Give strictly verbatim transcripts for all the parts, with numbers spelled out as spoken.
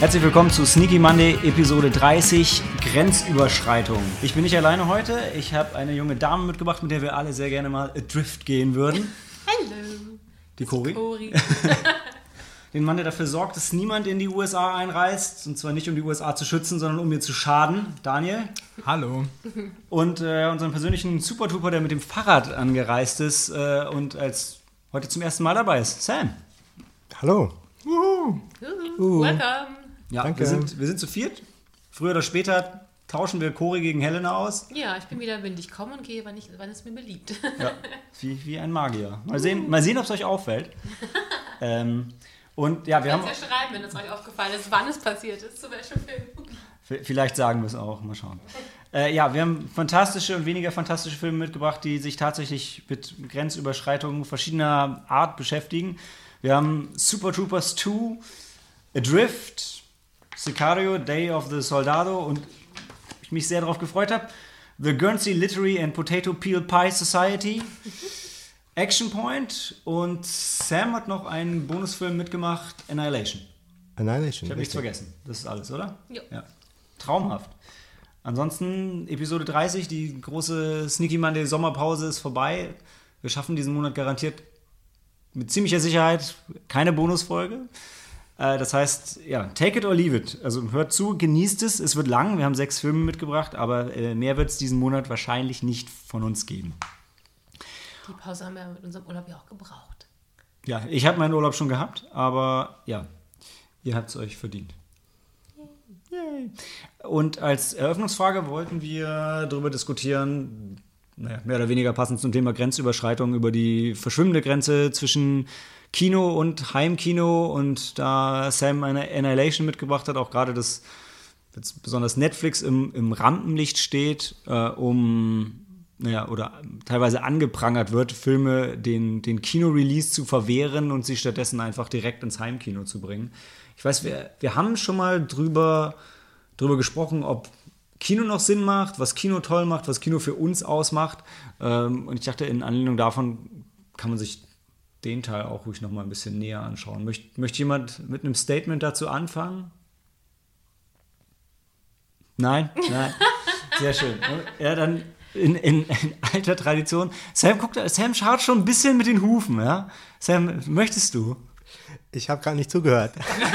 Herzlich willkommen zu Sneaky Monday, Episode dreißig, Grenzüberschreitung. Ich bin nicht alleine heute, ich habe eine junge Dame mitgebracht, mit der wir alle sehr gerne mal adrift gehen würden. Hallo. Die Cori. Cori. Den Mann, der dafür sorgt, dass niemand in die U S A einreist. Und zwar nicht, um die U S A zu schützen, sondern um ihr zu schaden. Daniel. Hallo. Und äh, unseren persönlichen Super-Trooper, der mit dem Fahrrad angereist ist äh, und als heute zum ersten Mal dabei ist. Sam. Hallo. Uhu. Uh. Welcome. Ja, Danke. Wir sind, wir sind zu viert. Früher oder später tauschen wir Cori gegen Helena aus. Ja, ich bin wieder windig. Ich komme und gehe, wann, ich, wann es mir beliebt. Ja, wie, wie ein Magier. Mal sehen, mal sehen ob es euch auffällt. ähm, und ja, wir Ihr haben... könnt ja schreiben, wenn es euch aufgefallen ist, wann es passiert ist, zu welchem Film. Vielleicht sagen wir es auch, mal schauen. Äh, ja, wir haben fantastische und weniger fantastische Filme mitgebracht, die sich tatsächlich mit Grenzüberschreitungen verschiedener Art beschäftigen. Wir haben Super Troopers zwei, Adrift, Sicario, Day of the Soldado und ich mich sehr darauf gefreut habe, The Guernsey Literary and Potato Peel Pie Society, Action Point und Sam hat noch einen Bonusfilm mitgemacht, Annihilation. Annihilation. Ich habe nichts richtig. vergessen. Das ist alles, oder? Jo. Ja. Traumhaft. Ansonsten, Episode dreißig, die große Sneaky Monday Sommerpause ist vorbei. Wir schaffen diesen Monat garantiert mit ziemlicher Sicherheit keine Bonusfolge. Äh, das heißt, ja, take it or leave it. Also hört zu, genießt es. Es wird lang. Wir haben sechs Filme mitgebracht, aber äh, mehr wird es diesen Monat wahrscheinlich nicht von uns geben. Die Pause haben wir mit unserem Urlaub ja auch gebraucht. Ja, ich habe meinen Urlaub schon gehabt, aber ja, ihr habt es euch verdient. Yay. Und als Eröffnungsfrage wollten wir darüber diskutieren, naja, mehr oder weniger passend zum Thema Grenzüberschreitung, über die verschwimmende Grenze zwischen Kino und Heimkino. Und da Sam eine Annihilation mitgebracht hat, auch gerade das jetzt besonders Netflix im, im Rampenlicht steht, äh, um naja, oder teilweise angeprangert wird, Filme den, den Kino-Release zu verwehren und sie stattdessen einfach direkt ins Heimkino zu bringen. Ich weiß, wir, wir haben schon mal drüber, drüber gesprochen, ob Kino noch Sinn macht, was Kino toll macht, was Kino für uns ausmacht. Ähm, und ich dachte, in Anlehnung davon kann man sich den Teil auch ruhig noch mal ein bisschen näher anschauen. Möcht, möchte jemand mit einem Statement dazu anfangen? Nein? Nein. Sehr schön. Ja, dann in, in, in alter Tradition. Sam guckt, Sam schaut schon ein bisschen mit den Hufen, ja? Sam, möchtest du? Ich habe gar nicht zugehört.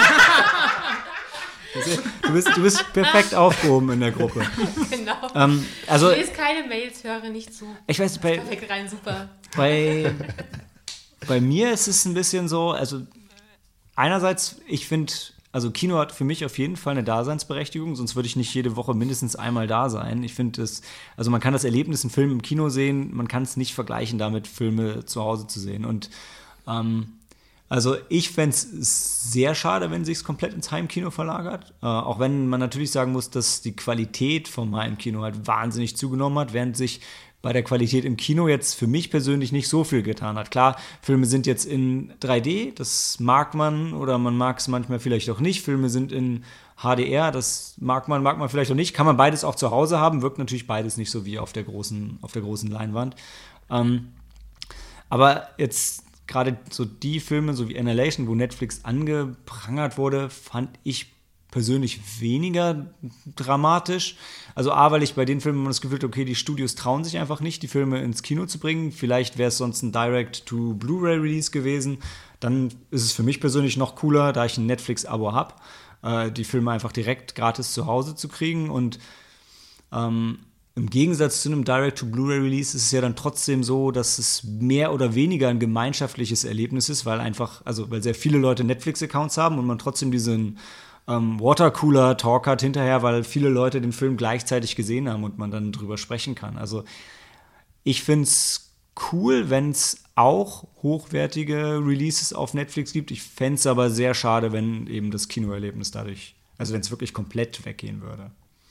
Du bist, du bist perfekt aufgehoben in der Gruppe. Genau. Ähm, also, ich lese keine Mails, höre nicht zu. Ich weiß, bei, Perfekt rein, super. Bei, bei mir ist es ein bisschen so, also einerseits, ich finde, also Kino hat für mich auf jeden Fall eine Daseinsberechtigung, sonst würde ich nicht jede Woche mindestens einmal da sein. Ich finde es, also man kann das Erlebnis, einen Film im Kino sehen, man kann es nicht vergleichen damit, Filme zu Hause zu sehen. Und ähm, also ich fände es sehr schade, wenn sich es komplett ins Heimkino verlagert. Äh, auch wenn man natürlich sagen muss, dass die Qualität vom Heimkino halt wahnsinnig zugenommen hat, während sich bei der Qualität im Kino jetzt für mich persönlich nicht so viel getan hat. Klar, Filme sind jetzt in drei D, das mag man oder man mag es manchmal vielleicht auch nicht. Filme sind in H D R, das mag man, mag man vielleicht auch nicht. Kann man beides auch zu Hause haben, wirkt natürlich beides nicht so wie auf der großen, auf der großen Leinwand. Ähm, aber jetzt gerade so die Filme, so wie Annihilation, wo Netflix angeprangert wurde, fand ich persönlich weniger dramatisch. Also A, weil ich bei den Filmen das Gefühl hatte, okay, die Studios trauen sich einfach nicht, die Filme ins Kino zu bringen. Vielleicht wäre es sonst ein Direct-to-Blu-ray-Release gewesen. Dann ist es für mich persönlich noch cooler, da ich ein Netflix-Abo habe, äh, die Filme einfach direkt gratis zu Hause zu kriegen. Und ähm, im Gegensatz zu einem Direct-to-Blu-ray-Release ist es ja dann trotzdem so, dass es mehr oder weniger ein gemeinschaftliches Erlebnis ist, weil einfach, also weil sehr viele Leute Netflix-Accounts haben und man trotzdem diesen ähm, Watercooler-Talk hat hinterher, weil viele Leute den Film gleichzeitig gesehen haben und man dann drüber sprechen kann. Also ich finde es cool, wenn es auch hochwertige Releases auf Netflix gibt. Ich fände es aber sehr schade, wenn eben das Kinoerlebnis dadurch, also wenn es wirklich komplett weggehen würde.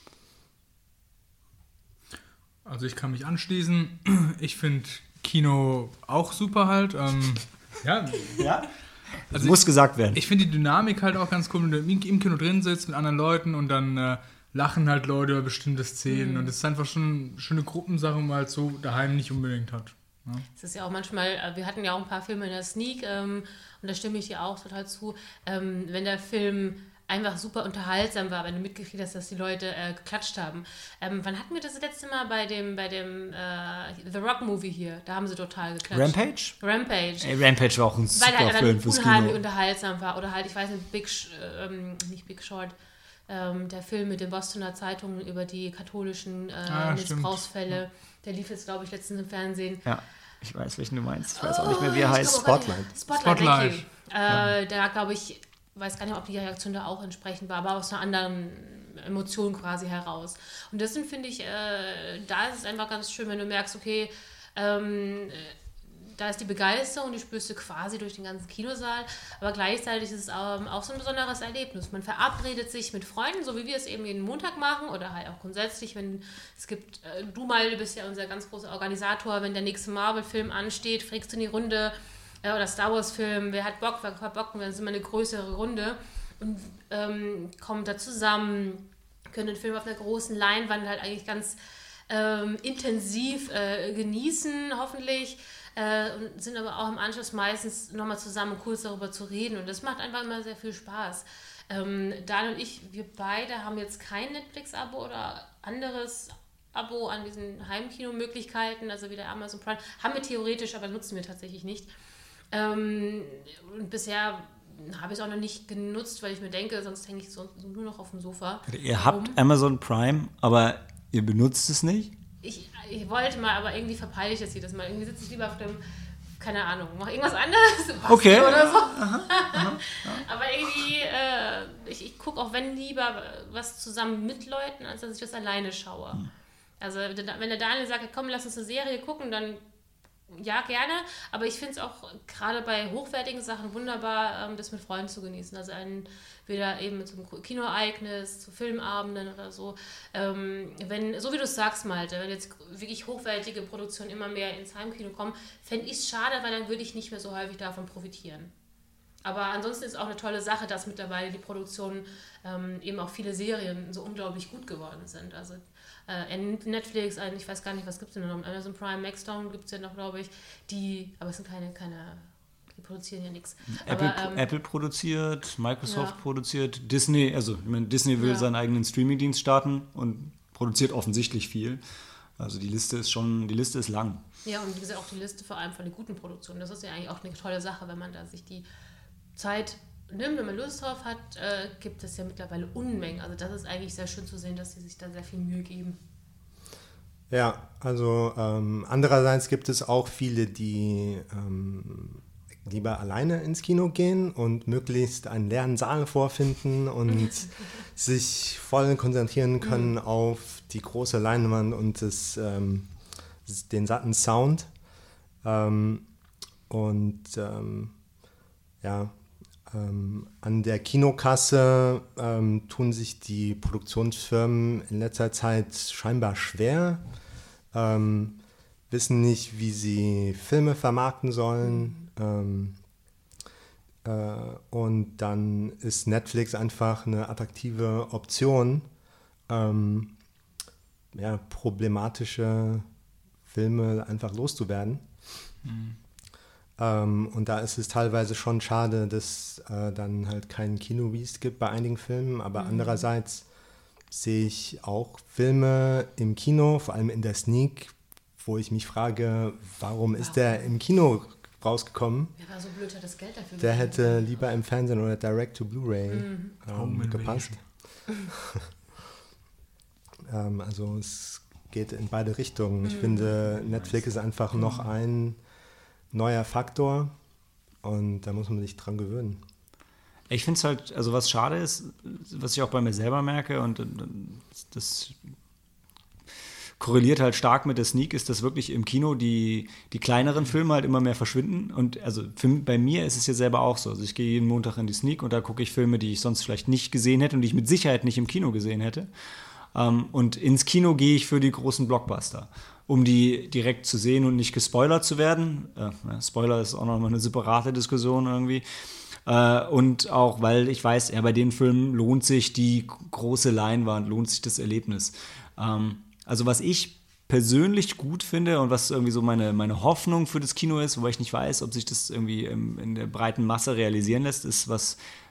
Also ich kann mich anschließen. Ich finde Kino auch super halt. Ähm, ja. Ja? Also muss ich, gesagt werden. Ich finde die Dynamik halt auch ganz cool, wenn du im Kino drin sitzt mit anderen Leuten und dann äh, lachen halt Leute über bestimmte Szenen. Mhm. Und es ist einfach schon eine schöne Gruppensache, man halt so daheim nicht unbedingt hat. Ja. Es ist ja auch manchmal, wir hatten ja auch ein paar Filme in der Sneak ähm, und da stimme ich dir auch total zu, ähm, wenn der Film einfach super unterhaltsam war, wenn du mitgekriegt hast, dass die Leute äh, geklatscht haben. Ähm, wann hatten wir das, das letzte Mal bei dem, bei dem äh, The Rock Movie hier? Da haben sie total geklatscht. Rampage? Rampage. Ey, Rampage war auch ein super Weil er Film dann fürs unheimlich Kino. unterhaltsam war. Oder halt, ich weiß nicht, Big, Sh- ähm, nicht Big Short, ähm, der Film mit den Bostoner Zeitungen über die katholischen äh, Ah, Missbrauchsfälle. Der lief jetzt, glaube ich, letztens im Fernsehen. Ja, ich weiß, welchen du meinst. Ich weiß auch nicht mehr, wie er Oh, ich heißt. glaube, Spotlight. Spotlight, Spotlight. thank you. Äh, Da, glaube ich, weiß gar nicht, ob die Reaktion da auch entsprechend war, aber aus einer anderen Emotion quasi heraus. Und deswegen finde ich, äh, da ist es einfach ganz schön, wenn du merkst, okay, ähm, da ist die Begeisterung, die spürst du quasi durch den ganzen Kinosaal, aber gleichzeitig ist es ähm, auch so ein besonderes Erlebnis. Man verabredet sich mit Freunden, so wie wir es eben jeden Montag machen oder halt auch grundsätzlich, wenn es gibt, äh, du mal, du bist ja unser ganz großer Organisator, wenn der nächste Marvel-Film ansteht, fragst du in die Runde, äh, oder Star Wars-Film, wer hat Bock, wer hat Bock, dann ist immer eine größere Runde und ähm, kommen da zusammen, können den Film auf einer großen Leinwand halt eigentlich ganz ähm, intensiv äh, genießen, hoffentlich. Äh, und sind aber auch im Anschluss meistens nochmal zusammen kurz darüber zu reden und das macht einfach immer sehr viel Spaß. Ähm, Dan und ich, wir beide haben jetzt kein Netflix-Abo oder anderes Abo an diesen Heimkinomöglichkeiten, also wie der Amazon Prime, haben wir theoretisch, aber nutzen wir tatsächlich nicht. Ähm, und bisher habe ich es auch noch nicht genutzt, weil ich mir denke, sonst hänge ich so, so nur noch auf dem Sofa. Ihr habt Amazon Prime, aber ihr benutzt es nicht? Ich, ich wollte mal, aber irgendwie verpeile ich das jedes Mal. Irgendwie sitze ich lieber auf dem, keine Ahnung, mach irgendwas anderes. Okay. Oder so. Aha, aha, ja. Aber irgendwie, äh, ich, ich gucke auch wenn lieber was zusammen mit Leuten, als dass ich das alleine schaue. Hm. Also wenn der Daniel sagt, komm, lass uns eine Serie gucken, dann ja, gerne, aber ich finde es auch gerade bei hochwertigen Sachen wunderbar, ähm, das mit Freunden zu genießen. Also entweder eben mit so einem Kinoereignis, zu Filmabenden oder so. Ähm, wenn, so wie du es sagst, Malte, wenn jetzt wirklich hochwertige Produktionen immer mehr ins Heimkino kommen, fände ich es schade, weil dann würde ich nicht mehr so häufig davon profitieren. Aber ansonsten ist es auch eine tolle Sache, dass mittlerweile die Produktionen ähm, eben auch viele Serien so unglaublich gut geworden sind. Also äh, Netflix, ich weiß gar nicht, was gibt es denn noch? Amazon Prime, Maxdown gibt es ja noch, glaube ich. Die, aber es sind keine, keine die produzieren ja nichts. Apple, aber, ähm, Apple produziert, Microsoft ja. produziert, Disney, also ich meine, Disney will ja. seinen eigenen Streamingdienst starten und produziert offensichtlich viel. Also die Liste ist schon, die Liste ist lang. Ja, und wie gesagt, auch die Liste vor allem von den guten Produktionen. Das ist ja eigentlich auch eine tolle Sache, wenn man da sich die Zeit nimmt, wenn man Lust drauf hat, äh, gibt es ja mittlerweile Unmengen. Also das ist eigentlich sehr schön zu sehen, dass sie sich da sehr viel Mühe geben. Ja, also ähm, andererseits gibt es auch viele, die ähm, lieber alleine ins Kino gehen und möglichst einen leeren Saal vorfinden und sich voll konzentrieren können mhm. auf die große Leinwand und das, ähm, den satten Sound. Ähm, und ähm, ja, Ähm, an der Kinokasse ähm, tun sich die Produktionsfirmen in letzter Zeit scheinbar schwer, ähm, wissen nicht, wie sie Filme vermarkten sollen. Ähm, äh, und dann ist Netflix einfach eine attraktive Option, ähm, ja, problematische Filme einfach loszuwerden. Mhm. Ähm, und da ist es teilweise schon schade, dass äh, dann halt keinen Kino-Release gibt bei einigen Filmen, aber mhm. andererseits sehe ich auch Filme im Kino, vor allem in der Sneak, wo ich mich frage, warum, warum? ist der im Kino rausgekommen? Wer war so blöd, hat das Geld dafür Der gegeben. hätte lieber im Fernsehen oder Direct to Blu-ray mhm. ähm, gepasst. ähm, also es geht in beide Richtungen. Ich mhm. finde, Netflix ist einfach noch ein neuer Faktor und da muss man sich dran gewöhnen. Ich finde es halt, also was schade ist, was ich auch bei mir selber merke und, und das korreliert halt stark mit der Sneak, ist, dass wirklich im Kino die, die kleineren Filme halt immer mehr verschwinden und also für, bei mir ist es ja selber auch so, also ich gehe jeden Montag in die Sneak und da gucke ich Filme, die ich sonst vielleicht nicht gesehen hätte und die ich mit Sicherheit nicht im Kino gesehen hätte. Um, und ins Kino gehe ich für die großen Blockbuster, um die direkt zu sehen und nicht gespoilert zu werden. Äh, Spoiler ist auch nochmal eine separate Diskussion irgendwie. Äh, und auch, weil ich weiß, ja, bei den Filmen lohnt sich die große Leinwand, lohnt sich das Erlebnis. Ähm, also was ich persönlich gut finde und was irgendwie so meine, meine Hoffnung für das Kino ist, wobei ich nicht weiß, ob sich das irgendwie im, in der breiten Masse realisieren lässt, ist, was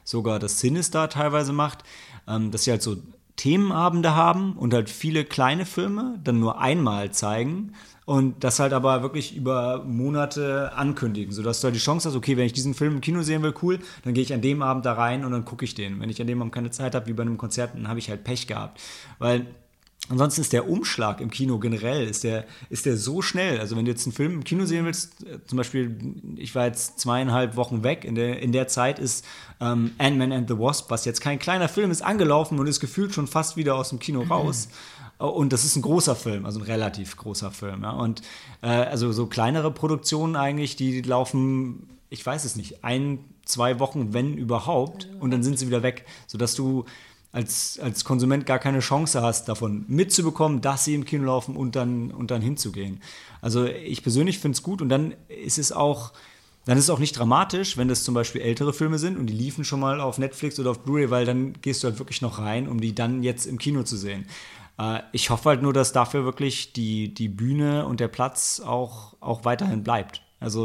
sogar das Sinister teilweise macht, ähm, dass sie halt so Themenabende haben und halt viele kleine Filme dann nur einmal zeigen und das halt aber wirklich über Monate ankündigen, sodass du halt die Chance hast, okay, wenn ich diesen Film im Kino sehen will, cool, dann gehe ich an dem Abend da rein und dann gucke ich den. Wenn ich an dem Abend keine Zeit habe, wie bei einem Konzert, dann habe ich halt Pech gehabt. Weil ansonsten ist der Umschlag im Kino generell, ist der, ist der so schnell. Also wenn du jetzt einen Film im Kino sehen willst, äh, zum Beispiel, ich war jetzt zweieinhalb Wochen weg, in der, in der Zeit ist ähm, Ant-Man and the Wasp, was jetzt kein kleiner Film ist, angelaufen und ist gefühlt schon fast wieder aus dem Kino raus. Mhm. Und das ist ein großer Film, also ein relativ großer Film. Ja. Und äh, also so kleinere Produktionen eigentlich, die laufen, ich weiß es nicht, ein, zwei Wochen, wenn überhaupt, und dann sind sie wieder weg, sodass du Als, als Konsument gar keine Chance hast, davon mitzubekommen, dass sie im Kino laufen und dann, und dann hinzugehen. Also ich persönlich finde es gut und dann ist es auch, dann ist es auch nicht dramatisch, wenn das zum Beispiel ältere Filme sind und die liefen schon mal auf Netflix oder auf Blu-ray, weil dann gehst du halt wirklich noch rein, um die dann jetzt im Kino zu sehen. Äh, ich hoffe halt nur, dass dafür wirklich die, die Bühne und der Platz auch, auch weiterhin bleibt. Also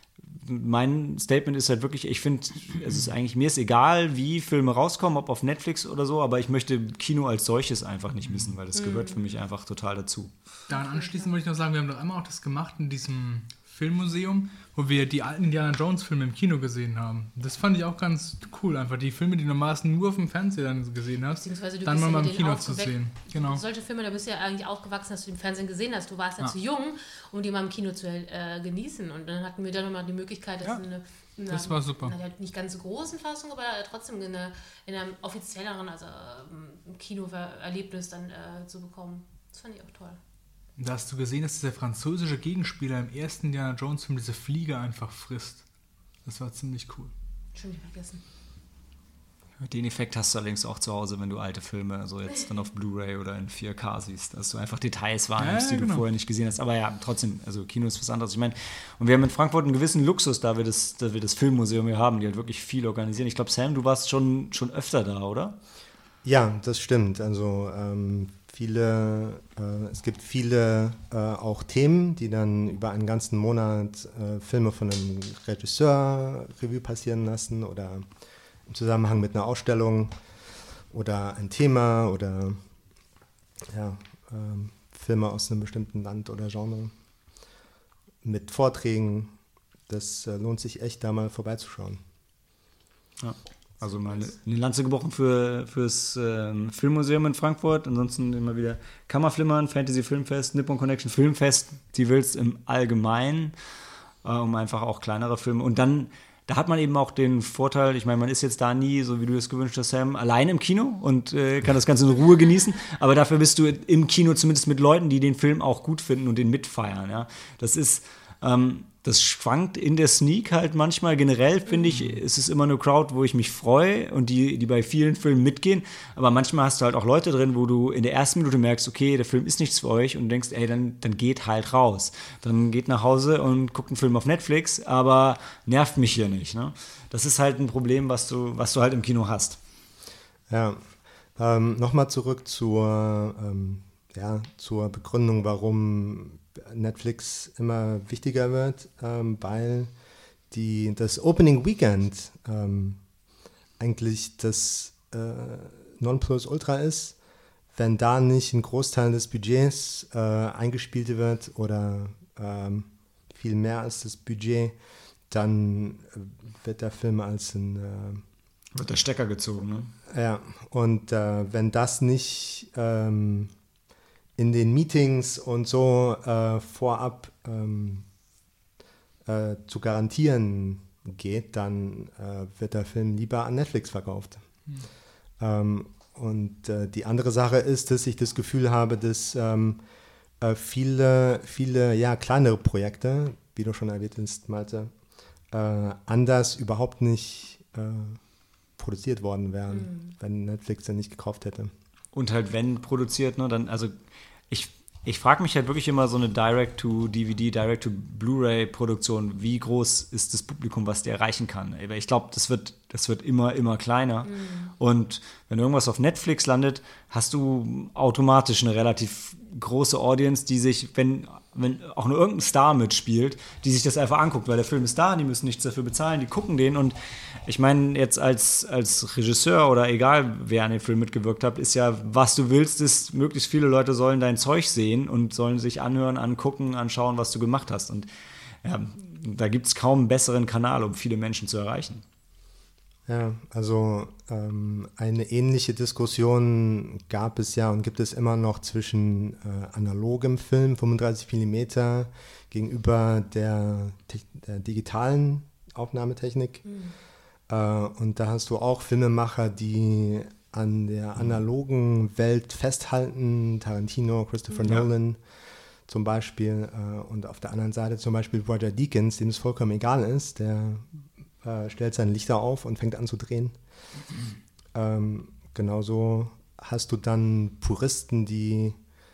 mein Statement ist halt wirklich, ich finde, es ist eigentlich, mir ist egal, wie Filme rauskommen, ob auf Netflix oder so, aber ich möchte Kino als solches einfach nicht missen, weil das gehört für mich einfach total dazu. Daran anschließend wollte ich noch sagen, wir haben doch einmal auch das gemacht in diesem Filmmuseum, wo wir die alten Indiana Jones Filme im Kino gesehen haben. Das fand ich auch ganz cool, einfach die Filme, die du normalerweise nur auf dem Fernseher dann gesehen hast, Beziehungsweise du dann bist ja mal mit im denen Kino zu aufgeweckt. sehen. Genau. Solche Filme, da bist du ja eigentlich aufgewachsen, dass du im Fernsehen gesehen hast. Du warst ja, Ja. zu jung, um die mal im Kino zu äh, genießen. Und dann hatten wir dann nochmal die Möglichkeit, das Ja, in eine, in das einer, war super. in einer nicht ganz so großen Fassung, aber trotzdem in, eine, in einem offizielleren, also ähm, Kinoerlebnis dann äh, zu bekommen. Das fand ich auch toll. Da hast du gesehen, dass der französische Gegenspieler im ersten Indiana Jones Film diese Fliege einfach frisst. Das war ziemlich cool. Schon nicht vergessen. Den Effekt hast du allerdings auch zu Hause, wenn du alte Filme so jetzt dann auf Blu-ray oder in vier K siehst, dass du einfach Details wahrnimmst, ja, die genau. du vorher nicht gesehen hast. Aber ja, trotzdem, also Kino ist was anderes. Ich meine, und wir haben in Frankfurt einen gewissen Luxus, da wir das, da wir das Filmmuseum hier haben, die halt wirklich viel organisieren. Ich glaube, Sam, du warst schon, schon öfter da, oder? Ja, das stimmt. Also ähm, viele, äh, es gibt viele äh, auch Themen, die dann über einen ganzen Monat äh, Filme von einem Regisseur Revue passieren lassen oder im Zusammenhang mit einer Ausstellung oder ein Thema oder ja, ähm, Filme aus einem bestimmten Land oder Genre mit Vorträgen. Das äh, lohnt sich echt, da mal vorbeizuschauen. Ja. Also mal eine, eine Lanze gebrochen für fürs ähm, Filmmuseum in Frankfurt. Ansonsten immer wieder Kammerflimmern, Fantasy Filmfest, Nippon Connection Filmfest, die willst im Allgemeinen, äh, um einfach auch kleinere Filme. Und dann, da hat man eben auch den Vorteil, ich meine, man ist jetzt da nie, so wie du es gewünscht hast, Sam, allein im Kino und äh, kann das Ganze in Ruhe genießen. Aber dafür bist du im Kino zumindest mit Leuten, die den Film auch gut finden und den mitfeiern. Ja? Das ist... Ähm, Das schwankt in der Sneak halt manchmal. Generell finde ich, ist es immer eine Crowd, wo ich mich freue und die, die bei vielen Filmen mitgehen. Aber manchmal hast du halt auch Leute drin, wo du in der ersten Minute merkst, okay, der Film ist nichts für euch und denkst, ey, dann, dann geht halt raus. Dann geht nach Hause und guckt einen Film auf Netflix, aber nervt mich hier nicht. Ne? Das ist halt ein Problem, was du, was du halt im Kino hast. Ja, ähm, nochmal zurück zur, ähm, ja, zur Begründung, warum Netflix immer wichtiger wird, ähm, weil die, das Opening Weekend ähm, eigentlich das äh, Nonplusultra ist. Wenn da nicht ein Großteil des Budgets äh, eingespielt wird oder ähm, viel mehr als das Budget, dann wird der Film als ein... Äh, wird der Stecker gezogen, ne? Ja, und äh, wenn das nicht... Ähm, in den Meetings und so äh, vorab ähm, äh, zu garantieren geht, dann äh, wird der Film lieber an Netflix verkauft. Mhm. Ähm, und äh, die andere Sache ist, dass ich das Gefühl habe, dass ähm, äh, viele, viele ja, kleinere Projekte, wie du schon erwähnt hast, Malte, äh, anders überhaupt nicht äh, produziert worden wären, mhm. wenn Netflix dann nicht gekauft hätte. Und halt, wenn produziert, ne, dann, also ich, ich frage mich halt wirklich immer so eine Direct-to-D V D, Direct-to-Blu-ray-Produktion, wie groß ist das Publikum, was der erreichen kann? Ich glaube, das wird, das wird immer, immer kleiner. Mhm. Und wenn irgendwas auf Netflix landet, hast du automatisch eine relativ große Audience, die sich, wenn, wenn auch nur irgendein Star mitspielt, die sich das einfach anguckt, weil der Film ist da, die müssen nichts dafür bezahlen, die gucken den. Und ich meine, jetzt als, als Regisseur oder egal, wer an dem Film mitgewirkt hat, ist ja, was du willst, ist, möglichst viele Leute sollen dein Zeug sehen und sollen sich anhören, angucken, anschauen, was du gemacht hast. Und ja, da gibt es kaum einen besseren Kanal, um viele Menschen zu erreichen. Ja, also ähm, eine ähnliche Diskussion gab es ja und gibt es immer noch zwischen äh, analogem Film, fünfunddreißig Millimeter, gegenüber der, der digitalen Aufnahmetechnik. Mhm. Äh, und da hast du auch Filmemacher, die an der analogen Welt festhalten, Tarantino, Christopher ja. Nolan zum Beispiel. Äh, und auf der anderen Seite zum Beispiel Roger Deakins, dem es vollkommen egal ist, der Äh, stellt seine Lichter auf und fängt an zu drehen. Mhm. Ähm, genauso hast du dann Puristen, die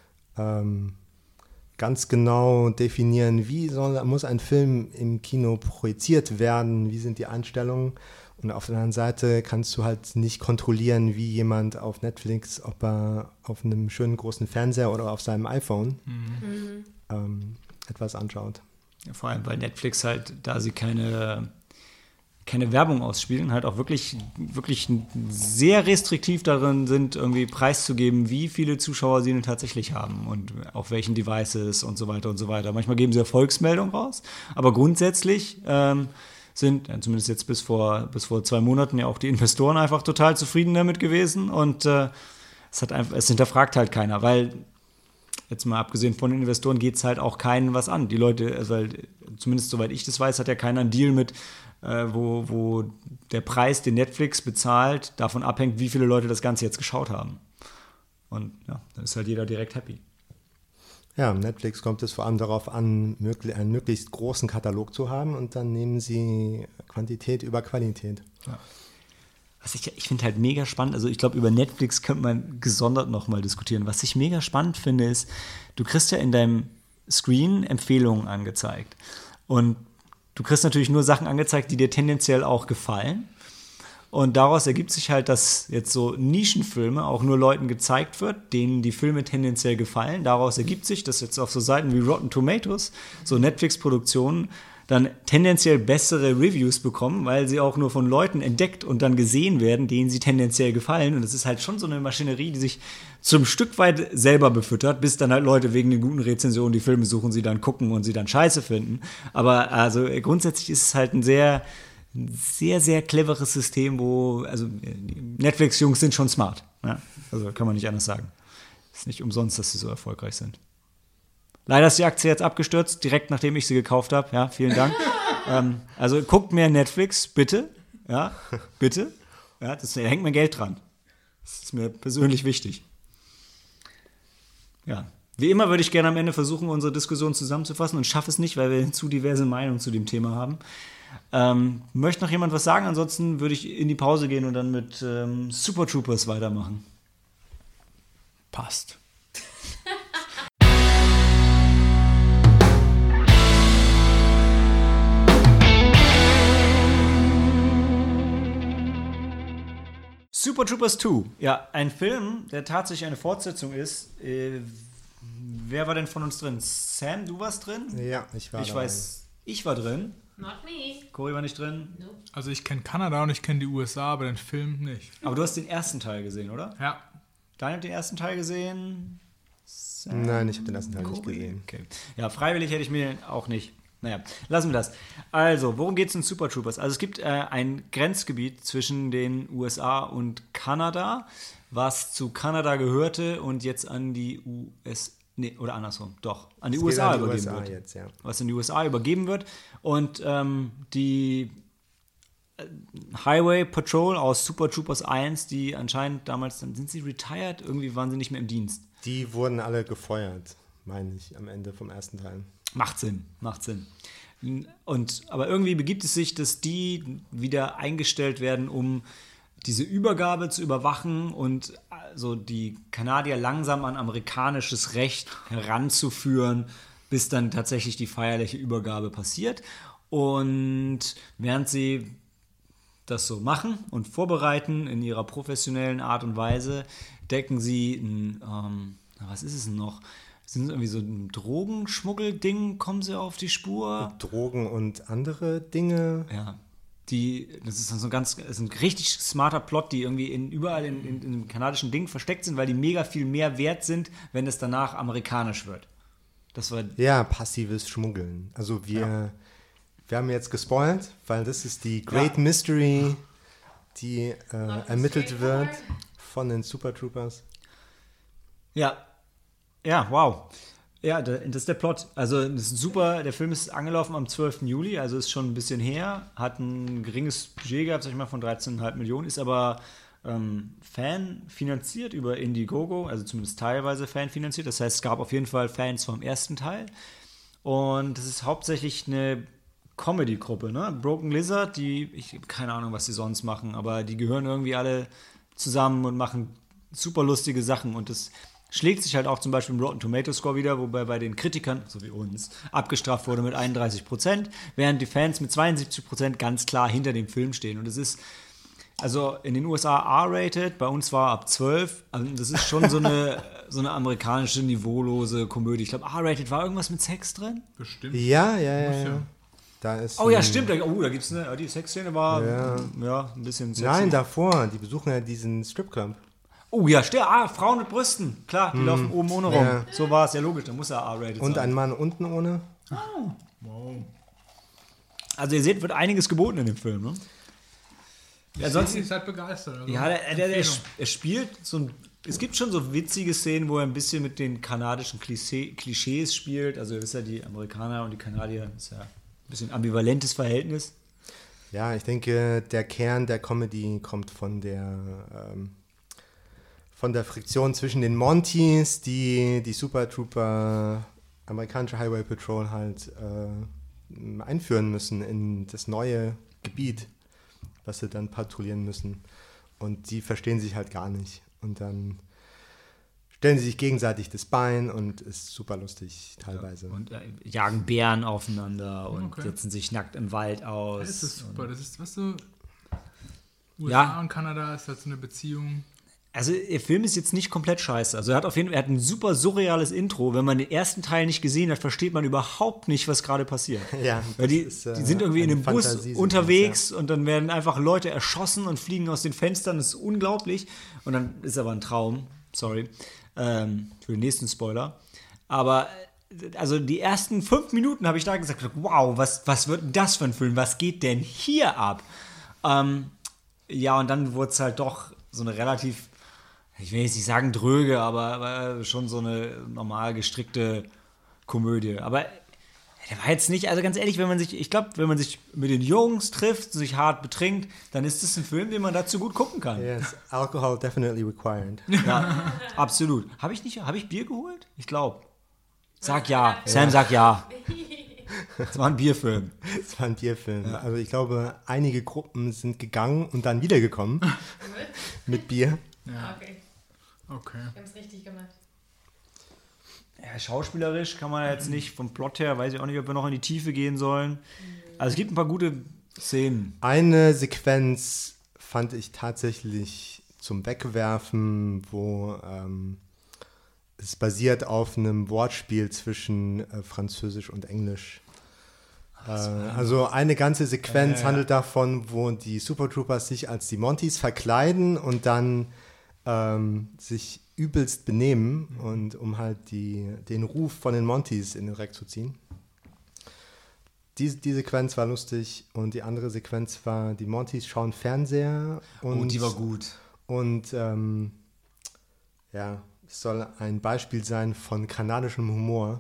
ähm, ganz genau definieren, wie soll, muss ein Film im Kino projiziert werden, wie sind die Einstellungen. Und auf der anderen Seite kannst du halt nicht kontrollieren, wie jemand auf Netflix, ob er auf einem schönen großen Fernseher oder auf seinem iPhone mhm. ähm, etwas anschaut. Ja, vor allem, weil Netflix halt, da sie keine keine Werbung ausspielen, halt auch wirklich, wirklich sehr restriktiv darin sind, irgendwie preiszugeben, wie viele Zuschauer sie denn tatsächlich haben und auf welchen Devices und so weiter und so weiter. Manchmal geben sie Erfolgsmeldungen raus, aber grundsätzlich ähm, sind, ja, zumindest jetzt bis vor, bis vor zwei Monaten, ja auch die Investoren einfach total zufrieden damit gewesen und äh, es hat einfach, es hinterfragt halt keiner, weil jetzt mal abgesehen von den Investoren geht es halt auch keinen was an. Die Leute, also halt, zumindest soweit ich das weiß, hat ja keiner einen Deal mit, Wo, wo der Preis, den Netflix bezahlt, davon abhängt, wie viele Leute das Ganze jetzt geschaut haben. Und ja, dann ist halt jeder direkt happy. Ja, Netflix kommt es vor allem darauf an, möglich, einen möglichst großen Katalog zu haben und dann nehmen sie Quantität über Qualität. Ja. Was ich, ich finde halt mega spannend, also ich glaube, über Netflix könnte man gesondert nochmal diskutieren. Was ich mega spannend finde, ist, du kriegst ja in deinem Screen Empfehlungen angezeigt. Und du kriegst natürlich nur Sachen angezeigt, die dir tendenziell auch gefallen. Und daraus ergibt sich halt, dass jetzt so Nischenfilme auch nur Leuten gezeigt wird, denen die Filme tendenziell gefallen. Daraus ergibt sich, dass jetzt auf so Seiten wie Rotten Tomatoes so Netflix-Produktionen dann tendenziell bessere Reviews bekommen, weil sie auch nur von Leuten entdeckt und dann gesehen werden, denen sie tendenziell gefallen. Und das ist halt schon so eine Maschinerie, die sich zum Stück weit selber befüttert, bis dann halt Leute wegen den guten Rezensionen die Filme suchen, sie dann gucken und sie dann scheiße finden. Aber also grundsätzlich ist es halt ein sehr, sehr, sehr cleveres System, wo, also die Netflix-Jungs sind schon smart. Ja? Also kann man nicht anders sagen. Ist nicht umsonst, dass sie so erfolgreich sind. Leider ist die Aktie jetzt abgestürzt, direkt nachdem ich sie gekauft habe. Ja, vielen Dank. ähm, also guckt mehr Netflix, bitte. Ja, bitte. Ja, das, da hängt mein Geld dran. Das ist mir persönlich wichtig. Ja, wie immer würde ich gerne am Ende versuchen, unsere Diskussion zusammenzufassen und schaffe es nicht, weil wir zu diverse Meinungen zu dem Thema haben. Ähm, möchte noch jemand was sagen? Ansonsten würde ich in die Pause gehen und dann mit ähm, Super Troopers weitermachen. Passt. Super Troopers zwei, ja, ein Film, der tatsächlich eine Fortsetzung ist. Äh, wer war denn von uns drin? Sam, du warst drin? Ja, ich war Ich dabei. weiß, ich war drin. Not me. Cory war nicht drin. No. Also ich kenne Kanada und ich kenne die U S A, aber den Film nicht. Aber du hast den ersten Teil gesehen, oder? Ja. Daniel hat den ersten Teil gesehen. Sam, Nein, ich habe den ersten Teil nicht Cory. gesehen. Okay. Ja, freiwillig hätte ich mir den auch nicht. Naja, lassen wir das. Also, worum geht es in Super Troopers? Also es gibt äh, ein Grenzgebiet zwischen den U S A und Kanada, was zu Kanada gehörte und jetzt an die U S A, nee, oder andersrum, doch, an die Es U S A geht an die übergeben U S A wird. jetzt, ja. Was in die U S A übergeben wird. Und ähm, die Highway Patrol aus Super Troopers eins, die anscheinend damals, dann sind sie retired, irgendwie waren sie nicht mehr im Dienst. Die wurden alle gefeuert, meine ich, am Ende vom ersten Teil. Macht Sinn, macht Sinn. Und, aber irgendwie begibt es sich, dass die wieder eingestellt werden, um diese Übergabe zu überwachen und also die Kanadier langsam an amerikanisches Recht heranzuführen, bis dann tatsächlich die feierliche Übergabe passiert. Und während sie das so machen und vorbereiten in ihrer professionellen Art und Weise, decken sie ein, ähm, was ist es denn noch? sind irgendwie so ein Drogenschmuggelding, kommen sie auf die Spur. Drogen und andere Dinge. Ja. Die, das ist so ein ganz, das ist ein richtig smarter Plot, die irgendwie in, überall in, in, in dem kanadischen Ding versteckt sind, weil die mega viel mehr wert sind, wenn es danach amerikanisch wird. Das war. Ja, passives Schmuggeln. Also wir, ja. wir haben jetzt gespoilt, weil das ist die Great ja. Mystery, die äh, ermittelt wird von den Super Troopers. Ja. Ja, wow. Ja, das ist der Plot. Also das ist super, der Film ist angelaufen am zwölften Juli, also ist schon ein bisschen her, hat ein geringes Budget gehabt, sag ich mal, von dreizehn Komma fünf Millionen, ist aber ähm, fanfinanziert über Indiegogo, also zumindest teilweise fanfinanziert. Das heißt, es gab auf jeden Fall Fans vom ersten Teil. Und das ist hauptsächlich eine Comedy-Gruppe, ne? Broken Lizard, die, ich habe keine Ahnung, was sie sonst machen, aber die gehören irgendwie alle zusammen und machen super lustige Sachen und das schlägt sich halt auch zum Beispiel im Rotten Tomato Score wieder, wobei bei den Kritikern, so wie uns, abgestraft wurde mit einunddreißig Prozent, während die Fans mit zweiundsiebzig Prozent ganz klar hinter dem Film stehen. Und es ist, also in den U S A R-rated, bei uns war ab zwölf, also das ist schon so eine, so eine amerikanische, niveaulose Komödie. Ich glaube, R-rated war irgendwas mit Sex drin? Bestimmt. Ja, ja, ja. ja. Da ist oh ja, stimmt. Oh, da gibt es eine, die Sexszene war ja. ja ein bisschen sexy. Nein, davor, die besuchen ja diesen Stripclub. Oh ja, stimmt. Ah, Frauen mit Brüsten. Klar, die hm. laufen oben ohne rum. Ja. So war es, ja logisch, da muss er R-rated sein. Und ein Mann unten ohne. Oh. Wow. Also ihr seht, wird einiges geboten in dem Film, ne? Ja, sonst ist halt begeistert. Also ja, der, der, der, er spielt so ein, es gibt schon so witzige Szenen, wo er ein bisschen mit den kanadischen Klischee, Klischees spielt. Also ihr wisst ja, die Amerikaner und die Kanadier, ist ja ein bisschen ambivalentes Verhältnis. Ja, ich denke, der Kern der Comedy kommt von der ähm, von der Friktion zwischen den Montys, die die Super Trooper, amerikanische Highway Patrol halt äh, einführen müssen in das neue Gebiet, was sie dann patrouillieren müssen. Und die verstehen sich halt gar nicht. Und dann stellen sie sich gegenseitig das Bein und ist super lustig teilweise. Ja, und äh, jagen Bären aufeinander und okay. setzen sich nackt im Wald aus. Das ist super. Das ist, was du, U S A ja. und Kanada ist halt so eine Beziehung. Also der Film ist jetzt nicht komplett scheiße. Also er hat auf jeden Fall, er hat ein super surreales Intro. Wenn man den ersten Teil nicht gesehen hat, versteht man überhaupt nicht, was gerade passiert. Ja, weil die, ist, äh, die sind irgendwie in einem Bus unterwegs ja. und dann werden einfach Leute erschossen und fliegen aus den Fenstern. Das ist unglaublich. Und dann ist aber ein Traum. Sorry. Ähm, für den nächsten Spoiler. Aber also die ersten fünf Minuten habe ich da gesagt, wow, was, was wird denn das für ein Film? Was geht denn hier ab? Ähm, ja, und dann wurde es halt doch so eine relativ, ich will jetzt nicht sagen dröge, aber, aber schon so eine normal gestrickte Komödie. Aber der war jetzt nicht, also ganz ehrlich, wenn man sich, ich glaube, wenn man sich mit den Jungs trifft, sich hart betrinkt, dann ist das ein Film, den man dazu gut gucken kann. Yes, alcohol definitely required. Ja, absolut. Habe ich nicht, habe ich Bier geholt? Ich glaube. Sag ja. Sam, sag ja. Es war ein Bierfilm. Es war ein Bierfilm. Ja. Also ich glaube, einige Gruppen sind gegangen und dann wiedergekommen mit Bier. Ja. Okay. Okay. Wir haben es richtig gemacht. Ja, schauspielerisch kann man jetzt nicht, vom Plot her, weiß ich auch nicht, ob wir noch in die Tiefe gehen sollen. Also es gibt ein paar gute Szenen. Eine Sequenz fand ich tatsächlich zum Wegwerfen, wo ähm, es basiert auf einem Wortspiel zwischen äh, Französisch und Englisch. Äh, also eine ganze Sequenz äh, handelt davon, wo die Super Troopers sich als die Montys verkleiden und dann ähm, sich übelst benehmen, und um halt die, den Ruf von den Montys in den Dreck zu ziehen. Die, die Sequenz war lustig, und die andere Sequenz war, die Montys schauen Fernseher. Und, oh, die war gut. Und ähm, ja, es soll ein Beispiel sein von kanadischem Humor.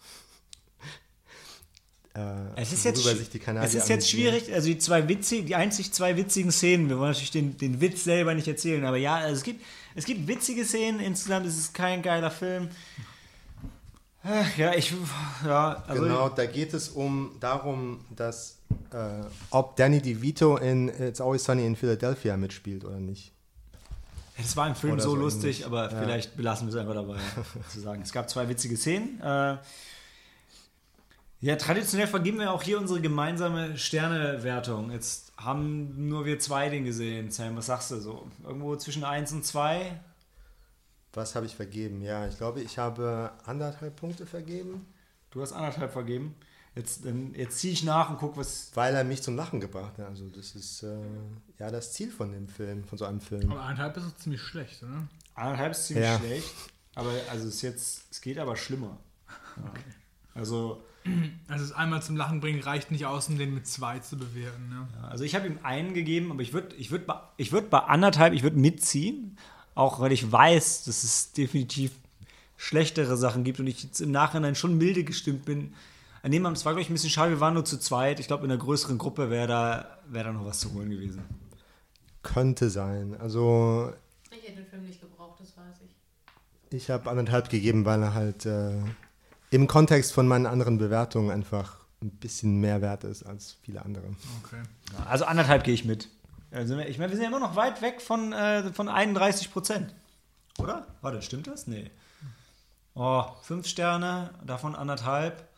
äh, es ist jetzt, sich die es ist jetzt schwierig, also die zwei witzigen, die einzig zwei witzigen Szenen, wir wollen natürlich den, den Witz selber nicht erzählen, aber ja, also es gibt, es gibt witzige Szenen, insgesamt ist es kein geiler Film. Ach, ja, ich, ja, also genau, da geht es um darum, dass äh, ob Danny DeVito in It's Always Sunny in Philadelphia mitspielt oder nicht. Das war im Film oder so, so lustig, ähnlich. aber Ja. vielleicht belassen wir es einfach dabei, zu sagen. Es gab zwei witzige Szenen. Äh, ja, traditionell vergeben wir auch hier unsere gemeinsame Sternewertung. Jetzt haben nur wir zwei den gesehen. Sam, was sagst du so? Irgendwo zwischen eins und zwei? Was habe ich vergeben? Ja, ich glaube, ich habe anderthalb Punkte vergeben. Du hast anderthalb vergeben. Jetzt, ähm, jetzt ziehe ich nach und gucke, was... Weil er mich zum Lachen gebracht hat. Also das ist äh, ja das Ziel von dem Film, von so einem Film. Aber anderthalb ist doch ziemlich schlecht, oder? Anderthalb ist ziemlich Ja. schlecht. Aber also es ist jetzt, es geht aber schlimmer. Okay. Also, Also das einmal zum Lachen bringen reicht nicht aus, um den mit zwei zu bewerten. Ne? also ich habe ihm einen gegeben, aber ich würde ich würd bei, ich würd bei anderthalb, ich würde mitziehen. Auch weil ich weiß, dass es definitiv schlechtere Sachen gibt und ich jetzt im Nachhinein schon milde gestimmt bin. An dem Abend, es war, glaube ich, ein bisschen schade, wir waren nur zu zweit. Ich glaube, in einer größeren Gruppe wäre da, wär da noch was zu holen gewesen. Könnte sein. Also Ich hätte den Film nicht gebraucht, das weiß ich. ich habe anderthalb gegeben, weil er halt äh, im Kontext von meinen anderen Bewertungen einfach ein bisschen mehr wert ist als viele andere. Okay. Ja, also anderthalb gehe ich mit. Also ich meine, wir sind ja immer noch weit weg von, äh, von einunddreißig Prozent. Oder? Warte, stimmt das? Nee. Oh, fünf Sterne, davon anderthalb.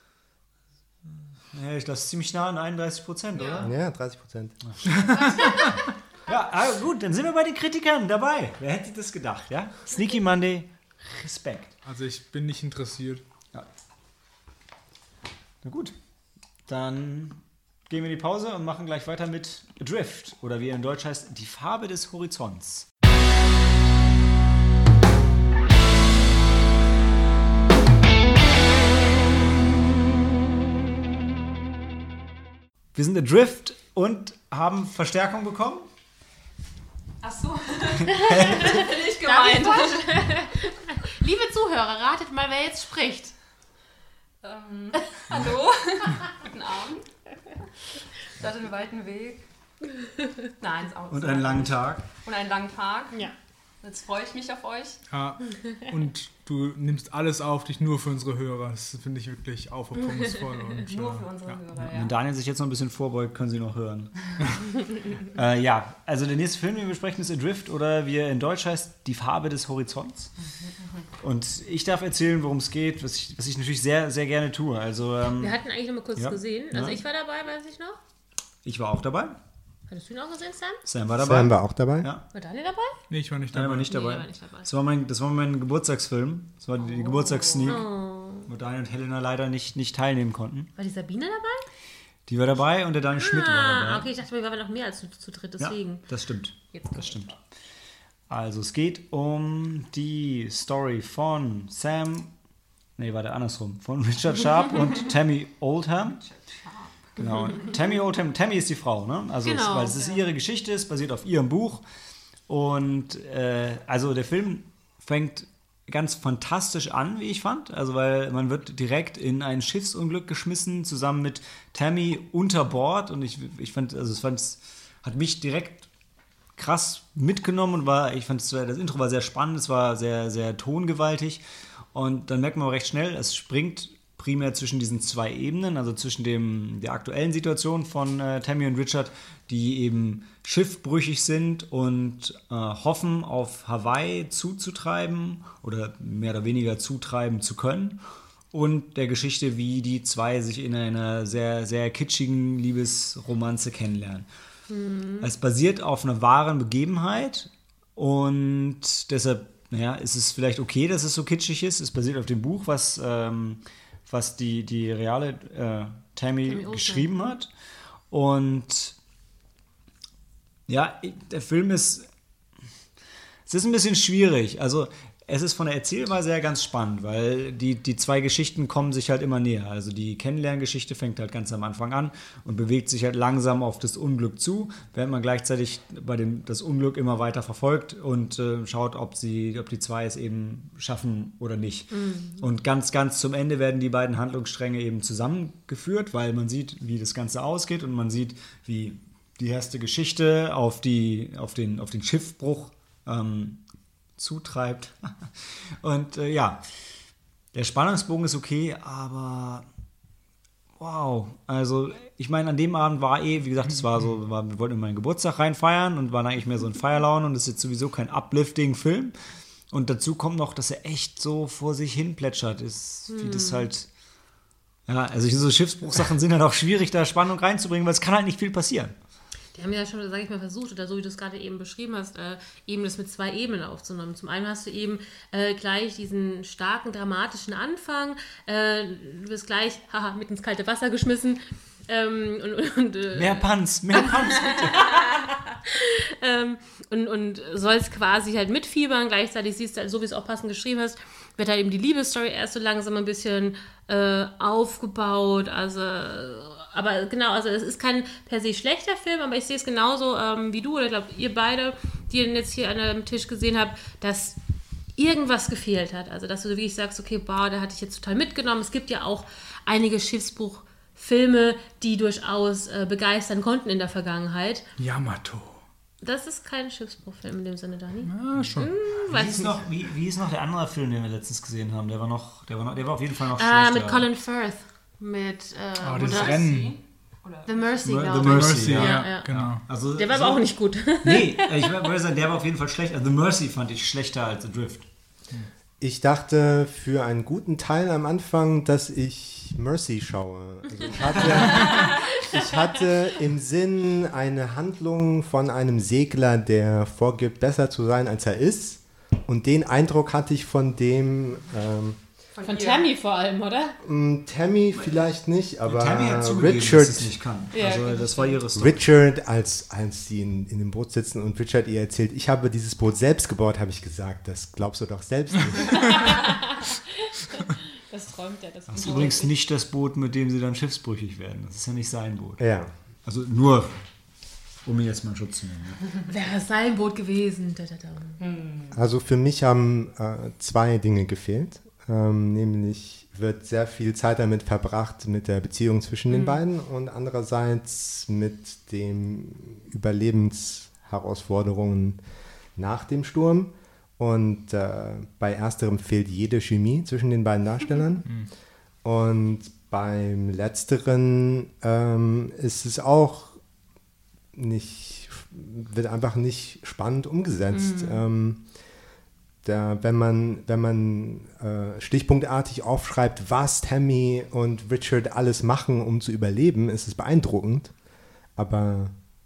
Ja, ich lasse ziemlich nah an einunddreißig Prozent, Ja. oder? Ja, dreißig Prozent. Ja, ah, gut, dann sind wir bei den Kritikern dabei. Wer hätte das gedacht, ja? Sneaky Monday, Respekt. Also ich bin nicht interessiert. Ja. Na gut, dann gehen wir in die Pause und machen gleich weiter mit Adrift oder wie er in Deutsch heißt, die Farbe des Horizonts. Wir sind Adrift und haben Verstärkung bekommen. Ach so. Nicht gemeint. Liebe Zuhörer, ratet mal, wer jetzt spricht. Ähm, hallo, guten Abend. Ich hatte einen weiten Weg. Nein, ist auch Und einen langen Tag. Und einen langen Tag. Ja. Jetzt freue ich mich auf euch. Ja, und du nimmst alles auf dich nur für unsere Hörer. Das finde ich wirklich aufopferungsvoll. Und, Nur äh, für unsere ja. Hörer, Wenn ja. Daniel sich jetzt noch ein bisschen vorbeugt, können Sie noch hören. äh, ja, also der nächste Film, den wir besprechen, ist Adrift oder wie er in Deutsch heißt, Die Farbe des Horizonts. Und ich darf erzählen, worum es geht, was ich, was ich natürlich sehr, sehr gerne tue. Also, ähm, Wir hatten eigentlich noch mal kurz Ja. gesehen. Also Ja. ich war dabei, weiß ich noch. ich war auch dabei. Hattest du ihn auch gesehen, Sam? Sam war dabei. Sam war auch dabei. Ja, War Daniel dabei? Nee, ich war nicht Daniel dabei. war nicht Nee, dabei. er war nicht dabei. Das war mein, das war mein Geburtstagsfilm. Das war die Geburtstagssneak, Oh. wo Daniel und Helena leider nicht, nicht teilnehmen konnten. War die Sabine dabei? Die war dabei und der Daniel Schmidt war Ah, dabei. okay, ich dachte, wir waren noch mehr als zu, zu dritt, deswegen. Ja, das stimmt. Jetzt Das stimmt. Also es geht um die Story von Sam, nee, warte, andersrum, von Richard Sharp und Tammy Oldham. Genau. Tammy Oldham, Tammy ist die Frau, ne? Also Genau, es, weil es ist ja. ihre Geschichte, es basiert auf ihrem Buch. Und äh, also der Film fängt ganz fantastisch an, wie ich fand. Also weil man wird direkt in ein Schiffsunglück geschmissen, zusammen mit Tammy unter Bord. Und ich, ich fand, also es fand, hat mich direkt krass mitgenommen und war, ich fand, das Intro war sehr spannend, es war sehr, sehr tongewaltig. Und dann merkt man recht schnell, es springt primär zwischen diesen zwei Ebenen, also zwischen dem, der aktuellen Situation von äh, Tammy und Richard, die eben schiffbrüchig sind und äh, hoffen, auf Hawaii zuzutreiben oder mehr oder weniger zutreiben zu können. Und der Geschichte, wie die zwei sich in einer sehr, sehr kitschigen Liebesromanze kennenlernen. Es basiert auf einer wahren Begebenheit und deshalb, naja, ist es vielleicht okay, dass es so kitschig ist. Es basiert auf dem Buch, was, ähm, was die, die reale äh, Tammy, Tammy Oldham. geschrieben hat. Und ja, der Film ist, es ist ein bisschen schwierig. Also es ist von der Erzählweise her ganz spannend, weil die, die zwei Geschichten kommen sich halt immer näher. Also die Kennenlerngeschichte fängt halt ganz am Anfang an und bewegt sich halt langsam auf das Unglück zu, während man gleichzeitig bei dem das Unglück immer weiter verfolgt und äh, schaut, ob sie, ob die zwei es eben schaffen oder nicht. Mhm. Und ganz, ganz zum Ende werden die beiden Handlungsstränge eben zusammengeführt, weil man sieht, wie das Ganze ausgeht und man sieht, wie die erste Geschichte auf, die, auf, den, auf den Schiffbruch ähm, zutreibt. Und äh, ja, der Spannungsbogen ist okay, aber wow, also ich meine, an dem Abend war eh, wie gesagt, es war so, war, wir wollten in meinen Geburtstag reinfeiern und waren eigentlich mehr so in Feierlaune und es ist jetzt sowieso kein uplifting Film. Und dazu kommt noch, dass er echt so vor sich hin plätschert ist, wie das halt, ja, also so Schiffsbruchsachen sind halt auch schwierig, da Spannung reinzubringen, weil es kann halt nicht viel passieren. Die haben ja schon, sage ich mal, versucht, oder so wie du es gerade eben beschrieben hast, äh, eben das mit zwei Ebenen aufzunehmen. Zum einen hast du eben äh, gleich diesen starken, dramatischen Anfang, äh, du wirst gleich, haha, mit ins kalte Wasser geschmissen. Ähm, und, und, äh, Mehr Panz, mehr Panz, bitte. ähm, und, und sollst quasi halt mitfiebern, gleichzeitig siehst du, halt, so wie es auch passend geschrieben hast, wird halt eben die Liebesstory erst so langsam ein bisschen äh, aufgebaut, also aber genau, also es ist kein per se schlechter Film, aber ich sehe es genauso ähm, wie du, oder ich glaube, ihr beide, die ihn jetzt hier an einem Tisch gesehen habt, dass irgendwas gefehlt hat, also dass du wirklich sagst, okay, boah, da hatte ich jetzt total mitgenommen, es gibt ja auch einige Schiffsbruchfilme, die durchaus äh, begeistern konnten in der Vergangenheit. Yamato. Das ist kein Schiffsbruchfilm in dem Sinne, Dani. Ja, schon. Hm, Wie weiß hieß, nicht. noch, wie, wie hieß noch der andere Film, den wir letztens gesehen haben? Der war noch, der war noch, der war auf jeden Fall noch Ah, schlechter. mit Colin Firth. Mit, äh, Oh, wo dieses das- Rennen. Oder The Mercy, The glaube ich. Mercy, ja, ja, ja. genau. Also, Der war so, aber auch nicht gut. Nee, ich wollte sagen, der war auf jeden Fall schlecht. Also The Mercy fand ich schlechter als The Drift. Ich dachte für einen guten Teil am Anfang, dass ich Mercy schaue. Also ich, hatte, ich hatte im Sinn eine Handlung von einem Segler, der vorgibt, besser zu sein, als er ist. Und den Eindruck hatte ich von dem... Ähm, Von Tammy vor allem, oder? m, Tammy vielleicht nicht, aber Tammy hat zugegeben, dass Richard, sie es nicht kann. Ja, Also genau. das war ihre Story. Richard, als, als sie in, in dem Boot sitzen und Richard ihr erzählt, ich habe dieses Boot selbst gebaut, habe ich gesagt, das glaubst du doch selbst nicht. Das träumt er. Das, Das ist übrigens nicht das Boot, mit dem sie dann schiffsbrüchig werden. Das ist ja nicht sein Boot. Ja. Also nur, um ihn jetzt mal in Schutz zu nehmen. Ja. Wäre es sein Boot gewesen. Da, da, da. Also für mich haben äh, zwei Dinge gefehlt. Ähm, nämlich wird sehr viel Zeit damit verbracht mit der Beziehung zwischen den beiden und andererseits mit den Überlebensherausforderungen nach dem Sturm. Und äh, bei ersterem fehlt jede Chemie zwischen den beiden Darstellern. Und beim letzteren ähm, ist es auch nicht, wird einfach nicht spannend umgesetzt. Ähm, Da, wenn man, wenn man äh, stichpunktartig aufschreibt, was Tammy und Richard alles machen, um zu überleben, ist es beeindruckend. Aber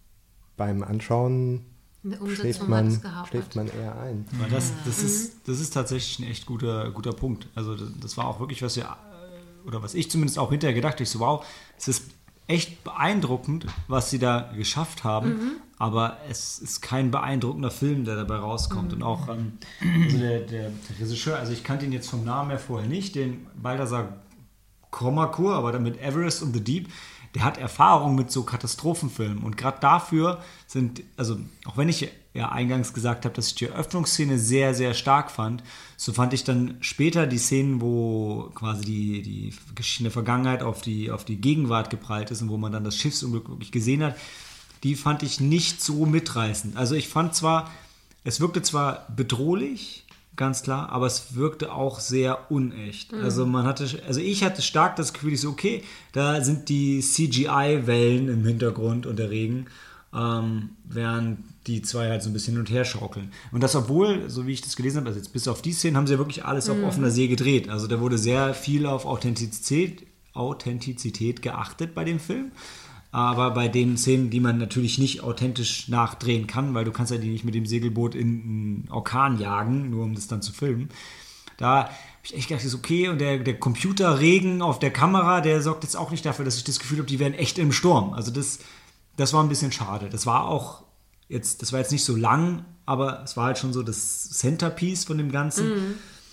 beim Anschauen In der schläft Umsetzung hat es man, gehapert. schläft man eher ein. Weil das, das, ist, das ist tatsächlich ein echt guter, guter Punkt. Also das, das war auch wirklich, was wir, oder was ich zumindest auch hinterher gedacht habe, ich so, wow, es ist echt beeindruckend, was sie da geschafft haben, Mhm. aber es ist kein beeindruckender Film, der dabei rauskommt. Und auch ähm, also der, der, der Regisseur, also ich kannte ihn jetzt vom Namen her vorher nicht, den Balthasar Kormakur, aber dann mit Everest und The Deep, der hat Erfahrung mit so Katastrophenfilmen und gerade dafür sind, also auch wenn ich ja eingangs gesagt habe, dass ich die Eröffnungsszene sehr, sehr stark fand, so fand ich dann später die Szenen, wo quasi die, die Geschichte der Vergangenheit auf die, auf die Gegenwart geprallt ist und wo man dann das Schiffsunglück wirklich gesehen hat, die fand ich nicht so mitreißend. Also ich fand zwar, es wirkte zwar bedrohlich, ganz klar, aber es wirkte auch sehr unecht. Mhm. Also man hatte, also ich hatte stark das Gefühl, ich so, okay, da sind die C G I-Wellen im Hintergrund und der Regen, ähm, während die zwei halt so ein bisschen hin und her schaukeln. Und das, obwohl, so wie ich das gelesen habe, also jetzt bis auf die Szenen, haben sie ja wirklich alles auf offener See gedreht. Also da wurde sehr viel auf Authentizität, Authentizität geachtet bei dem Film. Aber bei den Szenen, die man natürlich nicht authentisch nachdrehen kann, weil du kannst ja die nicht mit dem Segelboot in einen Orkan jagen, nur um das dann zu filmen. Da habe ich echt gedacht, das ist okay. Und der, der Computerregen auf der Kamera, der sorgt jetzt auch nicht dafür, dass ich das Gefühl habe, die wären echt im Sturm. Also das, das war ein bisschen schade. Das war auch jetzt, das war jetzt nicht so lang, aber es war halt schon so das Centerpiece von dem Ganzen. Mhm.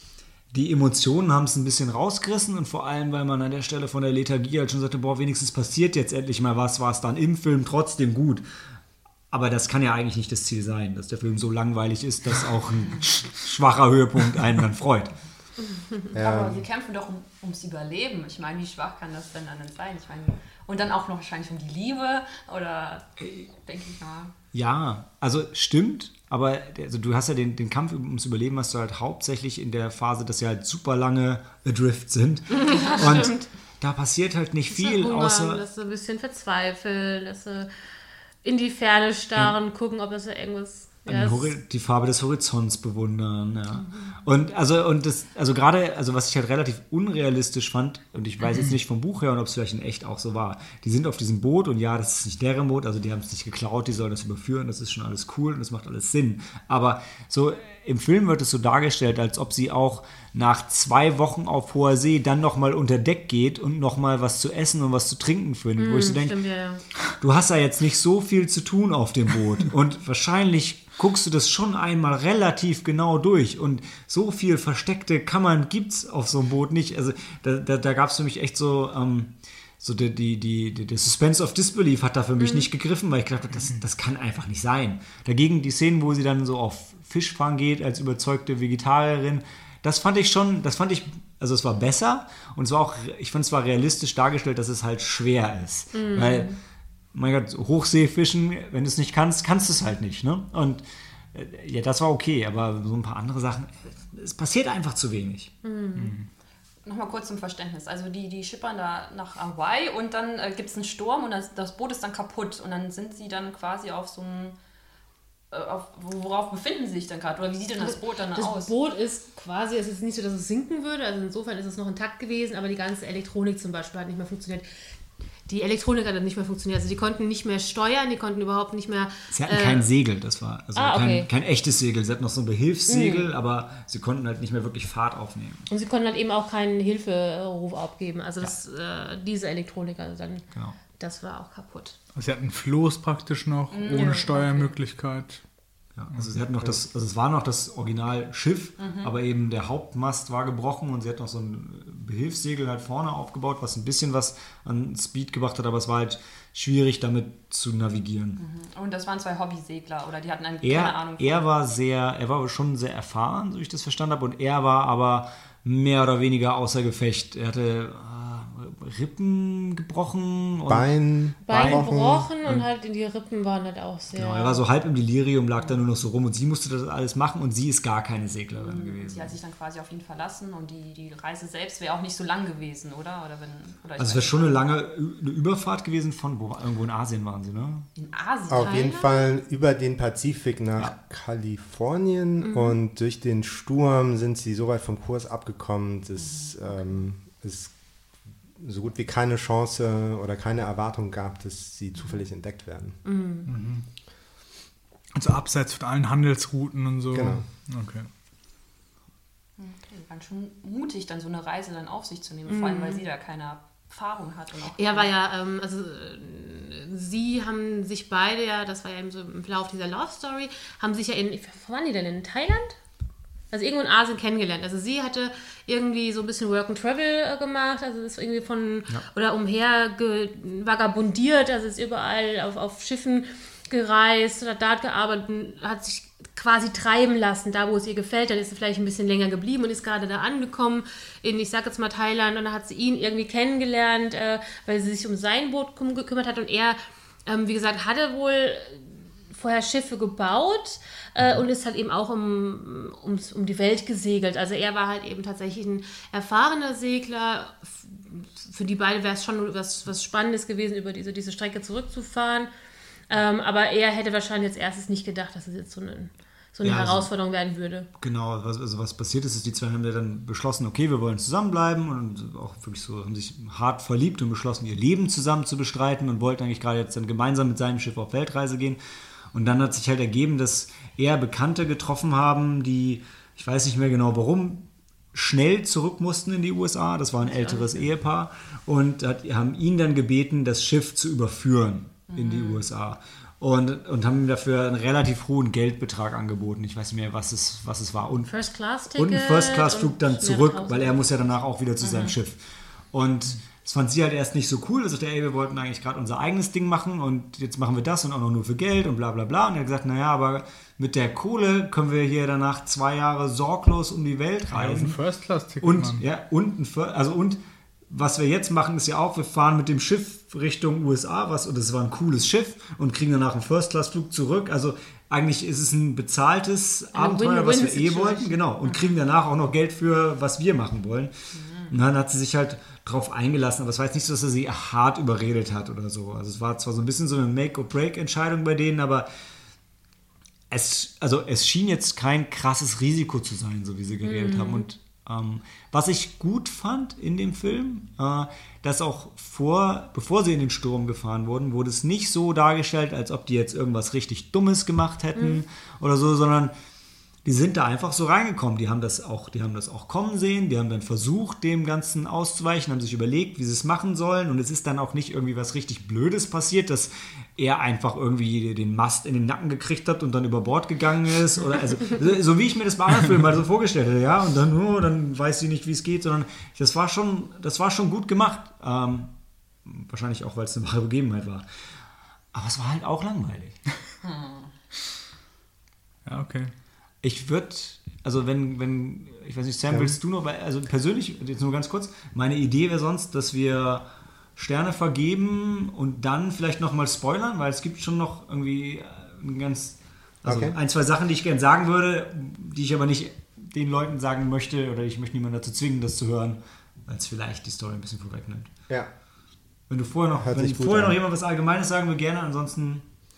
Die Emotionen haben es ein bisschen rausgerissen und vor allem, weil man an der Stelle von der Lethargie halt schon sagte, boah, wenigstens passiert jetzt endlich mal was, war es dann im Film trotzdem gut. Aber das kann ja eigentlich nicht das Ziel sein, dass der Film so langweilig ist, dass auch ein schwacher Höhepunkt einen dann freut. Ja. Aber sie kämpfen doch um, ums Überleben. Ich meine, wie schwach kann das denn dann sein? Ich meine, und dann auch noch wahrscheinlich um die Liebe oder denke ich mal. Ja, also stimmt, aber also du hast ja den, den Kampf ums Überleben hast du halt hauptsächlich in der Phase, dass sie halt super lange adrift sind. Ja, und stimmt. da passiert halt nicht Das viel, Hunger, außer... dass sie ein bisschen verzweifeln, dass sie in die Ferne starren, ja. gucken, ob es da irgendwas Ja, die Farbe des Horizonts bewundern, ja. Mhm. Und also und das, also gerade, also was ich halt relativ unrealistisch fand, und ich weiß jetzt nicht vom Buch her und ob es vielleicht in echt auch so war, die sind auf diesem Boot und ja, das ist nicht deren Boot, also die haben es nicht geklaut, die sollen das überführen, das ist schon alles cool und das macht alles Sinn. Aber so im Film wird es so dargestellt, als ob sie auch nach zwei Wochen auf hoher See dann nochmal unter Deck geht und nochmal was zu essen und was zu trinken findet. Mm, wo ich so denke, ja, ja. Du hast ja jetzt nicht so viel zu tun auf dem Boot und wahrscheinlich guckst du das schon einmal relativ genau durch und so viel versteckte Kammern gibt's auf so einem Boot nicht. Also da, da, da gab es für mich echt so, ähm, so die, die, die, die, der Suspense of Disbelief hat da für mich mhm. nicht gegriffen, weil ich gedacht habe, das, das kann einfach nicht sein. Dagegen die Szenen, wo sie dann so auf Fischfang geht als überzeugte Vegetarierin, das fand ich schon, das fand ich, also es war besser und es war auch, ich fand es war realistisch dargestellt, dass es halt schwer ist. Mhm. Weil, mein Gott, Hochseefischen, wenn du es nicht kannst, kannst du es halt nicht. Ne? Und äh, ja, das war okay, aber so ein paar andere Sachen, es passiert einfach zu wenig. Mhm. Mhm. Nochmal kurz zum Verständnis. Also die, die schippern da nach Hawaii und dann äh, gibt es einen Sturm und das, das Boot ist dann kaputt und dann sind sie dann quasi auf so einem Auf, worauf befinden sie sich dann gerade? Oder wie sieht denn das Boot dann das aus? Das Boot ist quasi, es ist nicht so, dass es sinken würde, also insofern ist es noch intakt gewesen, aber die ganze Elektronik zum Beispiel hat nicht mehr funktioniert. Die Elektronik hat nicht mehr funktioniert, also die konnten nicht mehr steuern, die konnten überhaupt nicht mehr... Sie hatten äh, kein Segel, das war, also ah, okay. kein, kein echtes Segel, sie hatten noch so ein Behilfssegel, mhm. aber sie konnten halt nicht mehr wirklich Fahrt aufnehmen. Und sie konnten halt eben auch keinen Hilferuf abgeben, also das, ja. äh, diese Elektronik, also dann, genau. das war auch kaputt. Also sie hatten Floß praktisch noch, mhm. ohne ja, Steuermöglichkeit. Okay. Ja, also sie hatten noch das, also es war noch das Originalschiff, mhm. aber eben der Hauptmast war gebrochen und sie hat noch so ein Behilfssegel halt vorne aufgebaut, was ein bisschen was an Speed gebracht hat, aber es war halt schwierig, damit zu navigieren. Mhm. Und das waren zwei Hobbysegler oder die hatten eine, er, keine Ahnung. Er war sehr, er war schon sehr erfahren, so wie ich das verstanden habe, und er war aber mehr oder weniger außer Gefecht. Er hatte Rippen gebrochen. Und Bein, Bein gebrochen und, und halt in die Rippen waren halt auch sehr... Genau, er war so halb im Delirium, lag da nur noch so rum und sie musste das alles machen und sie ist gar keine Seglerin mhm. gewesen. Sie hat sich dann quasi auf ihn verlassen und die, die Reise selbst wäre auch nicht so lang gewesen, oder? oder, wenn, oder also es wäre schon eine lange eine Überfahrt gewesen von, wo, irgendwo in Asien waren sie, ne? In Asien? Auf jeden Fall über den Pazifik nach ja. Kalifornien mhm. und durch den Sturm sind sie so weit vom Kurs abgekommen, dass mhm. ähm, es so gut wie keine Chance oder keine Erwartung gab, dass sie zufällig entdeckt werden. Mhm. Also abseits von allen Handelsrouten und so. Genau. Okay. Okay, ganz schön mutig, dann so eine Reise dann auf sich zu nehmen, mhm. vor allem, weil sie da keine Erfahrung hat. Und auch er war ja, ähm, also sie haben sich beide ja, das war ja eben so im Verlauf dieser Love Story, haben sich ja in, wo waren die denn, in Thailand? Also irgendwo in Asien kennengelernt. Also sie hatte irgendwie so ein bisschen Work and Travel äh, gemacht, also ist irgendwie von, ja. oder umher ge- vagabundiert, also ist überall auf, auf Schiffen gereist, hat dort gearbeitet, hat sich quasi treiben lassen, da wo es ihr gefällt, dann ist sie vielleicht ein bisschen länger geblieben und ist gerade da angekommen in, ich sag jetzt mal Thailand, und dann hat sie ihn irgendwie kennengelernt, äh, weil sie sich um sein Boot gekümmert hat und er, ähm, wie gesagt, hatte wohl vorher Schiffe gebaut äh, und ist halt eben auch um, um, um die Welt gesegelt. Also er war halt eben tatsächlich ein erfahrener Segler. Für die beiden wäre es schon was, was Spannendes gewesen, über diese, diese Strecke zurückzufahren. Ähm, aber er hätte wahrscheinlich als erstes nicht gedacht, dass es jetzt so eine, so eine ja, Herausforderung also, werden würde. Genau, was, also was passiert ist, ist, die zwei haben ja dann beschlossen, okay, wir wollen zusammenbleiben und auch wirklich so, haben sich hart verliebt und beschlossen, ihr Leben zusammen zu bestreiten und wollten eigentlich gerade jetzt dann gemeinsam mit seinem Schiff auf Weltreise gehen. Und dann hat sich halt ergeben, dass eher Bekannte getroffen haben, die, ich weiß nicht mehr genau warum, schnell zurück mussten in die U S A. Das war ein älteres Ehepaar. Und hat, haben ihn dann gebeten, das Schiff zu überführen mhm. in die U S A. Und, und haben ihm dafür einen relativ hohen Geldbetrag angeboten. Ich weiß nicht mehr, was es, was es war. Und, First-Class-Ticket. Und einen First-Class-Flug dann zurück, weil er muss ja danach auch wieder zu mhm. seinem Schiff. Und das fand sie halt erst nicht so cool. Also der, ey, wir wollten eigentlich gerade unser eigenes Ding machen und jetzt machen wir das und auch noch nur für Geld und bla bla bla. Und er hat gesagt, naja, aber mit der Kohle können wir hier danach zwei Jahre sorglos um die Welt reisen. Ja, ein First-Class-Ticket, und, Mann. Ja, und, ein Fir- also und was wir jetzt machen, ist ja auch, wir fahren mit dem Schiff Richtung U S A, was, und das war ein cooles Schiff, und kriegen danach einen First-Class-Flug zurück. Also eigentlich ist es ein bezahltes Eine Abenteuer, was wir eh wollten. Genau. Und kriegen danach auch noch Geld für, was wir machen wollen. Und dann hat sie sich halt drauf eingelassen, aber es war jetzt nicht so, dass er sie hart überredet hat oder so. Also es war zwar so ein bisschen so eine Make-or-Break-Entscheidung bei denen, aber es, also es schien jetzt kein krasses Risiko zu sein, so wie sie geredet mhm. haben. Und ähm, was ich gut fand in dem Film, äh, dass auch vor, bevor sie in den Sturm gefahren wurden, wurde es nicht so dargestellt, als ob die jetzt irgendwas richtig Dummes gemacht hätten mhm. oder so, sondern die sind da einfach so reingekommen. Die haben das auch, die haben das auch kommen sehen, die haben dann versucht, dem Ganzen auszuweichen, haben sich überlegt, wie sie es machen sollen. Und es ist dann auch nicht irgendwie was richtig Blödes passiert, dass er einfach irgendwie den Mast in den Nacken gekriegt hat und dann über Bord gegangen ist. Oder also, so wie ich mir das bei anderen Filmen mal so vorgestellt hätte, ja. Und dann, oh, dann weiß sie nicht, wie es geht, sondern das war schon, das war schon gut gemacht. Ähm, wahrscheinlich auch, weil es eine wahre Begebenheit war. Aber es war halt auch langweilig. Ja, okay. Ich würde, also wenn, wenn, ich weiß nicht, Sam, ja. willst du noch, also persönlich, jetzt nur ganz kurz, meine Idee wäre sonst, dass wir Sterne vergeben und dann vielleicht nochmal spoilern, weil es gibt schon noch irgendwie ein ganz, also okay. ein, zwei Sachen, die ich gerne sagen würde, die ich aber nicht den Leuten sagen möchte oder ich möchte niemanden dazu zwingen, das zu hören, weil es vielleicht die Story ein bisschen vorwegnimmt. Ja. Wenn du vorher noch, wenn vorher noch jemand was Allgemeines sagen will, gerne, ansonsten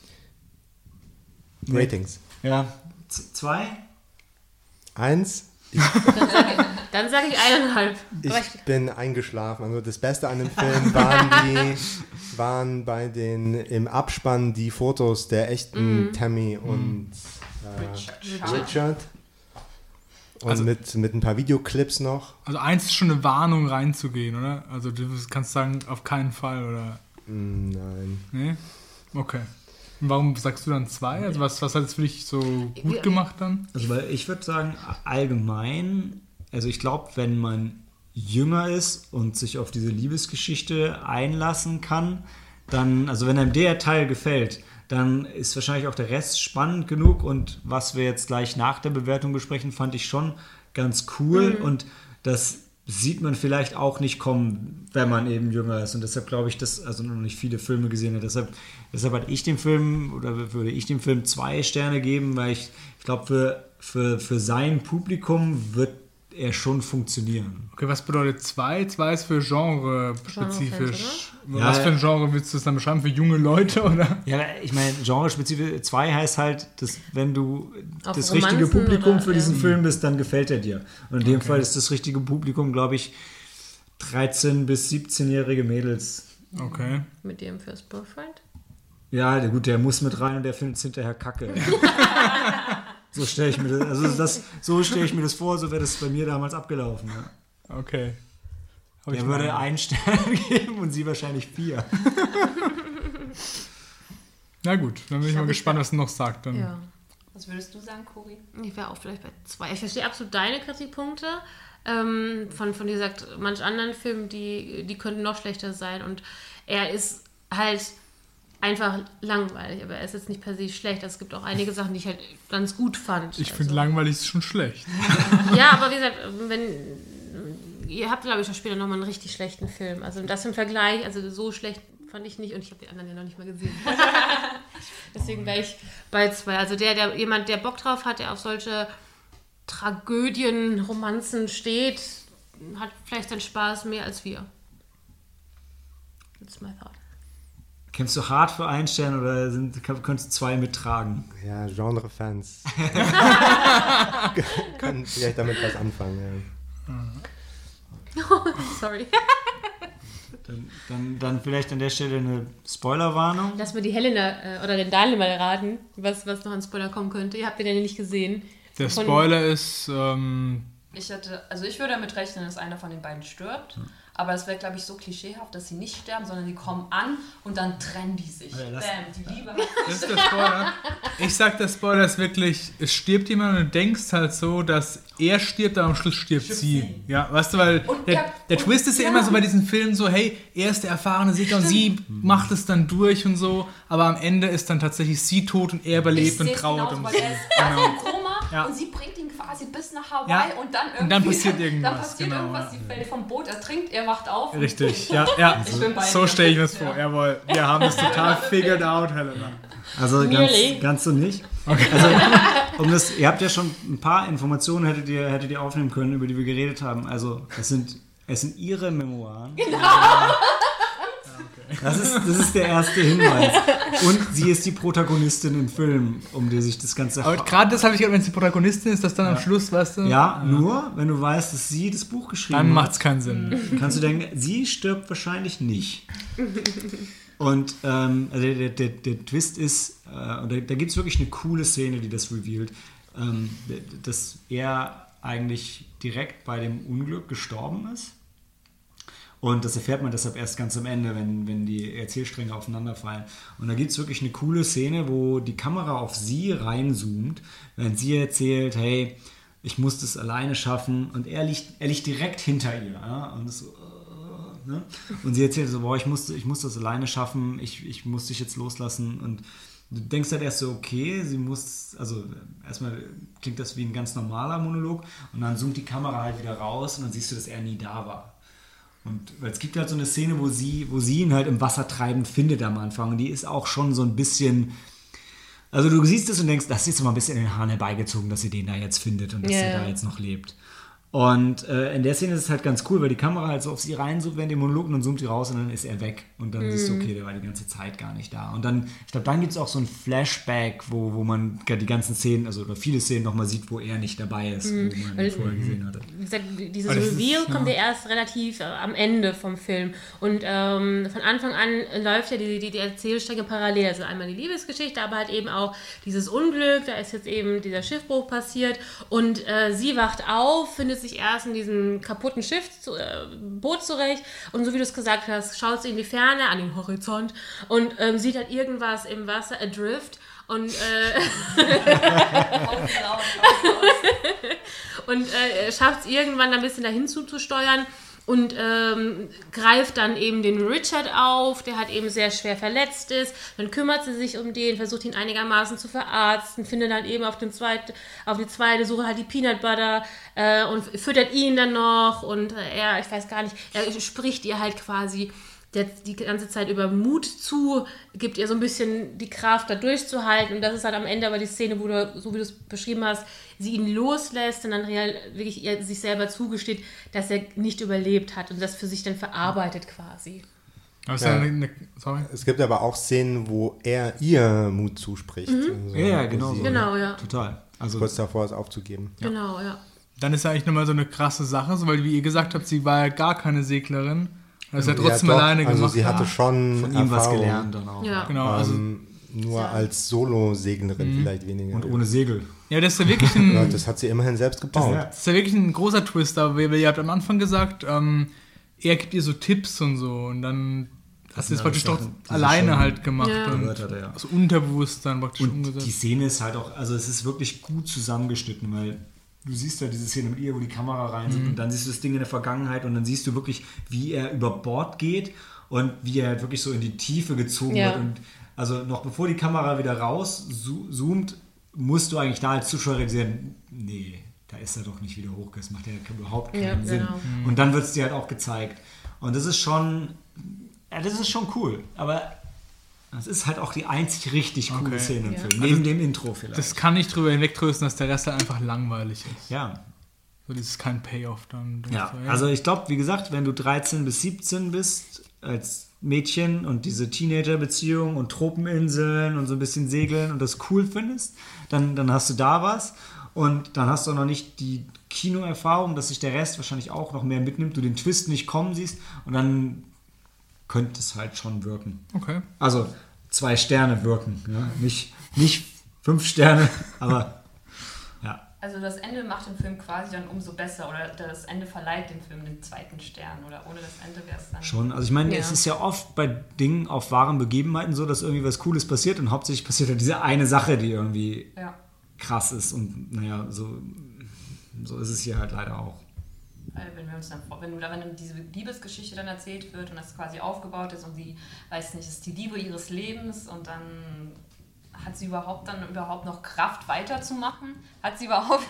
Ratings. Ja. Z- zwei? Eins. Ich, Dann sage ich eineinhalb. Ich, ich bin eingeschlafen. Also das Beste an dem Film waren die, waren bei den im Abspann die Fotos der echten mm. Tammy und äh, Richard. Richard. Und also, mit, mit ein paar Videoclips noch. Also eins ist schon eine Warnung reinzugehen, oder? Also du kannst sagen, auf keinen Fall, oder? Nein. Nee? Okay. Warum sagst du dann zwei? Also was, was hat es für dich so gut gemacht dann? Also weil ich würde sagen, allgemein, also ich glaube, wenn man jünger ist und sich auf diese Liebesgeschichte einlassen kann, dann, also wenn einem der Teil gefällt, dann ist wahrscheinlich auch der Rest spannend genug und was wir jetzt gleich nach der Bewertung besprechen, fand ich schon ganz cool mhm. und das sieht man vielleicht auch nicht kommen, wenn man eben jünger ist. Und deshalb glaube ich, dass also noch nicht viele Filme gesehen hat. Deshalb, deshalb hatte ich dem Film oder würde ich dem Film zwei Sterne geben, weil ich, ich glaube, für, für, für sein Publikum wird er schon funktionieren. Okay, was bedeutet zwei? Zwei ist für Genre-spezifisch. Ja, was für ein Genre willst du das dann beschreiben? Für junge Leute, oder? Ja, ich meine, Genre-spezifisch. Zwei heißt halt, dass wenn du Auf das Romanzen richtige Publikum oder, für diesen ja. Film bist, dann gefällt er dir. Und in dem Okay. Fall ist das richtige Publikum, glaube ich, dreizehn- bis siebzehnjährige Mädels. Okay. Mit ihrem First Boyfriend? Ja, der, gut, der muss mit rein und der findet es hinterher kacke. So stelle ich mir das, also das, so stelle ich mir das vor, so wäre das bei mir damals abgelaufen. Ja. Okay. Hab Er würde einen Stern geben und sie wahrscheinlich vier. Na gut, dann bin ich, ich mal gespannt, was er noch sagt. Dann. Ja. Was würdest du sagen, Cori? Ich wäre auch vielleicht bei zwei. Ich verstehe absolut deine Kritikpunkte. Ähm, von, von, wie gesagt, manch anderen Filmen, die, die könnten noch schlechter sein. Und er ist halt einfach langweilig, aber er ist jetzt nicht per se schlecht. Es gibt auch einige Sachen, die ich halt ganz gut fand. Ich finde also. langweilig ist schon schlecht. Ja, aber wie gesagt, wenn ihr habt, glaube ich, auch später nochmal einen richtig schlechten Film. Also das im Vergleich, also so schlecht fand ich nicht und ich habe die anderen ja noch nicht mal gesehen. Deswegen wäre ich bei zwei. Also der, der jemand, der Bock drauf hat, der auf solche Tragödien, Romanzen steht, hat vielleicht seinen Spaß mehr als wir. That's my thought. Kämpfst du hart für einen Stern oder sind, könntest du zwei mittragen? Ja, Genre-Fans können vielleicht damit was anfangen. Ja. Sorry. Dann, dann, dann vielleicht an der Stelle eine Spoilerwarnung. Lass mir die Helena äh, oder den Daniel mal raten, was, was noch an Spoiler kommen könnte. Ihr habt den ja nicht gesehen. Der Von- Spoiler ist, ähm, Ich hätte, also ich würde damit rechnen, dass einer von den beiden stirbt. Hm. Aber es wäre, glaube ich, so klischeehaft, dass sie nicht sterben, sondern die kommen an und dann trennen die sich. Ja, lass- Bam, die Liebe. das ist der Spoiler. Ich sag, der Spoiler ist wirklich, es stirbt jemand und du denkst halt so, dass er stirbt, aber am Schluss stirbt Stirbt sie. sie. Ja, weißt du, weil Und der, ja, der und- Twist ist ja, ja. immer so bei diesen Filmen so, hey, er ist der erfahrene Sieger und sie macht es dann durch und so, aber am Ende ist dann tatsächlich sie tot und er überlebt und seh's trauert genauso, und weil so. der ist also im Koma Ja. und sie bringt ihn quasi bis nach Hawaii Ja. und dann irgendwie Und dann passiert irgendwas, Dann passiert genau, irgendwas, ja. sie fällt vom Boot, er trinkt, er wacht auf. und- Richtig, ja, ja. Ich bin bei So dir. stelle ich mir das vor. Ja. Jawohl, wir haben es total figured out, Helena. Also ganz, Nearly. ganz so nicht. Also, um das, ihr habt ja schon ein paar Informationen, hättet ihr, hättet ihr aufnehmen können, über die wir geredet haben. Also es sind, es sind ihre Memoiren. Genau. Ja, okay. Das ist, das ist der erste Hinweis. Und sie ist die Protagonistin im Film, um die sich das Ganze... Aber gerade das habe ich gedacht, wenn sie Protagonistin ist, das dann am Schluss, weißt du? Ja, ja, nur wenn du weißt, dass sie das Buch geschrieben dann hat. Dann macht es keinen Sinn. Kannst du denken, sie stirbt wahrscheinlich nicht. Und ähm, also der, der, der Twist ist, äh, und da, da gibt es wirklich eine coole Szene, die das revealed, ähm, dass er eigentlich direkt bei dem Unglück gestorben ist. Und das erfährt man deshalb erst ganz am Ende, wenn, wenn die Erzählstränge aufeinanderfallen. Und da gibt es wirklich eine coole Szene, wo die Kamera auf sie reinzoomt, während sie erzählt, hey, ich muss das alleine schaffen. Und er liegt, er liegt direkt hinter ihr. Ja? Und, das, uh, ne? Und sie erzählt so, boah, ich muss, ich muss das alleine schaffen, ich, ich muss dich jetzt loslassen. Und du denkst halt erst so, okay, sie muss, also erstmal klingt das wie ein ganz normaler Monolog. Und dann zoomt die Kamera halt wieder raus und dann siehst du, dass er nie da war. Und weil es gibt halt so eine Szene, wo sie, wo sie ihn halt im Wasser treibend findet am Anfang. Und die ist auch schon so ein bisschen... Also du siehst es und denkst, das ist jetzt mal ein bisschen in den Haaren herbeigezogen, dass sie den da jetzt findet und dass yeah. er da jetzt noch lebt. Und äh, in der Szene ist es halt ganz cool, weil die Kamera halt so auf sie reinzoomt während dem Monolog und dann zoomt sie raus und dann ist er weg. Und dann mm. siehst du, okay, der war die ganze Zeit gar nicht da. Und dann, ich glaube, dann gibt es auch so ein Flashback, wo, wo man die ganzen Szenen, also oder viele Szenen nochmal sieht, wo er nicht dabei ist, mm. wo man ihn vorher gesehen hatte. Wie gesagt, dieses Reveal ist, kommt ja erst relativ äh, am Ende vom Film. Und ähm, von Anfang an läuft ja die, die, die Erzählstränge parallel. Also einmal die Liebesgeschichte, aber halt eben auch dieses Unglück, da ist jetzt eben dieser Schiffbruch passiert und äh, sie wacht auf, findet sich erst in diesem kaputten Schiff, zu, äh, Boot zurecht und so wie du es gesagt hast, schaut sie in die Ferne, an den Horizont und ähm, sieht halt irgendwas im Wasser adrift und äh, und äh, schafft es irgendwann ein bisschen dahin zuzusteuern und ähm, greift dann eben den Richard auf, der halt eben sehr schwer verletzt ist. Dann kümmert sie sich um den, versucht ihn einigermaßen zu verarzten, findet dann eben auf, den zweit, auf die zweite Suche halt die Peanut Butter äh, und füttert ihn dann noch und äh, er, ich weiß gar nicht, er spricht ihr halt quasi der die ganze Zeit über Mut zu, gibt ihr so ein bisschen die Kraft, da durchzuhalten. Und das ist halt am Ende aber die Szene, wo du, so wie du es beschrieben hast, sie ihn loslässt und dann real, wirklich ihr sich selber zugesteht, dass er nicht überlebt hat und das für sich dann verarbeitet quasi. Also Ja. eine, sorry. Es gibt aber auch Szenen, wo er ihr Mut zuspricht. Mhm. Also, Ja, ja, wo genau sie so. Genau, ja. Total. Also kurz davor ist aufzugeben. Genau, ja. Dann ist ja eigentlich nochmal so eine krasse Sache, so, weil wie ihr gesagt habt, sie war ja gar keine Seglerin. Das ist ja trotzdem Ja, doch, alleine also gemacht. sie hatte schon von ihm was Erfahrung, gelernt dann auch. Ja. Genau, also ähm, nur als Solo-Seglerin vielleicht weniger. Und ohne Segel. ja, das ist ja wirklich ein, Ja, das hat sie immerhin selbst gebaut. Ja. das ist ja wirklich ein großer Twist, aber ihr, ihr habt am Anfang gesagt, ähm, er gibt ihr so Tipps und so und dann hat sie sind es praktisch alles doch Sachen, die sie alleine schon halt gemacht Ja. und gehört hatte, ja. also unterbewusst dann praktisch Und umgesetzt. die Szene ist halt auch, also es ist wirklich gut zusammengeschnitten, weil du siehst ja diese Szene mit ihr, wo die Kamera rein sind und dann siehst du das Ding in der Vergangenheit und dann siehst du wirklich, wie er über Bord geht und wie er halt wirklich so in die Tiefe gezogen Ja. wird. Und also noch bevor die Kamera wieder raus zoomt, musst du eigentlich da als Zuschauer realisieren, nee, da ist er doch nicht wieder hoch, das macht ja überhaupt keinen Ja, Sinn. genau. Und dann wird es dir halt auch gezeigt. Und das ist schon, ja, das ist schon cool, aber das ist halt auch die einzig richtig coole Okay. Szene im Ja. Film, neben dem Intro vielleicht. Das kann nicht drüber hinwegtrösten, dass der Rest halt einfach langweilig ist. ja, So, das ist kein Payoff dann. Ja, also ich glaube, wie gesagt, wenn du dreizehn bis siebzehn bist als Mädchen und diese Teenager-Beziehung und Tropeninseln und so ein bisschen Segeln und das cool findest, dann, dann hast du da was und dann hast du auch noch nicht die Kinoerfahrung, dass sich der Rest wahrscheinlich auch noch mehr mitnimmt, du den Twist nicht kommen siehst und dann könnte es halt schon wirken. Okay. Also zwei Sterne wirken, ja? nicht, nicht fünf Sterne, aber ja. Also das Ende macht den Film quasi dann umso besser oder das Ende verleiht dem Film den zweiten Stern oder ohne das Ende wäre es dann... Schon, also ich meine, Ja. es ist ja oft bei Dingen auf wahren Begebenheiten so, dass irgendwie was Cooles passiert und hauptsächlich passiert halt diese eine Sache, die irgendwie Ja, krass ist und naja, so, so ist es hier halt leider auch. weil wenn wir uns dann, vor- wenn, du da- wenn diese Liebesgeschichte dann erzählt wird und das quasi aufgebaut ist und sie, weiß nicht, ist die Liebe ihres Lebens und dann hat sie überhaupt dann überhaupt noch Kraft weiterzumachen? Hat sie überhaupt...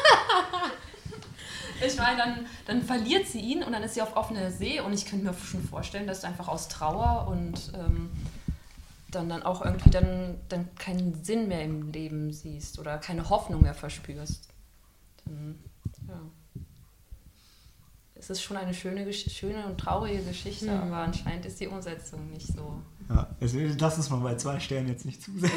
Ich meine, dann, dann verliert sie ihn und dann ist sie auf offener See und ich könnte mir schon vorstellen, dass du einfach aus Trauer und ähm, dann, dann auch irgendwie dann, dann keinen Sinn mehr im Leben siehst oder keine Hoffnung mehr verspürst. Dann, ja. es ist schon eine schöne, schöne und traurige Geschichte, Mhm. aber anscheinend ist die Umsetzung nicht so. Ja, also lass uns mal bei zwei Sternen jetzt nicht zu sehr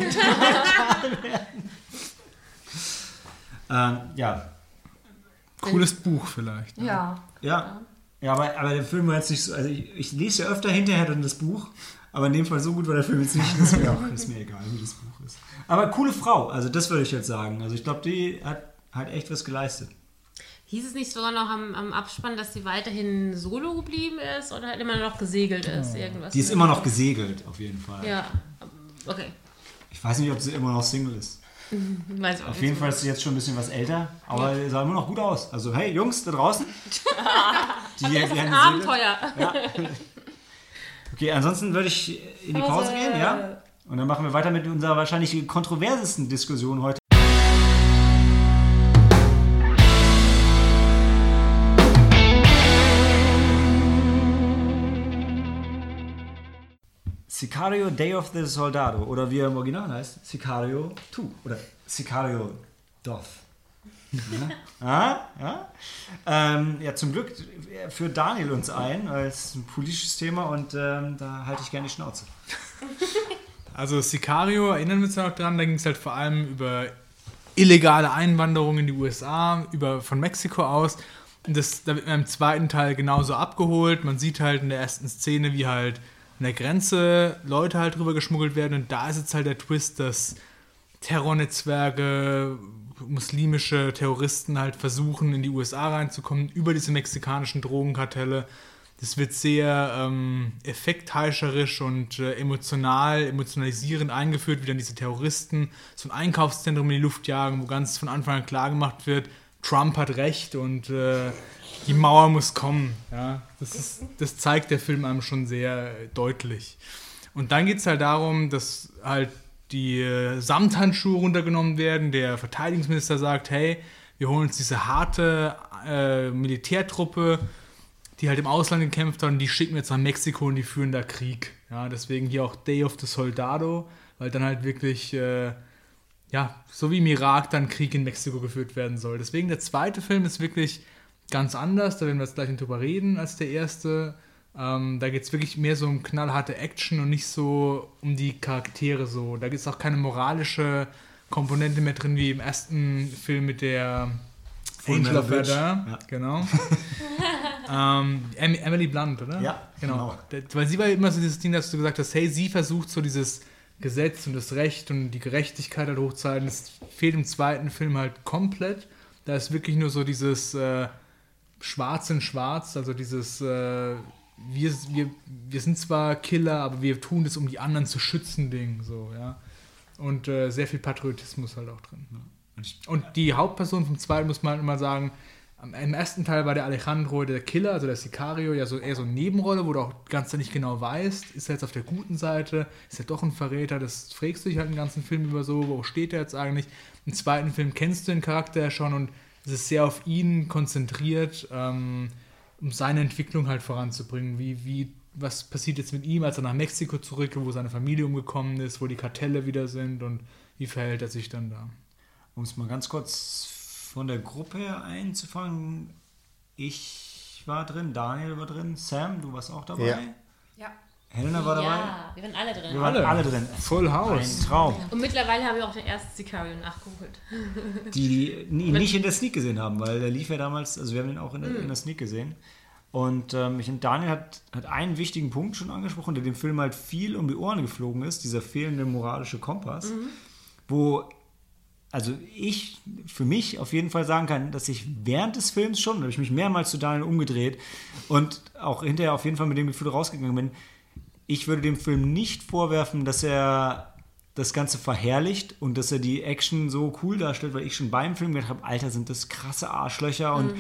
ähm, ja. Cooles Buch vielleicht. Ne? Ja. Ja. Ja, aber, aber der Film war jetzt nicht so, also ich, ich lese ja öfter hinterher dann das Buch, aber in dem Fall so gut war der Film jetzt nicht, ist mir auch ist mir egal, wie das Buch ist. Aber coole Frau, also das würde ich jetzt sagen. Also ich glaube, die hat, hat echt was geleistet. Hieß es nicht sogar noch am, am Abspann, dass sie weiterhin solo geblieben ist oder halt immer noch gesegelt ist? Irgendwas Die ist immer noch gesegelt, auf jeden Fall. Ja, okay. Ich weiß nicht, ob sie immer noch Single ist. Weiß ich auch Auf nicht jeden so Fall genau. ist sie jetzt schon ein bisschen was älter, aber ja. sah immer noch gut aus. Also hey, Jungs da draußen. Die hier Das ist ein gerne Abenteuer. Ja. Okay, ansonsten würde ich in die Pause Pause. gehen, ja? Und dann machen wir weiter mit unserer wahrscheinlich kontroversesten Diskussion heute. Sicario Day of the Soldado oder wie er im Original heißt, Sicario zwei oder Sicario Doth. Ja, ah, ja. Ähm, ja, zum Glück führt Daniel uns ein als ein politisches Thema und ähm, da halte ich gerne die Schnauze. Also Sicario, erinnern wir uns noch dran, da ging es halt vor allem über illegale Einwanderung in die U S A, über, von Mexiko aus. Und das, da wird man im zweiten Teil genauso abgeholt. Man sieht halt in der ersten Szene, wie halt an der Grenze Leute halt drüber geschmuggelt werden. Und da ist jetzt halt der Twist, dass Terrornetzwerke, muslimische Terroristen halt versuchen, in die U S A reinzukommen, über diese mexikanischen Drogenkartelle. Das wird sehr ähm, effektheischerisch und äh, emotional, emotionalisierend eingeführt, wie dann diese Terroristen so ein Einkaufszentrum in die Luft jagen, wo ganz von Anfang an klar gemacht wird, Trump hat recht und äh, die Mauer muss kommen. Ja? Das, ist, das zeigt der Film einem schon sehr deutlich. Und dann geht es halt darum, dass halt die äh, Samthandschuhe runtergenommen werden. Der Verteidigungsminister sagt, hey, wir holen uns diese harte äh, Militärtruppe, die halt im Ausland gekämpft hat, und die schicken wir jetzt nach Mexiko und die führen da Krieg. Ja, deswegen hier auch Day of the Soldado, weil dann halt wirklich, äh, ja, so wie im Irak dann Krieg in Mexiko geführt werden soll. Deswegen der zweite Film ist wirklich ganz anders, da werden wir jetzt gleich drüber reden, als der erste. Ähm, da geht es wirklich mehr so um knallharte Action und nicht so um die Charaktere so. Da gibt es auch keine moralische Komponente mehr drin, wie im ersten Film mit der Angel of Verdun, ja. Genau. ähm, Emily Blunt, oder? Ja, genau. genau. Weil sie war immer so dieses Ding, dass du gesagt hast, hey, sie versucht so dieses Gesetz und das Recht und die Gerechtigkeit halt hochzuhalten. Das fehlt im zweiten Film halt komplett. Da ist wirklich nur so dieses äh, Schwarz in Schwarz, also dieses äh, wir, wir, wir sind zwar Killer, aber wir tun das, um die anderen zu schützen, Ding, so, ja. Und äh, sehr viel Patriotismus halt auch drin. Ja. Und die Hauptperson vom zweiten, muss man immer sagen, im ersten Teil war der Alejandro der Killer, also der Sicario, ja so eher so eine Nebenrolle, wo du auch ganz nicht genau weißt, ist er jetzt auf der guten Seite, ist er doch ein Verräter, das fragst du dich halt den ganzen Film über so, wo steht er jetzt eigentlich? Im zweiten Film kennst du den Charakter ja schon und es ist sehr auf ihn konzentriert, ähm, um seine Entwicklung halt voranzubringen, wie, wie, was passiert jetzt mit ihm, als er nach Mexiko zurück, wo seine Familie umgekommen ist, wo die Kartelle wieder sind und wie verhält er sich dann da? Um es mal ganz kurz von der Gruppe her einzufangen, ich war drin, Daniel war drin, Sam, du warst auch dabei? Ja. Ja. Helena war dabei? Ja, wir waren alle drin. Wir waren alle, alle drin. Full House. Ein Traum. Und mittlerweile haben wir auch den ersten Sicario nachgeholt. Die, die ihn nicht in der Sneak gesehen haben, weil der lief ja damals, also wir haben ihn auch in der, in der Sneak gesehen. Und ähm, ich finde, Daniel hat, hat einen wichtigen Punkt schon angesprochen, der dem Film halt viel um die Ohren geflogen ist, dieser fehlende moralische Kompass, mhm. wo also ich für mich auf jeden Fall sagen kann, dass ich während des Films schon, da habe ich mich mehrmals zu Daniel umgedreht und auch hinterher auf jeden Fall mit dem Gefühl rausgegangen bin, ich würde dem Film nicht vorwerfen, dass er das Ganze verherrlicht und dass er die Action so cool darstellt, weil ich schon beim Film gedacht habe, Alter, sind das krasse Arschlöcher und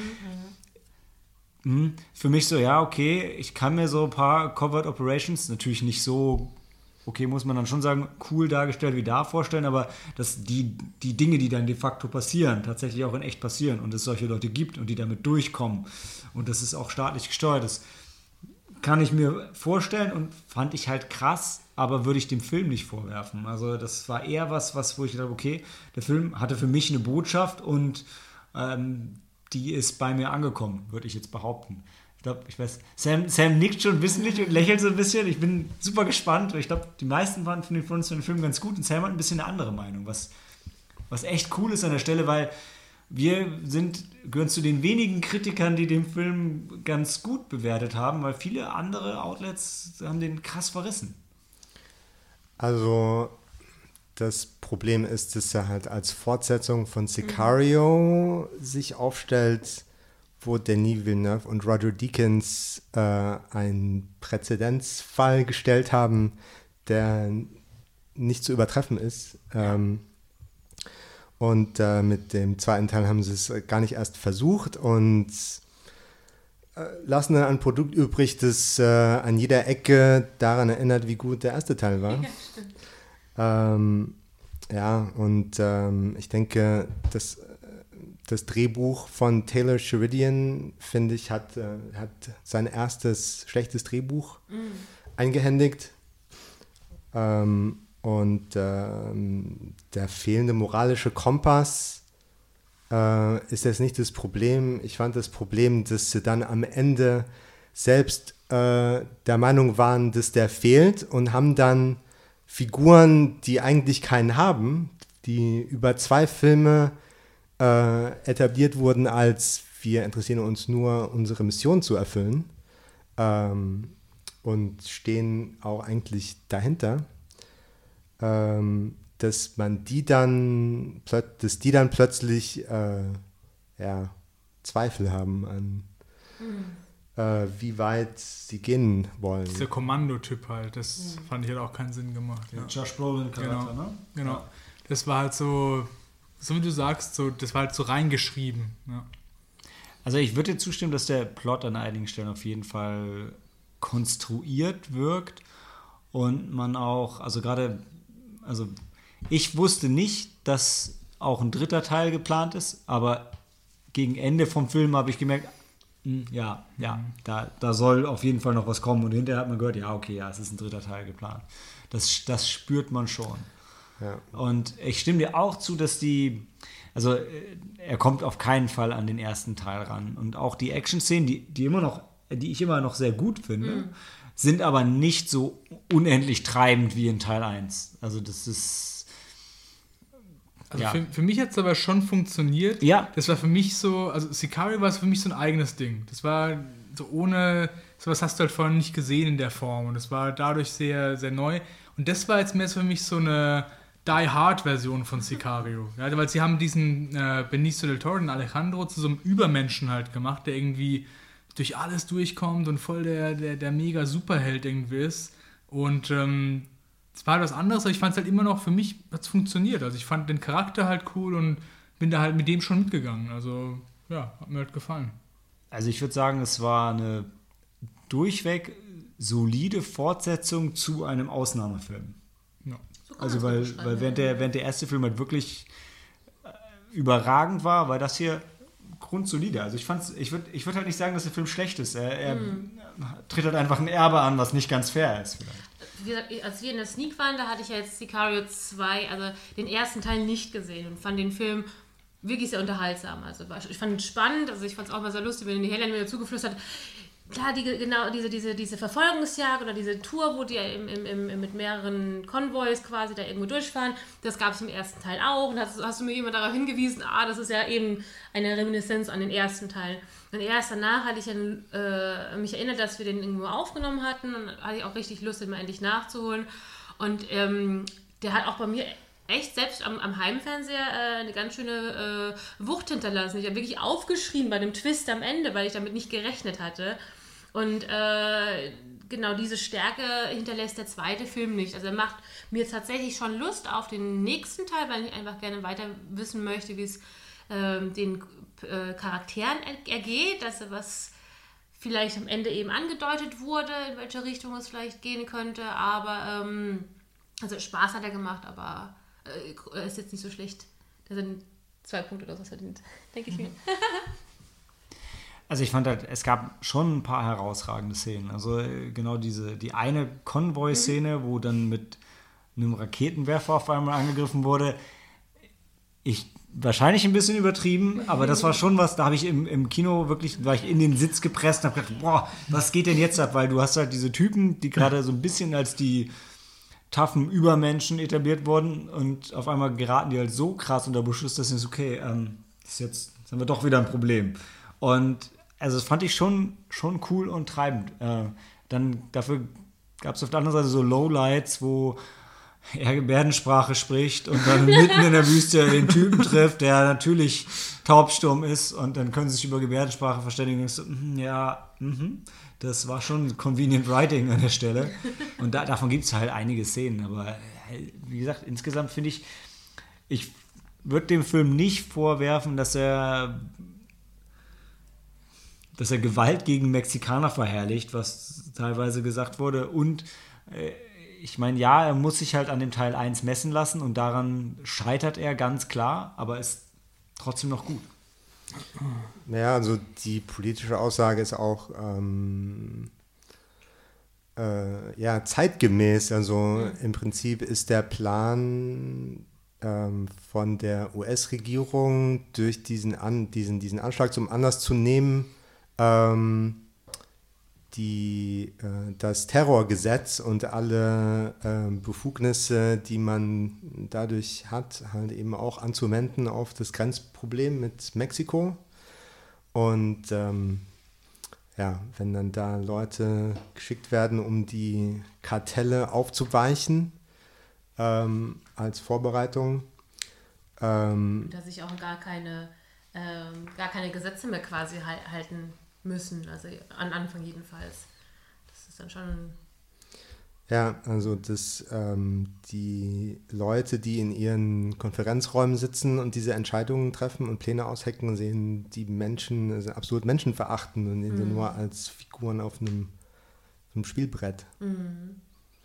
mhm, mh, für mich so, ja, okay, ich kann mir so ein paar Covert Operations, natürlich nicht so, okay, muss man dann schon sagen, cool dargestellt wie da vorstellen, aber dass die, die Dinge, die dann de facto passieren, tatsächlich auch in echt passieren und es solche Leute gibt und die damit durchkommen und dass es auch staatlich gesteuert ist, kann ich mir vorstellen und fand ich halt krass, aber würde ich dem Film nicht vorwerfen. Also das war eher was, was wo ich dachte, okay, der Film hatte für mich eine Botschaft und ähm, die ist bei mir angekommen, würde ich jetzt behaupten. Ich glaube, ich weiß, Sam, Sam nickt schon wissentlich und lächelt so ein bisschen. Ich bin super gespannt. Ich glaube, die meisten waren von uns von dem Film ganz gut und Sam hat ein bisschen eine andere Meinung, was, was echt cool ist an der Stelle, weil wir sind, gehören zu den wenigen Kritikern, die den Film ganz gut bewertet haben, weil viele andere Outlets haben den krass verrissen. Also das Problem ist, dass er halt als Fortsetzung von Sicario mhm. sich aufstellt, wo Denis Villeneuve und Roger Deakins äh, einen Präzedenzfall gestellt haben, der nicht zu übertreffen ist. Ähm, und äh, mit dem zweiten Teil haben sie es gar nicht erst versucht und äh, lassen dann ein Produkt übrig, das äh, an jeder Ecke daran erinnert, wie gut der erste Teil war. Ja, stimmt. Ähm, ja, und ähm, ich denke, das, das Drehbuch von Taylor Sheridan, finde ich, hat, äh, hat sein erstes schlechtes Drehbuch mm. eingehändigt. Ähm, und ähm, der fehlende moralische Kompass äh, ist jetzt nicht das Problem. Ich fand das Problem, dass sie dann am Ende selbst äh, der Meinung waren, dass der fehlt und haben dann Figuren, die eigentlich keinen haben, die über zwei Filme äh, etabliert wurden, als wir interessieren uns nur, unsere Mission zu erfüllen, ähm, und stehen auch eigentlich dahinter, ähm, dass man die dann, dass die dann plötzlich äh, ja, Zweifel haben an mhm. wie weit sie gehen wollen. Dieser Kommandotyp halt, das mhm. fand ich halt auch keinen Sinn gemacht. Ja. Josh Brolin Charakter, genau. ne? Genau. Ja. Das war halt so, so wie du sagst, so, das war halt so reingeschrieben. Ja. Also ich würde dir zustimmen, dass der Plot an einigen Stellen auf jeden Fall konstruiert wirkt und man auch, also gerade, also ich wusste nicht, dass auch ein dritter Teil geplant ist, aber gegen Ende vom Film habe ich gemerkt, ja, ja, da, da soll auf jeden Fall noch was kommen. Und hinterher hat man gehört, ja, okay, ja, es ist ein dritter Teil geplant. Das, das spürt man schon. Ja. Und ich stimme dir auch zu, dass die, also er kommt auf keinen Fall an den ersten Teil ran. Und auch die Action-Szenen, die, die immer noch, die ich immer noch sehr gut finde, mhm. sind aber nicht so unendlich treibend wie in Teil eins. Also das ist... Also ja. für, für mich hat es aber schon funktioniert. Ja. Das war für mich so, also Sicario war für mich so ein eigenes Ding. Das war so ohne, sowas hast du halt vorher nicht gesehen in der Form. Und das war dadurch sehr, sehr neu. Und das war jetzt mehr für mich so eine Die-Hard-Version von Sicario. Ja, weil sie haben diesen äh, Benicio del Toro, den Alejandro, zu so einem Übermenschen halt gemacht, der irgendwie durch alles durchkommt und voll der, der, der mega Superheld irgendwie ist. Und ähm, es war was anderes, aber ich fand es halt immer noch, für mich hat es funktioniert. Also ich fand den Charakter halt cool und bin da halt mit dem schon mitgegangen. Also ja, hat mir halt gefallen. Also ich würde sagen, es war eine durchweg solide Fortsetzung zu einem Ausnahmefilm. Ja. So also weil, weil während, der, während der erste Film halt wirklich überragend war, war das hier grundsolide. Also ich fand's, ich würde ich würd halt nicht sagen, dass der Film schlecht ist. Er, er mm. tritt halt einfach ein Erbe an, was nicht ganz fair ist vielleicht. Wie gesagt, als wir in der Sneak waren, da hatte ich ja jetzt Sicario zwei, also den ersten Teil nicht gesehen und fand den Film wirklich sehr unterhaltsam. Also ich fand ihn spannend, also ich fand es auch mal sehr lustig, wenn die Helene mir zugeflüstert hat, klar, die, genau diese, diese, diese Verfolgungsjagd oder diese Tour, wo die im, im, im, mit mehreren Konvois quasi da irgendwo durchfahren, das gab es im ersten Teil auch. Und hast, hast du mir immer darauf hingewiesen, ah, das ist ja eben eine Reminiszenz an den ersten Teil. Und erst danach hatte ich dann, äh, mich erinnert, dass wir den irgendwo aufgenommen hatten und hatte ich auch richtig Lust, den mal endlich nachzuholen. Und ähm, der hat auch bei mir echt selbst am, am Heimfernseher äh, eine ganz schöne äh, Wucht hinterlassen. Ich habe wirklich aufgeschrien bei dem Twist am Ende, weil ich damit nicht gerechnet hatte. Und äh, genau diese Stärke hinterlässt der zweite Film nicht. Also er macht mir tatsächlich schon Lust auf den nächsten Teil, weil ich einfach gerne weiter wissen möchte, wie es äh, den äh, Charakteren er- ergeht, dass er was vielleicht am Ende eben angedeutet wurde, in welche Richtung es vielleicht gehen könnte. Aber ähm, also Spaß hat er gemacht, aber äh, er ist jetzt nicht so schlecht. Da sind zwei Punkte oder was verdient, denke ich mir. Also ich fand halt, es gab schon ein paar herausragende Szenen. Also genau diese, die eine Konvoi-Szene, mhm. wo dann mit einem Raketenwerfer auf einmal angegriffen wurde. Ich wahrscheinlich ein bisschen übertrieben, aber das war schon was, da habe ich im, im Kino wirklich, war ich in den Sitz gepresst und habe gedacht, boah, was geht denn jetzt ab? Weil du hast halt diese Typen, die gerade so ein bisschen als die toughen Übermenschen etabliert wurden und auf einmal geraten die halt so krass unter Beschuss, dass es okay, ähm, das ist jetzt, jetzt haben wir doch wieder ein Problem. Und also das fand ich schon, schon cool und treibend. Äh, dann dafür gab es auf der anderen Seite so Lowlights, wo er Gebärdensprache spricht und dann mitten in der Wüste den Typen trifft, der natürlich taubstumm ist und dann können sie sich über Gebärdensprache verständigen und so, mm, ja, mm-hmm. Das war schon convenient writing an der Stelle und da, davon gibt es halt einige Szenen, aber wie gesagt, insgesamt finde ich, ich würde dem Film nicht vorwerfen, dass er dass er Gewalt gegen Mexikaner verherrlicht, was teilweise gesagt wurde und äh, ich meine, ja, er muss sich halt an dem Teil eins messen lassen und daran scheitert er ganz klar, aber ist trotzdem noch gut. Ja, also die politische Aussage ist auch ähm, äh, ja, zeitgemäß. Also mhm. im Prinzip ist der Plan ähm, von der U S-Regierung durch diesen, An, diesen, diesen Anschlag zum Anlass zu nehmen, ähm, Die, äh, das Terrorgesetz und alle äh, Befugnisse, die man dadurch hat, halt eben auch anzuwenden auf das Grenzproblem mit Mexiko. Und ähm, ja, wenn dann da Leute geschickt werden, um die Kartelle aufzuweichen ähm, als Vorbereitung. Ähm, Dass sich auch gar keine, ähm, gar keine Gesetze mehr quasi halten müssen, also am Anfang jedenfalls. Das ist dann schon... Ja, also dass ähm, die Leute, die in ihren Konferenzräumen sitzen und diese Entscheidungen treffen und Pläne aushecken, sehen die Menschen also absolut menschenverachtend und sehen sie mhm. nur als Figuren auf einem, auf einem Spielbrett. Mhm.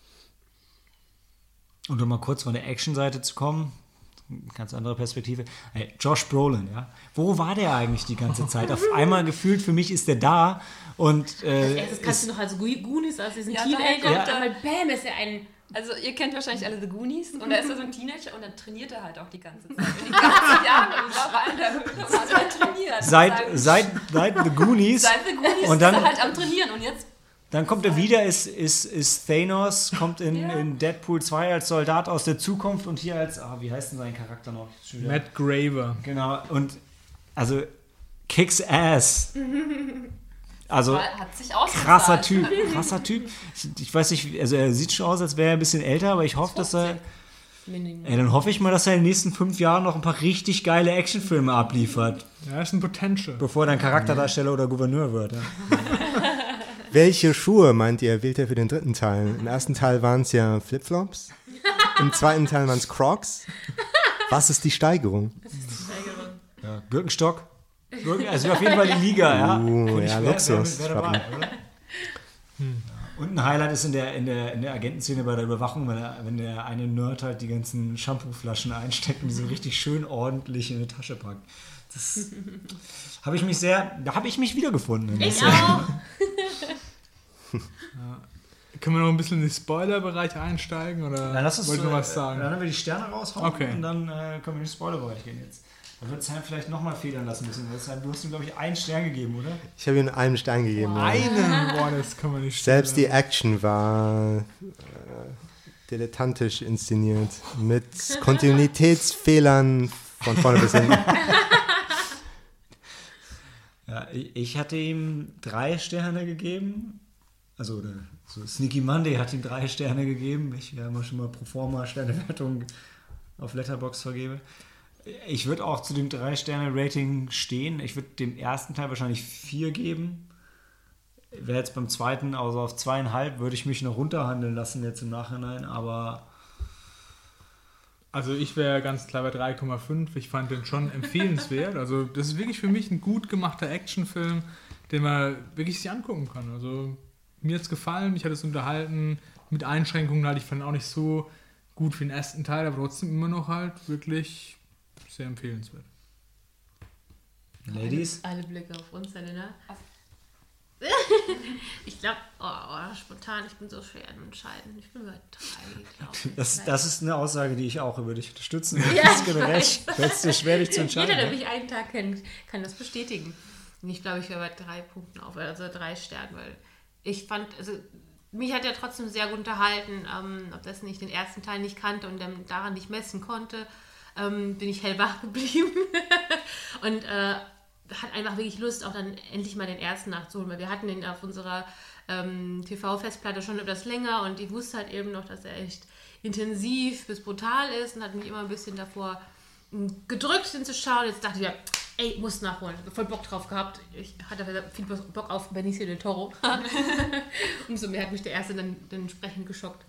Und um mal kurz von der Action-Seite zu kommen, ganz andere Perspektive. Hey, Josh Brolin, ja. Wo war der eigentlich die ganze Zeit? Auf einmal gefühlt, für mich ist der da und äh, als erstes kannst du noch als Goonies, als diesen ja, Teenager, ja. und dann mal bam, ist er ein... Also ihr kennt wahrscheinlich alle The Goonies und da ist er so ein Teenager und dann trainiert er halt auch die ganze Zeit. Die ganzen Jahre über war in der Höhle und hat halt trainiert. Seit, seit, seit The Goonies. Seit The Goonies und dann, ist er halt am Trainieren und jetzt... Dann kommt er wieder, ist, ist, ist Thanos, kommt in, ja. in Deadpool zwei als Soldat aus der Zukunft und hier als, ah, wie heißt denn sein Charakter noch? Matt Graver. Genau, und also kicks ass. Also hat sich ausgezahlt. krasser Typ, krasser Typ. Ich, ich weiß nicht, also er sieht schon aus, als wäre er ein bisschen älter, aber ich hoffe, dass er, ey, dann hoffe ich mal, dass er in den nächsten fünf Jahren noch ein paar richtig geile Actionfilme abliefert. Ja, ist ein Potential. Bevor er dann Charakterdarsteller oder Gouverneur wird. Ja. Welche Schuhe, meint ihr, wählt er für den dritten Teil? Im ersten Teil waren es ja Flipflops. Im zweiten Teil waren es Crocs. Was ist die Steigerung? Was ist die Steigerung? Ja, Birkenstock. Birken, also auf jeden Fall die Liga, ja. Uh, ja, wär, Luxus. wär, wär dabei, oder? Hm. Und ein Highlight ist in der, in der, in der Agentenszene bei der Überwachung, wenn der, wenn der eine Nerd halt die ganzen Shampooflaschen einsteckt und die so richtig schön ordentlich in eine Tasche packt. Das habe ich mich sehr, da habe ich mich wiedergefunden. Ich auch. Ja. Können wir noch ein bisschen in den Spoiler-Bereich einsteigen? Oder dann lass uns wollt ihr noch was sagen? Dann haben wir die Sterne raushauen okay. und dann äh, können wir in den Spoiler-Bereich gehen jetzt. Da wird Sam vielleicht nochmal federn lassen müssen. Du hast ihm, glaube ich, einen Stern gegeben, oder? Ich habe ihm einen Stein gegeben. Ja. Einen? Boah, das kann man nicht stellen. Selbst die Action war äh, dilettantisch inszeniert. Mit Kontinuitätsfehlern von vorne bis hinten. Ja, ich hatte ihm drei Sterne gegeben. Also oder so Sneaky Monday hat ihm drei Sterne gegeben. Ich ja immer schon mal pro forma Sternewertung auf Letterboxd vergebe. Ich würde auch zu dem drei Sterne Rating stehen. Ich würde dem ersten Teil wahrscheinlich vier geben. Wäre jetzt beim zweiten, also auf zweieinhalb, würde ich mich noch runterhandeln lassen jetzt im Nachhinein, aber also ich wäre ganz klar bei drei Komma fünf. Ich fand den schon empfehlenswert. Also das ist wirklich für mich ein gut gemachter Actionfilm, den man wirklich sich angucken kann. Also mir hat es gefallen, mich hat es unterhalten. Mit Einschränkungen halt, ich fand ihn auch nicht so gut wie den ersten Teil, aber trotzdem immer noch halt wirklich sehr empfehlenswert. Ladies? Alle, alle Blicke auf uns, Helena. Ich glaube, oh, oh, spontan, ich bin so schwer im Entscheiden. Ich bin bei drei, glaube ich. Das, das ist eine Aussage, die ich auch über dich unterstützen würde. Ja, Das ist recht. Fällt es dir schwer, dich zu entscheiden. Jeder, der ne? mich einen Tag kennt, kann das bestätigen. Und ich glaube, ich wäre bei drei Punkten auf, also drei Sternen, weil ich fand, also mich hat er trotzdem sehr gut unterhalten, ähm, ob das nicht den ersten Teil nicht kannte und dann daran nicht messen konnte, ähm, bin ich hellwach geblieben und äh, hat einfach wirklich Lust, auch dann endlich mal den ersten nachzuholen, weil wir hatten den auf unserer ähm, T V-Festplatte schon etwas länger und ich wusste halt eben noch, dass er echt intensiv bis brutal ist und hat mich immer ein bisschen davor gedrückt, den zu schauen. Jetzt dachte ich ja, ey, muss nachholen. Ich hab voll Bock drauf gehabt. Ich hatte viel Bock auf Benicio del Toro. Umso mehr hat mich der erste dann, dann entsprechend geschockt.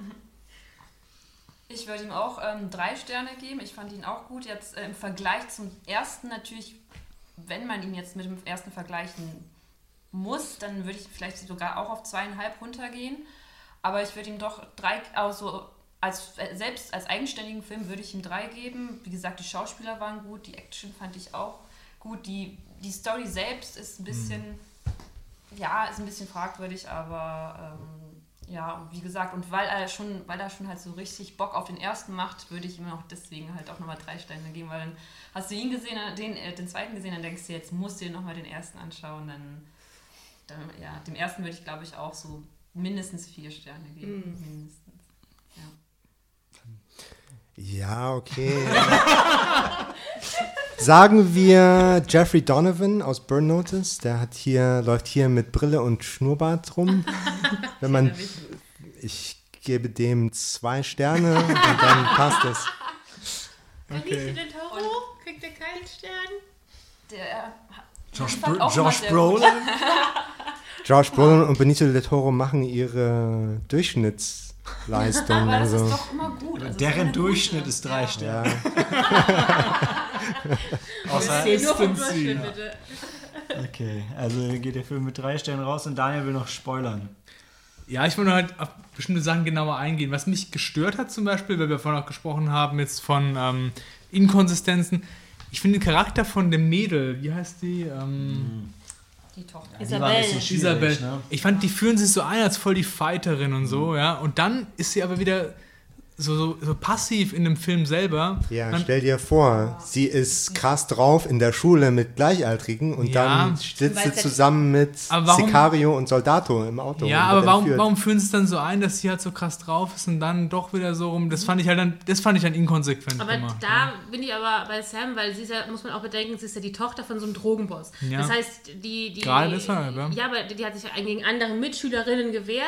Ich würde ihm auch ähm, drei Sterne geben. Ich fand ihn auch gut. Jetzt äh, im Vergleich zum ersten natürlich, wenn man ihn jetzt mit dem ersten vergleichen muss, dann würde ich vielleicht sogar auch auf zweieinhalb runtergehen. Aber ich würde ihm doch drei, also als, selbst als eigenständigen Film würde ich ihm drei geben. Wie gesagt, die Schauspieler waren gut, die Action fand ich auch gut. Die, die Story selbst ist ein bisschen, mhm. ja, ist ein bisschen fragwürdig, aber ähm, ja, wie gesagt, und weil er schon, weil er schon halt so richtig Bock auf den ersten macht, würde ich ihm auch deswegen halt auch nochmal drei Sterne geben, weil dann hast du ihn gesehen, den, äh, den zweiten gesehen, dann denkst du, jetzt musst du dir nochmal den ersten anschauen, dann, dann ja, dem ersten würde ich, glaube ich, auch so mindestens vier Sterne geben, mhm. mindestens. Ja, okay. Sagen wir Jeffrey Donovan aus Burn Notice, der hat hier, läuft hier mit Brille und Schnurrbart rum. Wenn man, ich gebe dem zwei Sterne und dann passt es. Okay. Den Toro? Kriegt er keinen Stern? Der Josh, Br- Josh Brolin? Josh Brolin und Benicio del Toro machen ihre Durchschnitts Leistung. Aber das also. ist doch immer gut. Also deren Durchschnitt gut, ist drei ja. Sterne. Außer nur vom Durchschnitt, bitte. Okay, also geht der Film mit drei Sternen raus und Daniel will noch spoilern. Ja, ich wollte halt auf bestimmte Sachen genauer eingehen. Was mich gestört hat zum Beispiel, weil wir vorhin auch gesprochen haben jetzt von ähm, Inkonsistenzen. Ich finde den Charakter von dem Mädel, wie heißt die? Ähm, mhm. Die Tochter. Ja, Isabel. Die Isabel. Ne? Ich fand, die führen sich so ein als voll die Fighterin und so, ja. Und dann ist sie aber wieder so, so, so passiv in dem Film selber. Ja, dann, stell dir vor, sie ist krass drauf in der Schule mit Gleichaltrigen und ja, dann sitzt sie zusammen mit warum, Sicario und Soldato im Auto. Ja, aber warum, warum führen sie es dann so ein, dass sie halt so krass drauf ist und dann doch wieder so rum? Das fand ich halt dann, das fand ich dann inkonsequent aber gemacht. Da ja. bin ich aber bei Sam, weil sie ist ja, muss man auch bedenken, sie ist ja die Tochter von so einem Drogenboss. Ja. Das heißt, die, die gerade deshalb, ja. Ja, aber die hat sich gegen andere Mitschülerinnen gewehrt,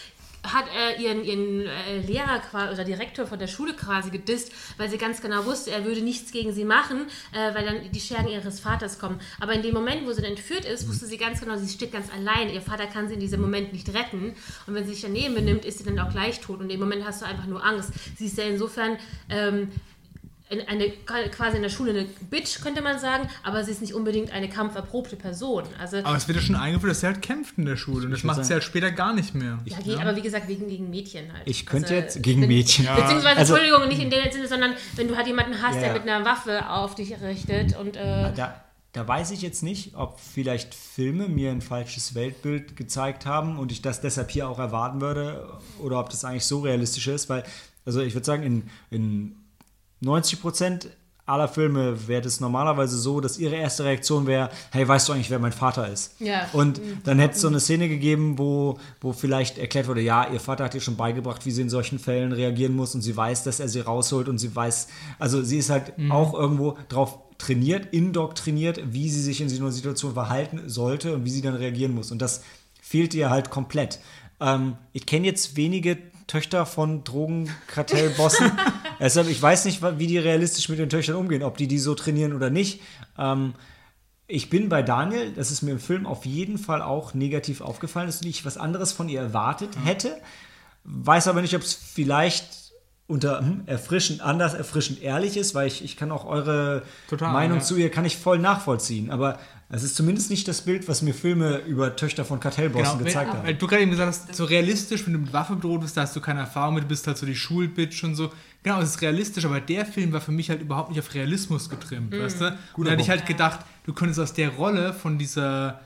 hat äh, ihren, ihren äh, Lehrer quasi, oder Direktor von der Schule quasi gedisst, weil sie ganz genau wusste, er würde nichts gegen sie machen, äh, weil dann die Schergen ihres Vaters kommen. Aber in dem Moment, wo sie dann entführt ist, wusste sie ganz genau, sie steht ganz allein. Ihr Vater kann sie in diesem Moment nicht retten. Und wenn sie sich daneben benimmt, ist sie dann auch gleich tot. Und in dem Moment hast du einfach nur Angst. Sie ist ja insofern ähm, eine, quasi in der Schule eine Bitch, könnte man sagen, aber sie ist nicht unbedingt eine kampferprobte Person. Also, aber es wird ja schon eingeführt, dass sie halt kämpft in der Schule und das macht sie halt später gar nicht mehr. Ja, ja, aber wie gesagt, wegen, gegen Mädchen halt. Ich könnte also, jetzt gegen wenn, Mädchen. Ja. Beziehungsweise, also, Entschuldigung, nicht in dem Sinne, sondern wenn du halt jemanden hast, ja, der mit einer Waffe auf dich richtet und äh, da, da weiß ich jetzt nicht, ob vielleicht Filme mir ein falsches Weltbild gezeigt haben und ich das deshalb hier auch erwarten würde oder ob das eigentlich so realistisch ist, weil, also ich würde sagen, in, in neunzig Prozent aller Filme wäre das normalerweise so, dass ihre erste Reaktion wäre, hey, weißt du eigentlich, wer mein Vater ist? Ja. Und dann hätte es so eine Szene gegeben, wo, wo vielleicht erklärt wurde, ja, ihr Vater hat ihr schon beigebracht, wie sie in solchen Fällen reagieren muss und sie weiß, dass er sie rausholt und sie weiß, also sie ist halt mhm. auch irgendwo drauf trainiert, indoktriniert, wie sie sich in so einer Situation verhalten sollte und wie sie dann reagieren muss. Und das fehlt ihr halt komplett. Ähm, ich kenne jetzt wenige Töchter von Drogenkartellbossen. Deshalb, ich weiß nicht, wie die realistisch mit den Töchtern umgehen, ob die die so trainieren oder nicht. Ähm, ich bin bei Daniel, das ist mir im Film auf jeden Fall auch negativ aufgefallen, dass ich was anderes von ihr erwartet hätte. Weiß aber nicht, ob es vielleicht unter hm, erfrischend, anders erfrischend ehrlich ist, weil ich, ich kann auch eure Total, Meinung ja. zu ihr kann ich voll nachvollziehen. Aber es ist zumindest nicht das Bild, was mir Filme über Töchter von Kartellbossen genau, gezeigt wenn, haben. Weil du gerade eben gesagt hast, so realistisch, wenn du mit Waffe bedroht bist, da hast du keine Erfahrung mit, du bist halt so die Schulbitch und so. Genau, es ist realistisch, aber der Film war für mich halt überhaupt nicht auf Realismus getrimmt, mhm. weißt du? Und da hätte ich halt gedacht, du könntest aus der Rolle von dieser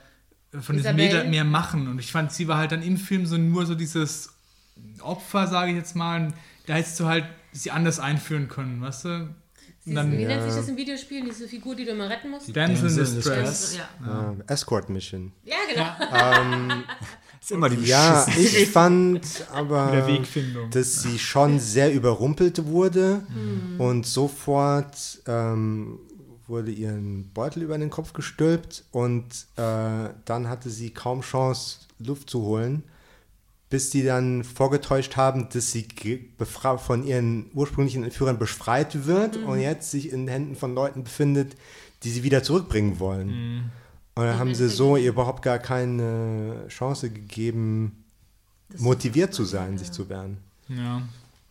von diesem Isabel. Mädel mehr machen. Und ich fand, sie war halt dann im Film so nur so dieses Opfer, sage ich jetzt mal. Und da hättest du halt sie anders einführen können, weißt du? Und dann, Wie Ja. nennt sich das im Videospiel, diese Figur, die du immer retten musst? Damsel in Damsel in Distress. Distress. Ja, Äh, Escort Mission. ja genau. ist immer die Ja, beschissene- ich fand aber, Mit der Wegfindung. dass sie schon sehr überrumpelt wurde und sofort ähm, wurde ihr ein Beutel über den Kopf gestülpt und äh, dann hatte sie kaum Chance, Luft zu holen, bis die dann vorgetäuscht haben, dass sie ge- befra- von ihren ursprünglichen Entführern befreit wird und jetzt sich in Händen von Leuten befindet, die sie wieder zurückbringen wollen. Und dann haben sie so ihr überhaupt gar keine Chance gegeben, motiviert zu sein, sich zu wehren. Ja.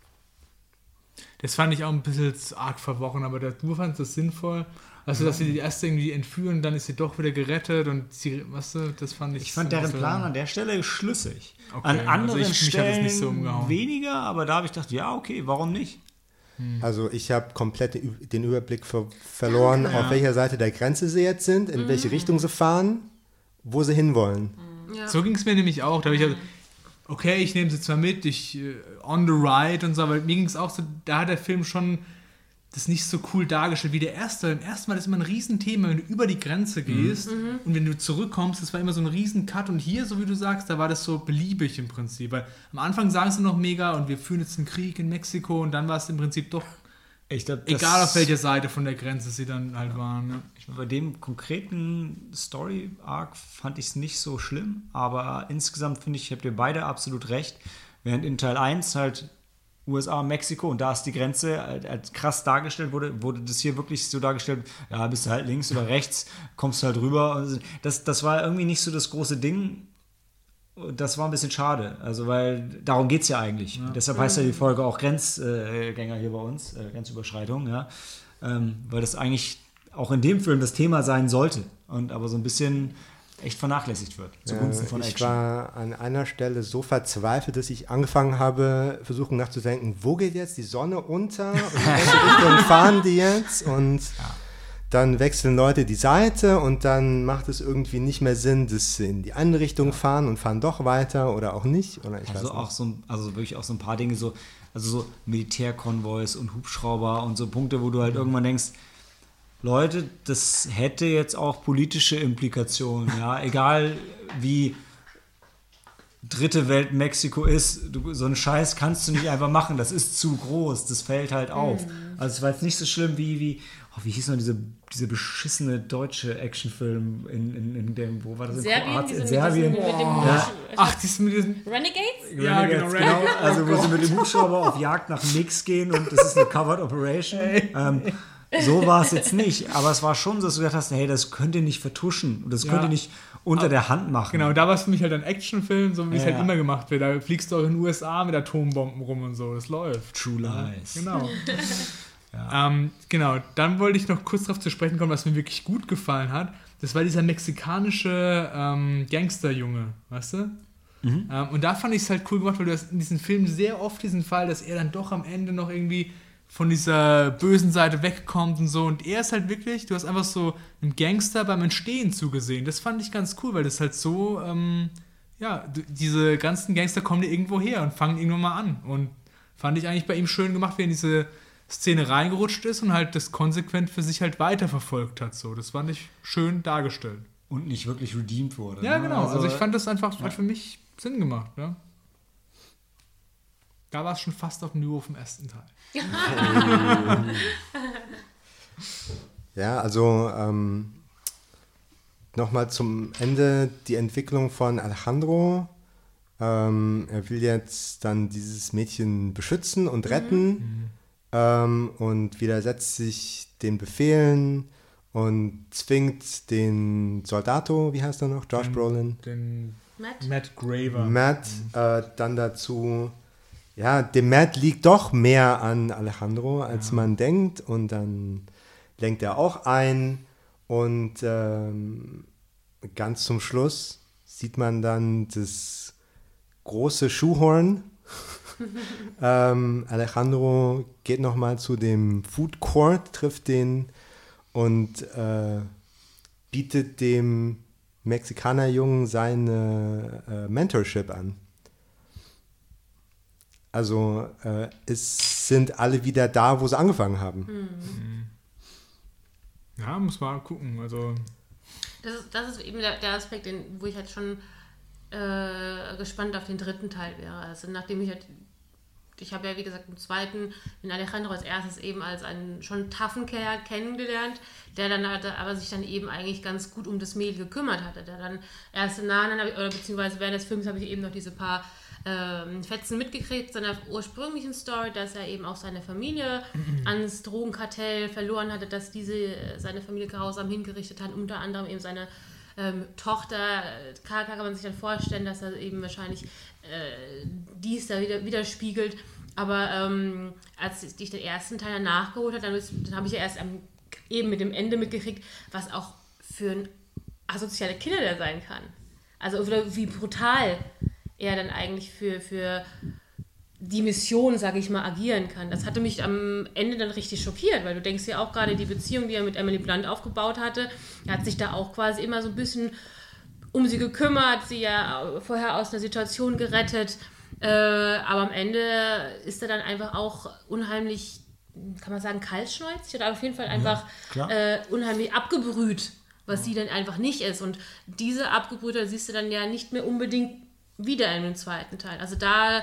Das fand ich auch ein bisschen arg verworren, aber der, du fandest das sinnvoll. Also, dass sie die erste irgendwie entführen, dann ist sie doch wieder gerettet und sie, weißt du, das fand ich. Ich fand ein deren bisschen- Plan an der Stelle schlüssig. Okay, an also anderen ich- mich hat das Stellen nicht so umgehauen. weniger, aber da habe ich gedacht, ja, okay, warum nicht? Also ich habe komplett den Ü- den Überblick ver verloren, auf welcher Seite der Grenze sie jetzt sind, in welche Richtung sie fahren, wo sie hinwollen. So ging es mir nämlich auch. Da habe ich halt, okay, ich nehme sie zwar mit, ich äh, on the ride und so, aber mir ging es auch so, da hat der Film schon das nicht so cool dargestellt wie der erste. Im ersten Mal ist immer ein Riesenthema, wenn du über die Grenze gehst und wenn du zurückkommst, das war immer so ein Riesen-Cut und hier, so wie du sagst, da war das so beliebig im Prinzip. Weil am Anfang sagen sie noch mega und wir führen jetzt einen Krieg in Mexiko und dann war es im Prinzip doch Ich glaub, das- egal auf welcher Seite von der Grenze sie dann halt waren. Ne? Ich meine, bei dem konkreten Story-Arc fand ich es nicht so schlimm, aber insgesamt finde ich, habt ihr beide absolut recht. Während in Teil eins halt U S A, Mexiko und da ist die Grenze als, als krass dargestellt wurde, wurde das hier wirklich so dargestellt, ja, bist du halt links oder rechts, kommst du halt rüber. Und das, das war irgendwie nicht so das große Ding. Das war ein bisschen schade, also weil darum geht es ja eigentlich. Deshalb heißt ja die Folge auch Grenzgänger hier bei uns, äh, Grenzüberschreitung, ja. Ähm, weil das eigentlich auch in dem Film das Thema sein sollte und aber so ein bisschen echt vernachlässigt wird, zugunsten von Äh, ich Action. war an einer Stelle so verzweifelt, dass ich angefangen habe, versuchen nachzudenken, wo geht jetzt die Sonne unter und in welche Richtung fahren die jetzt und dann wechseln Leute die Seite und dann macht es irgendwie nicht mehr Sinn, dass sie in die andere Richtung fahren und fahren doch weiter oder auch nicht. Oder ich Also weiß auch nicht. so, ein- also wirklich auch so ein paar Dinge, so, also so Militärkonvois und Hubschrauber und so Punkte, wo du halt irgendwann denkst, Leute, das hätte jetzt auch politische Implikationen, ja, egal wie dritte Welt Mexiko ist, du, so einen Scheiß kannst du nicht einfach machen, das ist zu groß, das fällt halt auf. Also es war jetzt nicht so schlimm wie, wie, oh, wie hieß noch diese, diese beschissene deutsche Actionfilm in, in, in dem, wo war das? In Serbien, Kroatien? diese In mit Serbien. diesem- mit dem Ja. Ach, die ist mit diesen. Renegades? Ja, genau, Renegades, Renegades. genau. Also wo sie mit dem Hubschrauber auf Jagd nach Mix gehen und das ist eine Covered Operation. Ähm, so war es jetzt nicht, aber es war schon so, dass du gedacht hast, hey, das könnt ihr nicht vertuschen und das Ja. könnt ihr nicht unter der Hand machen. Genau, da war es für mich halt ein Actionfilm, so wie es Ja, halt ja. immer gemacht wird. Da fliegst du auch in den U S A mit Atombomben rum und so. Das läuft. True Lies. Genau. ähm, genau, dann wollte ich noch kurz darauf zu sprechen kommen, was mir wirklich gut gefallen hat. Das war dieser mexikanische ähm, Gangsterjunge, weißt du? Ähm, und da fand ich es halt cool gemacht, weil du hast in diesen Filmen sehr oft diesen Fall, dass er dann doch am Ende noch irgendwie von dieser bösen Seite wegkommt und so. Und er ist halt wirklich, du hast einfach so einem Gangster beim Entstehen zugesehen. Das fand ich ganz cool, weil das halt so, ähm, ja, d- diese ganzen Gangster kommen dir irgendwo her und fangen irgendwann mal an. Und fand ich eigentlich bei ihm schön gemacht, wie er in diese Szene reingerutscht ist und halt das konsequent für sich halt weiterverfolgt hat. So, das fand ich schön dargestellt. Und nicht wirklich redeemed wurde. Ja, ne? genau. Also, ich fand das einfach hat für mich Sinn gemacht. Ja. Da war es schon fast auf dem Niveau vom ersten Teil. Ja, also ähm, nochmal zum Ende die Entwicklung von Alejandro. Ähm, er will jetzt dann dieses Mädchen beschützen und retten ähm, und widersetzt sich den Befehlen und zwingt den Soldato, wie heißt er noch, Josh Den- Brolin, Den Matt? Matt Graver. Matt, äh, dann dazu, ja, dem Matt liegt doch mehr an Alejandro, als man denkt und dann lenkt er auch ein und ähm, ganz zum Schluss sieht man dann das große Schuhhorn. ähm, Alejandro geht nochmal zu dem Food Court, trifft den und äh, bietet dem Mexikanerjungen seine äh, Mentorship an. Also äh, es sind alle wieder da, wo sie angefangen haben. Mhm. Ja, muss mal gucken. Also Das ist, das ist eben der, der Aspekt, den, wo ich halt schon äh, gespannt auf den dritten Teil wäre. Also nachdem ich halt, ich habe ja wie gesagt im zweiten den Alejandro als erstes eben als einen schon toughen Kerl kennengelernt, der dann halt, aber sich dann eben eigentlich ganz gut um das Mädel gekümmert hatte. Der dann erst im Nachhinein, oder beziehungsweise während des Films habe ich eben noch diese paar ähm, Fetzen mitgekriegt, seiner ursprünglichen Story, dass er eben auch seine Familie mhm. ans Drogenkartell verloren hatte, dass diese seine Familie grausam hingerichtet hat, unter anderem eben seine ähm, Tochter. Kann, kann man sich dann vorstellen, dass er eben wahrscheinlich äh, dies da wieder widerspiegelt. Aber ähm, als ich den ersten Teil nachgeholt habe, dann, dann habe ich ja erst am, eben mit dem Ende mitgekriegt, was auch für ein asozialer Killer der sein kann. Also oder wie brutal er dann eigentlich für, für die Mission, sage ich mal, agieren kann. Das hatte mich am Ende dann richtig schockiert, weil du denkst ja auch gerade die Beziehung, die er mit Emily Blunt aufgebaut hatte, er hat sich da auch quasi immer so ein bisschen um sie gekümmert, sie ja vorher aus einer Situation gerettet, äh, aber am Ende ist er dann einfach auch unheimlich, kann man sagen, kaltschnäuzig oder auf jeden Fall einfach ja, äh, unheimlich abgebrüht, was ja. sie dann einfach nicht ist. Und diese Abgebrühte siehst du dann ja nicht mehr unbedingt wieder in dem zweiten Teil. Also da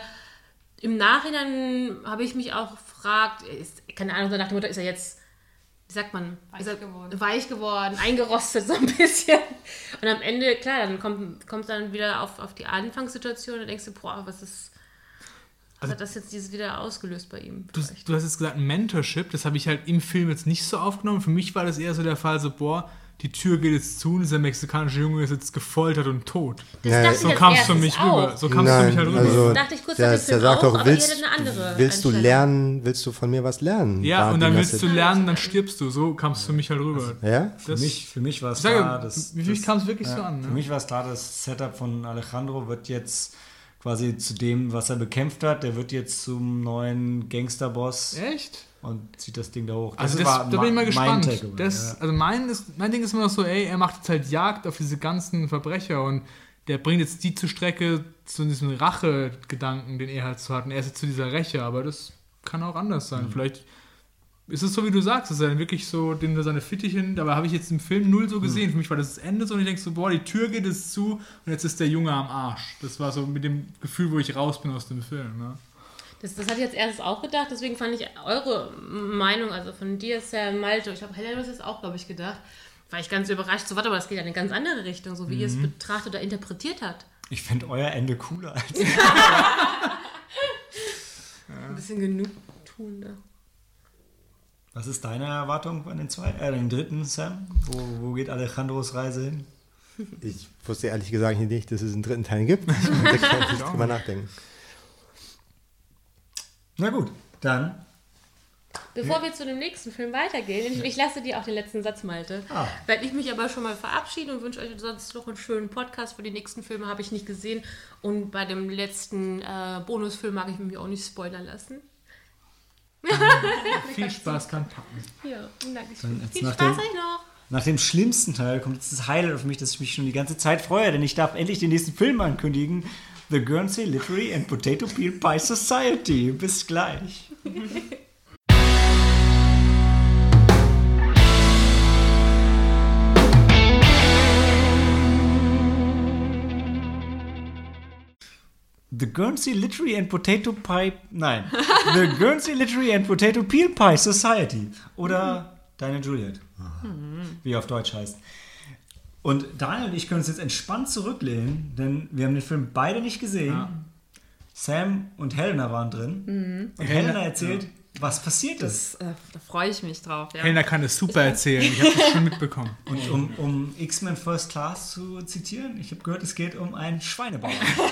im Nachhinein habe ich mich auch gefragt, ist, keine Ahnung, so nach dem Motto, ist er jetzt, wie sagt man, weich ist er geworden. weich geworden, eingerostet so ein bisschen. Und am Ende, klar, dann kommt kommt dann wieder auf, auf die Anfangssituation und denkst du, boah, was ist, was also, hat das jetzt dieses wieder ausgelöst bei ihm? Du, du hast jetzt gesagt, Mentorship, das habe ich halt im Film jetzt nicht so aufgenommen. Für mich war das eher so der Fall, so, boah, die Tür geht jetzt zu und dieser mexikanische Junge ist jetzt gefoltert und tot. Das so kam es für mich auch. rüber. So kam es für mich halt rüber. Also, das dachte ich kurz der, nach dem Film der sagt auch, doch, aber willst, ihr hattet eine andere willst du lernen, willst du von mir was lernen? Ja, da und dann die willst ganze- du lernen, dann stirbst du. So kam es für mich halt rüber. Ja? Für Das- mich, für mich war es Ich sage, klar, dass, für mich dass- kam es wirklich so ja, an, ne? Für mich war es klar, das Setup von Alejandro wird jetzt quasi zu dem, was er bekämpft hat, der wird jetzt zum neuen Gangsterboss Echt? und zieht das Ding da hoch. Also das, war da bin ich mal mein gespannt. Takeaway, Das, ja. also mein, ist, mein Ding ist immer noch so, ey, er macht jetzt halt Jagd auf diese ganzen Verbrecher und der bringt jetzt die zur Strecke zu diesem Rache-Gedanken, den er halt so hat. Und er ist jetzt zu dieser Räche, aber das kann auch anders sein. Mhm. Vielleicht ist es so, wie du sagst, dass er dann wirklich so dem seine Fittiche, dabei habe ich jetzt im Film null so gesehen. Mhm. Für mich war das das Ende so und ich denke so, boah, die Tür geht jetzt zu und jetzt ist der Junge am Arsch. Das war so mit dem Gefühl, wo ich raus bin aus dem Film. Ne? Das, das hatte ich jetzt erstes auch gedacht, deswegen fand ich eure Meinung, also von dir, Sam, Malte, ich glaube, Helena hat es auch, glaube ich, gedacht, war ich ganz überrascht. So, warte mal, das geht ja in eine ganz andere Richtung, so wie mhm. ihr es betrachtet oder interpretiert habt. Ich finde euer Ende cooler als Ein bisschen genugtuender. Was ist deine Erwartung an den zweiten, äh, den dritten, Sam? Wo, wo geht Alejandros Reise hin? Ich wusste ehrlich gesagt nicht, dass es einen dritten Teil gibt. Ich konnte gar nicht drüber nachdenken. Na gut, dann. Bevor wir zu dem nächsten Film weitergehen, ich, ich lasse dir auch den letzten Satz, Malte, Ah. werde ich mich aber schon mal verabschieden und wünsche euch sonst noch einen schönen Podcast. Für die nächsten Filme habe ich nicht gesehen und bei dem letzten äh, Bonusfilm mag ich mich auch nicht spoilern lassen. Viel Spaß kann packen. Ja, danke Dann schön. jetzt Viel nach Spaß dem- euch noch. Nach dem schlimmsten Teil kommt jetzt das Highlight auf mich, dass ich mich schon die ganze Zeit freue, denn ich darf endlich den nächsten Film ankündigen. The Guernsey Literary and Potato Peel Pie Society. Bis gleich. The Guernsey Literary and Potato Pie... Nein. The Guernsey Literary and Potato Peel Pie Society. Oder Deine Juliet. Wie er auf Deutsch heißt. Und Daniel und ich können uns jetzt entspannt zurücklehnen, denn wir haben den Film beide nicht gesehen. Ja. Sam und Helena waren drin. Mhm. Und Helena erzählt, ja. was passiert ist. Das, äh, da freue ich mich drauf. Ja. Helena kann es super erzählen. Ich habe das schon mitbekommen. Und um, um X-Men First Class zu zitieren, ich habe gehört, es geht um einen Schweinebauer.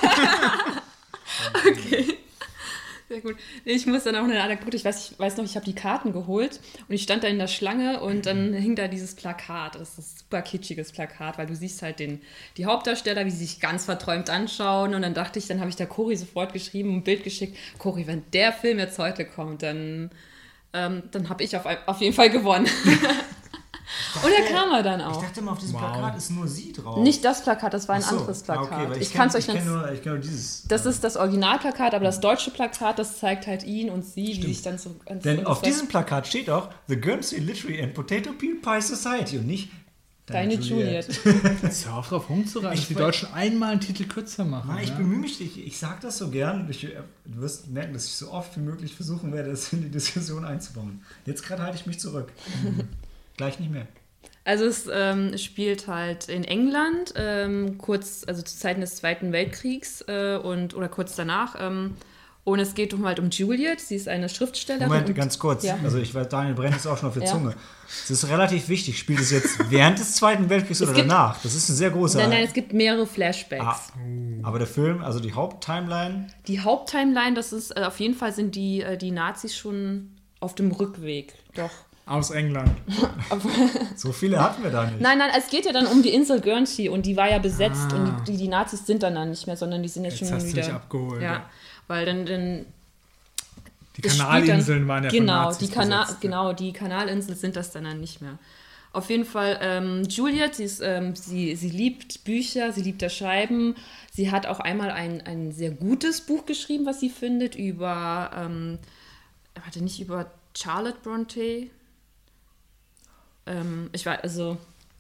Okay. Sehr gut. Ich muss dann auch eine Anekdote, ich weiß, ich weiß noch, ich habe die Karten geholt und ich stand da in der Schlange und dann hing da dieses Plakat. Das ist ein super kitschiges Plakat, weil du siehst halt den, die Hauptdarsteller, wie sie sich ganz verträumt anschauen und dann dachte ich, dann habe ich der Cori sofort geschrieben, ein Bild geschickt, Cori, wenn der Film jetzt heute kommt, dann, ähm, dann habe ich auf, auf jeden Fall gewonnen. Und da kam er dann Ich auch. dachte mal, auf diesem Wow. Plakat ist nur sie drauf. Nicht das Plakat, das war ein Ach so. anderes Ah, Plakat. okay, weil ich ich kann es kenn- euch ich kenn noch. nur, ich kenn nur dieses. Das äh, ist das Originalplakat, aber das deutsche Plakat, das zeigt halt ihn und sie, wie sich dann so. Denn und auf das- diesem Plakat steht auch The Guernsey Literary and Potato Peel Pie Society und nicht Deine Juliet. Jetzt hör auf drauf rumzureiten, dass die Deutschen einmal einen Titel kürzer machen. Na, ich ja? bemühe mich, ich, ich sage das so gern. Ich, du wirst merken, dass ich so oft wie möglich versuchen werde, das in die Diskussion einzubauen. Jetzt gerade halte ich mich zurück. Gleich nicht mehr. Also es ähm, spielt halt in England, ähm, kurz, also zu Zeiten des Zweiten Weltkriegs äh, und oder kurz danach. Ähm, und es geht um halt um Juliet. Sie ist eine Schriftstellerin. Moment, und, ganz kurz. Ja. Also ich weiß, Daniel brennt es auch schon auf der Ja. Zunge. Es ist relativ wichtig. Spielt es jetzt während des Zweiten Weltkriegs oder gibt- danach? Das ist ein sehr großer. Nein, nein, es gibt mehrere Flashbacks. Ah, aber der Film, also die Haupttimeline, Die Haupttimeline, das ist, äh, auf jeden Fall sind die, äh, die Nazis schon auf dem Rückweg. Doch. Aus England. so viele hatten wir da nicht. Nein, nein, es geht ja dann um die Insel Guernsey und die war ja besetzt Ah. und die, die Nazis sind dann, dann nicht mehr, sondern die sind jetzt, Jetzt schon hast du wieder. dich abgeholt. Ja, Ja. weil dann, dann Die das spielt Kanalinseln dann, waren ja von genau, Nazis die Kana besetzt, ja. genau, die Kanalinseln sind das dann, dann nicht mehr. Auf jeden Fall, ähm, Juliet, sie, ist, ähm, sie, sie liebt Bücher, sie liebt das Schreiben. Sie hat auch einmal ein, ein sehr gutes Buch geschrieben, was sie findet, über, ähm, warte, nicht über Charlotte Brontë. Ähm, ich weiß, also.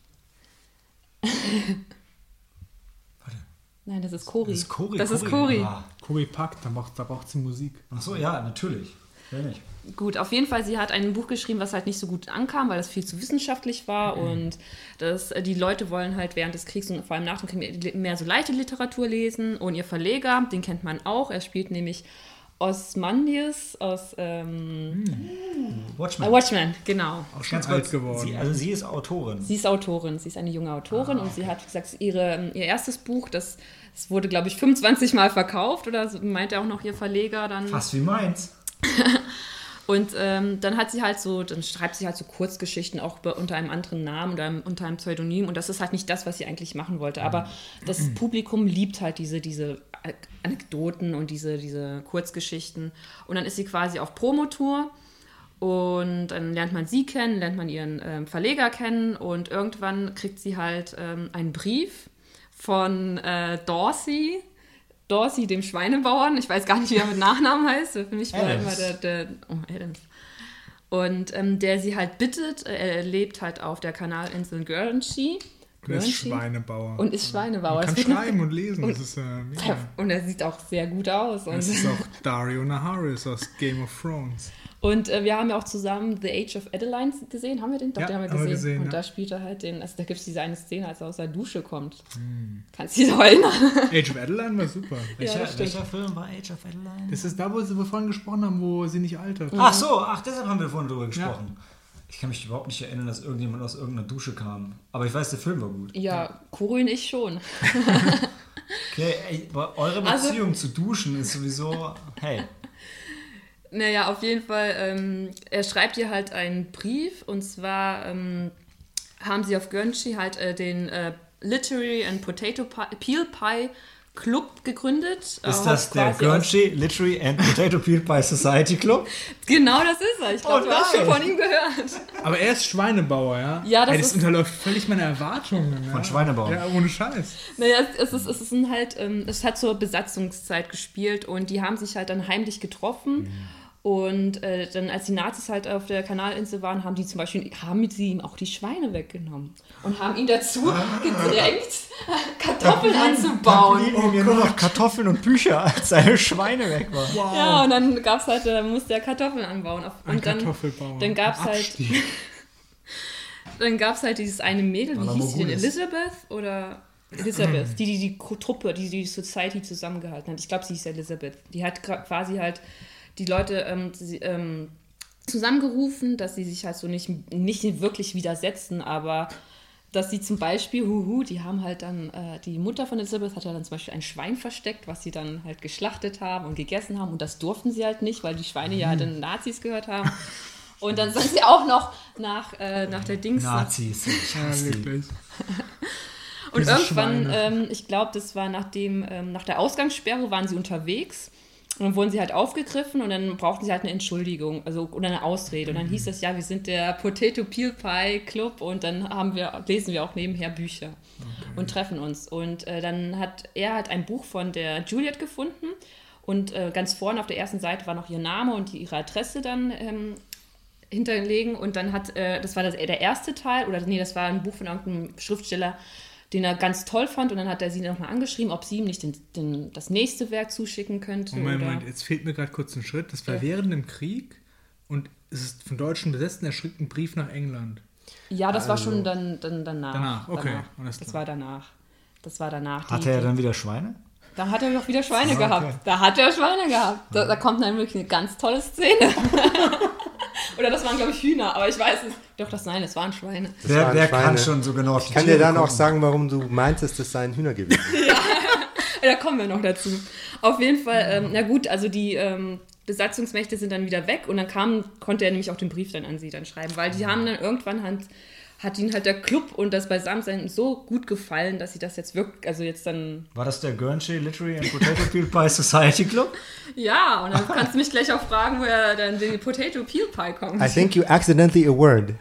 Nein, das ist Cori. Das ist Cori. Das ist Cori. Ah. Cori Pack, da braucht, da braucht sie Musik. Ach so, ja, natürlich. Wer nicht? Gut, auf jeden Fall, sie hat ein Buch geschrieben, was halt nicht so gut ankam, weil das viel zu wissenschaftlich war und das, äh, die Leute wollen halt während des Kriegs und vor allem nach dem Krieg mehr so leichte Literatur lesen und ihr Verleger, den kennt man auch, er spielt nämlich Ozymandias aus ähm, Watchmen. äh, Watchmen, genau. Auch schon Ganz alt kurz, geworden. Sie, also sie ist Autorin. Sie ist Autorin, sie ist eine junge Autorin und sie hat, wie gesagt, ihre, ihr erstes Buch, das, das wurde, glaube ich, fünfundzwanzig Mal verkauft oder so, meinte auch noch ihr Verleger dann. Fast wie meins. Und ähm, dann hat sie halt so, dann schreibt sie halt so Kurzgeschichten auch be- unter einem anderen Namen oder einem, unter einem Pseudonym und das ist halt nicht das, was sie eigentlich machen wollte. Aber das Publikum liebt halt diese, diese Anekdoten und diese, diese Kurzgeschichten. Und dann ist sie quasi auf Promotour und dann lernt man sie kennen, lernt man ihren ähm, Verleger kennen und irgendwann kriegt sie halt ähm, einen Brief von äh, Dorsey, Dorsey, dem Schweinebauern. Ich weiß gar nicht, wie er mit Nachnamen heißt. Für mich war er Adams. immer der, der oh, Adams. Und ähm, der sie halt bittet, äh, er lebt halt auf der Kanalinsel Guernsey. Und er ist Guernsey. Schweinebauer. Und ist Schweinebauer. Man kann Das wird- schreiben und lesen, das ist äh, mega. Und er sieht auch sehr gut aus. Und, Das ist auch Dario Naharis aus Game of Thrones. und äh, wir haben ja auch zusammen The Age of Adeline gesehen. Haben wir den? Doch, Ja, den haben wir haben wir gesehen. gesehen, und ja. da spielt er halt den, also da gibt es diese eine Szene, als er aus der Dusche kommt. Hm. Kannst du dich noch erinnern? Age of Adeline war super. Welcher, das stimmt. welcher Film war Age of Adeline? Das ist da, wo wir vorhin gesprochen haben, wo sie nicht altert. Ach so, ach, deshalb haben wir vorhin drüber gesprochen. Ich kann mich überhaupt nicht erinnern, dass irgendjemand aus irgendeiner Dusche kam. Aber ich weiß, der Film war gut. Ja, Kuro und ich schon. Okay, ey, aber eure Also- Beziehung zu Duschen ist sowieso, hey, Naja, auf jeden Fall, ähm, er schreibt ihr halt einen Brief und zwar ähm, haben sie auf Guernsey halt äh, den äh, Literary and Potato Pie, Peel Pie Club gegründet. ist Äh, das der quasi aus- Guernsey Literary and Potato Peel Pie Society Club? Genau, das ist er. Ich glaube, Oh du hast schon nein. von ihm gehört. Aber er ist Schweinebauer, ja? Ja, das Ey, das ist- unterläuft völlig meine Erwartungen. Von ja? Schweinebauern. Ja, ohne Scheiß. Naja, es, es, ist, es, ist halt, ähm, es hat zur Besatzungszeit gespielt und die haben sich halt dann heimlich getroffen. Und äh, dann, als die Nazis halt auf der Kanalinsel waren, haben die zum Beispiel, haben mit sie ihm auch die Schweine weggenommen und haben ihn dazu gedrängt, Kartoffeln anzubauen. Blieben mir nur noch Kartoffeln und Bücher, als seine Schweine weg waren. Wow. Ja, und dann gab's halt, da musste er Kartoffeln anbauen. Ein Und dann, Kartoffelbauer. dann gab's Ein halt, Abstieg. dann gab's halt dieses eine Mädel, Weil wie er hieß sie denn? Mogul ist. Elizabeth oder Elizabeth, die die, die Truppe, die die Society zusammengehalten hat. Ich glaube, sie hieß Elizabeth. Die hat gra- quasi halt die Leute ähm, sie, ähm, zusammengerufen, dass sie sich halt so nicht, nicht wirklich widersetzen, aber dass sie zum Beispiel, huhu, die haben halt dann, äh, die Mutter von Elizabeth hat ja dann zum Beispiel ein Schwein versteckt, was sie dann halt geschlachtet haben und gegessen haben und das durften sie halt nicht, weil die Schweine ja halt den Nazis gehört haben. Und dann sind sie auch noch nach, äh, nach der Dings... Nazis. Ich Ja, hasse die. wirklich. Und Diese irgendwann, Schweine. ähm, ich glaube, das war nach dem, ähm, nach der Ausgangssperre waren sie unterwegs Und dann wurden sie halt aufgegriffen und dann brauchten sie halt eine Entschuldigung, also oder eine Ausrede. Und dann hieß es, ja, wir sind der Potato Peel Pie Club und dann haben wir, lesen wir auch nebenher Bücher okay. und treffen uns. Und äh, dann hat er hat ein Buch von der Juliet gefunden und äh, ganz vorne auf der ersten Seite war noch ihr Name und die, ihre Adresse dann ähm, hinterlegen. Und dann hat, äh, das war das, der erste Teil, oder nee, das war ein Buch von irgendeinem Schriftsteller, den er ganz toll fand und dann hat er sie nochmal angeschrieben, ob sie ihm nicht den, den, das nächste Werk zuschicken könnte. Moment, oder Moment, jetzt fehlt mir gerade kurz ein Schritt. Das war ja. während dem Krieg und es ist von Deutschen besetzt und er schickt einen Brief nach England. Ja, das also. war schon dann, dann danach. Danach, okay. Danach. Alles klar. Das war danach. Das war danach. Hatte die, er die, dann wieder Schweine? Da hat er noch wieder Schweine Ah, okay. gehabt. Da hat er Schweine gehabt. Da, da kommt dann wirklich eine ganz tolle Szene. Oder das waren, glaube ich, Hühner, aber ich weiß es. Doch, das nein, es waren Schweine. Das Wer, waren wer Schweine. kann schon so genau auf die Ich kann Tiere dir dann gucken? auch sagen, warum du meintest, das seien Hühner gewesen. Da kommen wir noch dazu. Auf jeden Fall, ähm, na gut, also die ähm, Besatzungsmächte sind dann wieder weg und dann kam, konnte er nämlich auch den Brief dann an sie dann schreiben, weil die haben dann irgendwann hat, hat ihnen halt der Club und das Beisammensein so gut gefallen, dass sie das jetzt wirklich, also jetzt dann... War das der Guernsey Literary and Potato Peel Pie Society Club? Ja, und dann kannst du mich gleich auch fragen, woher dann die Potato Peel Pie kommt. I think you accidentally a word.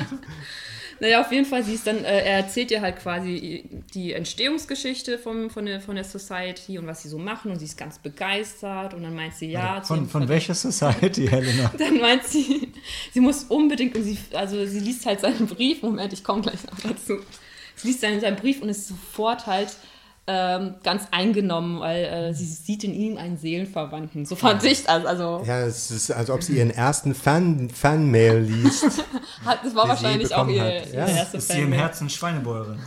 Naja, auf jeden Fall, sie ist dann, äh, er erzählt ihr halt quasi die Entstehungsgeschichte vom, von, der, von der Society und was sie so machen und sie ist ganz begeistert und dann meint sie, ja... zu Von, ihrem von Ver- welcher Society, Helena? Dann meint sie, sie muss unbedingt, und sie, also sie liest halt seinen Brief, Moment, ich komme gleich noch dazu. Sie liest seinen, seinen Brief und ist sofort halt ähm, ganz eingenommen, weil äh, sie sieht in ihm einen Seelenverwandten. So fand ich das, also Ja, es ist, als ob sie ihren ersten Fan, Fanmail liest. hat, das war die sie wahrscheinlich auch bekommen ihr, hat. ihr Ja. erste Ist sie im Fan. Herzen Schweinebäuerin?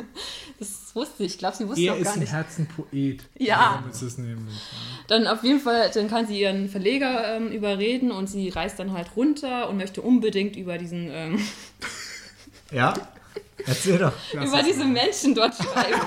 Das wusste ich, ich glaube, sie wusste Er auch ist gar im nicht. Herzen Poet. Ja. So ist es nämlich. Dann auf jeden Fall, dann kann sie ihren Verleger ähm, überreden und sie reist dann halt runter und möchte unbedingt über diesen ähm, Ja? Erzähl doch. über diese Menschen dort schreiben.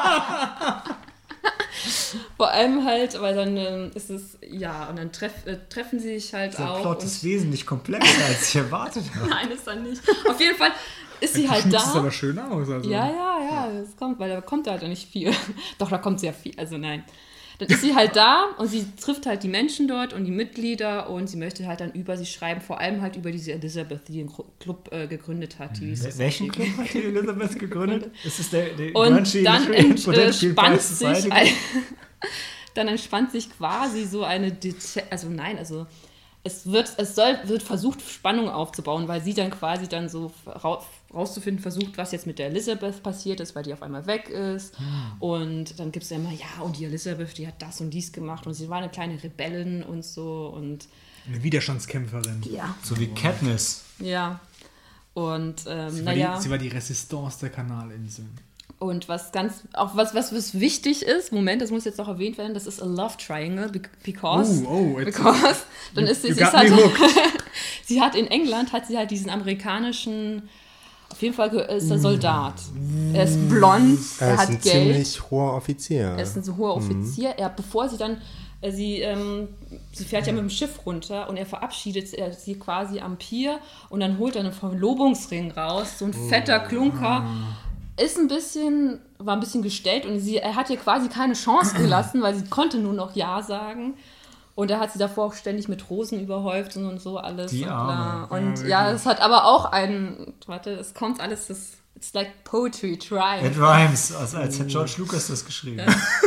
Vor allem halt, weil dann ähm, ist es, ja, und dann treff, äh, treffen sie sich halt Der auch. Plot und ist wesentlich komplexer, als ich erwartet habe. nein, ist dann nicht. Auf jeden Fall ist sie halt Das sieht da. aber schön aus. Also. Ja, ja, ja, das kommt, weil da kommt halt nicht viel. Doch, da kommt sehr viel, also nein. Dann ist sie halt da und sie trifft halt die Menschen dort und die Mitglieder und sie möchte halt dann über sie schreiben, vor allem halt über diese Elizabeth, die den Club äh, gegründet hat. Die Wel- Welchen Club hat die Elisabeth gegründet? Ist es der, der Und Guernsey dann Literary and Potato Peel Pie entspannt sich, Society ein, Club? dann entspannt sich quasi so eine, Dete- also nein, also es wird, es soll, wird versucht, Spannung aufzubauen, weil sie dann quasi dann so ra- rauszufinden versucht, was jetzt mit der Elizabeth passiert ist, weil die auf einmal weg ist. Und dann gibt es ja immer, ja, und die Elizabeth, die hat das und dies gemacht und sie war eine kleine Rebellin und so und Eine Widerstandskämpferin. ja, So wie Katniss. ja. Und ähm, Sie war, naja. die, sie war die Resistance der Kanalinseln. Und was ganz, auch was, was, was wichtig ist, Moment, das muss jetzt noch erwähnt werden, das ist a love triangle, be- because, Oh, oh, jetzt- because, dann ist sie, you sie, ist got halt, me hooked. sie hat in England, hat sie halt diesen amerikanischen, auf jeden Fall ge- ist er Soldat. Er ist blond, er, Er ist hat ein Geld, ziemlich hoher Offizier. er ist ein so hoher Offizier, er, bevor sie dann, äh, sie, ähm, sie fährt ja mit dem Schiff runter und er verabschiedet er, sie quasi am Pier und dann holt er einen Verlobungsring raus, so ein fetter Klunker. Ist ein bisschen, war ein bisschen gestellt und sie, er hat ihr quasi keine Chance gelassen, weil sie konnte nur noch Ja sagen. Und er hat sie davor auch ständig mit Rosen überhäuft und, und so alles. Die und Arme. bla. Und Ja, ja, es hat aber auch einen, warte, es kommt alles, das, it's like poetry, It try. rhymes, als, als hätte George Lucas das geschrieben.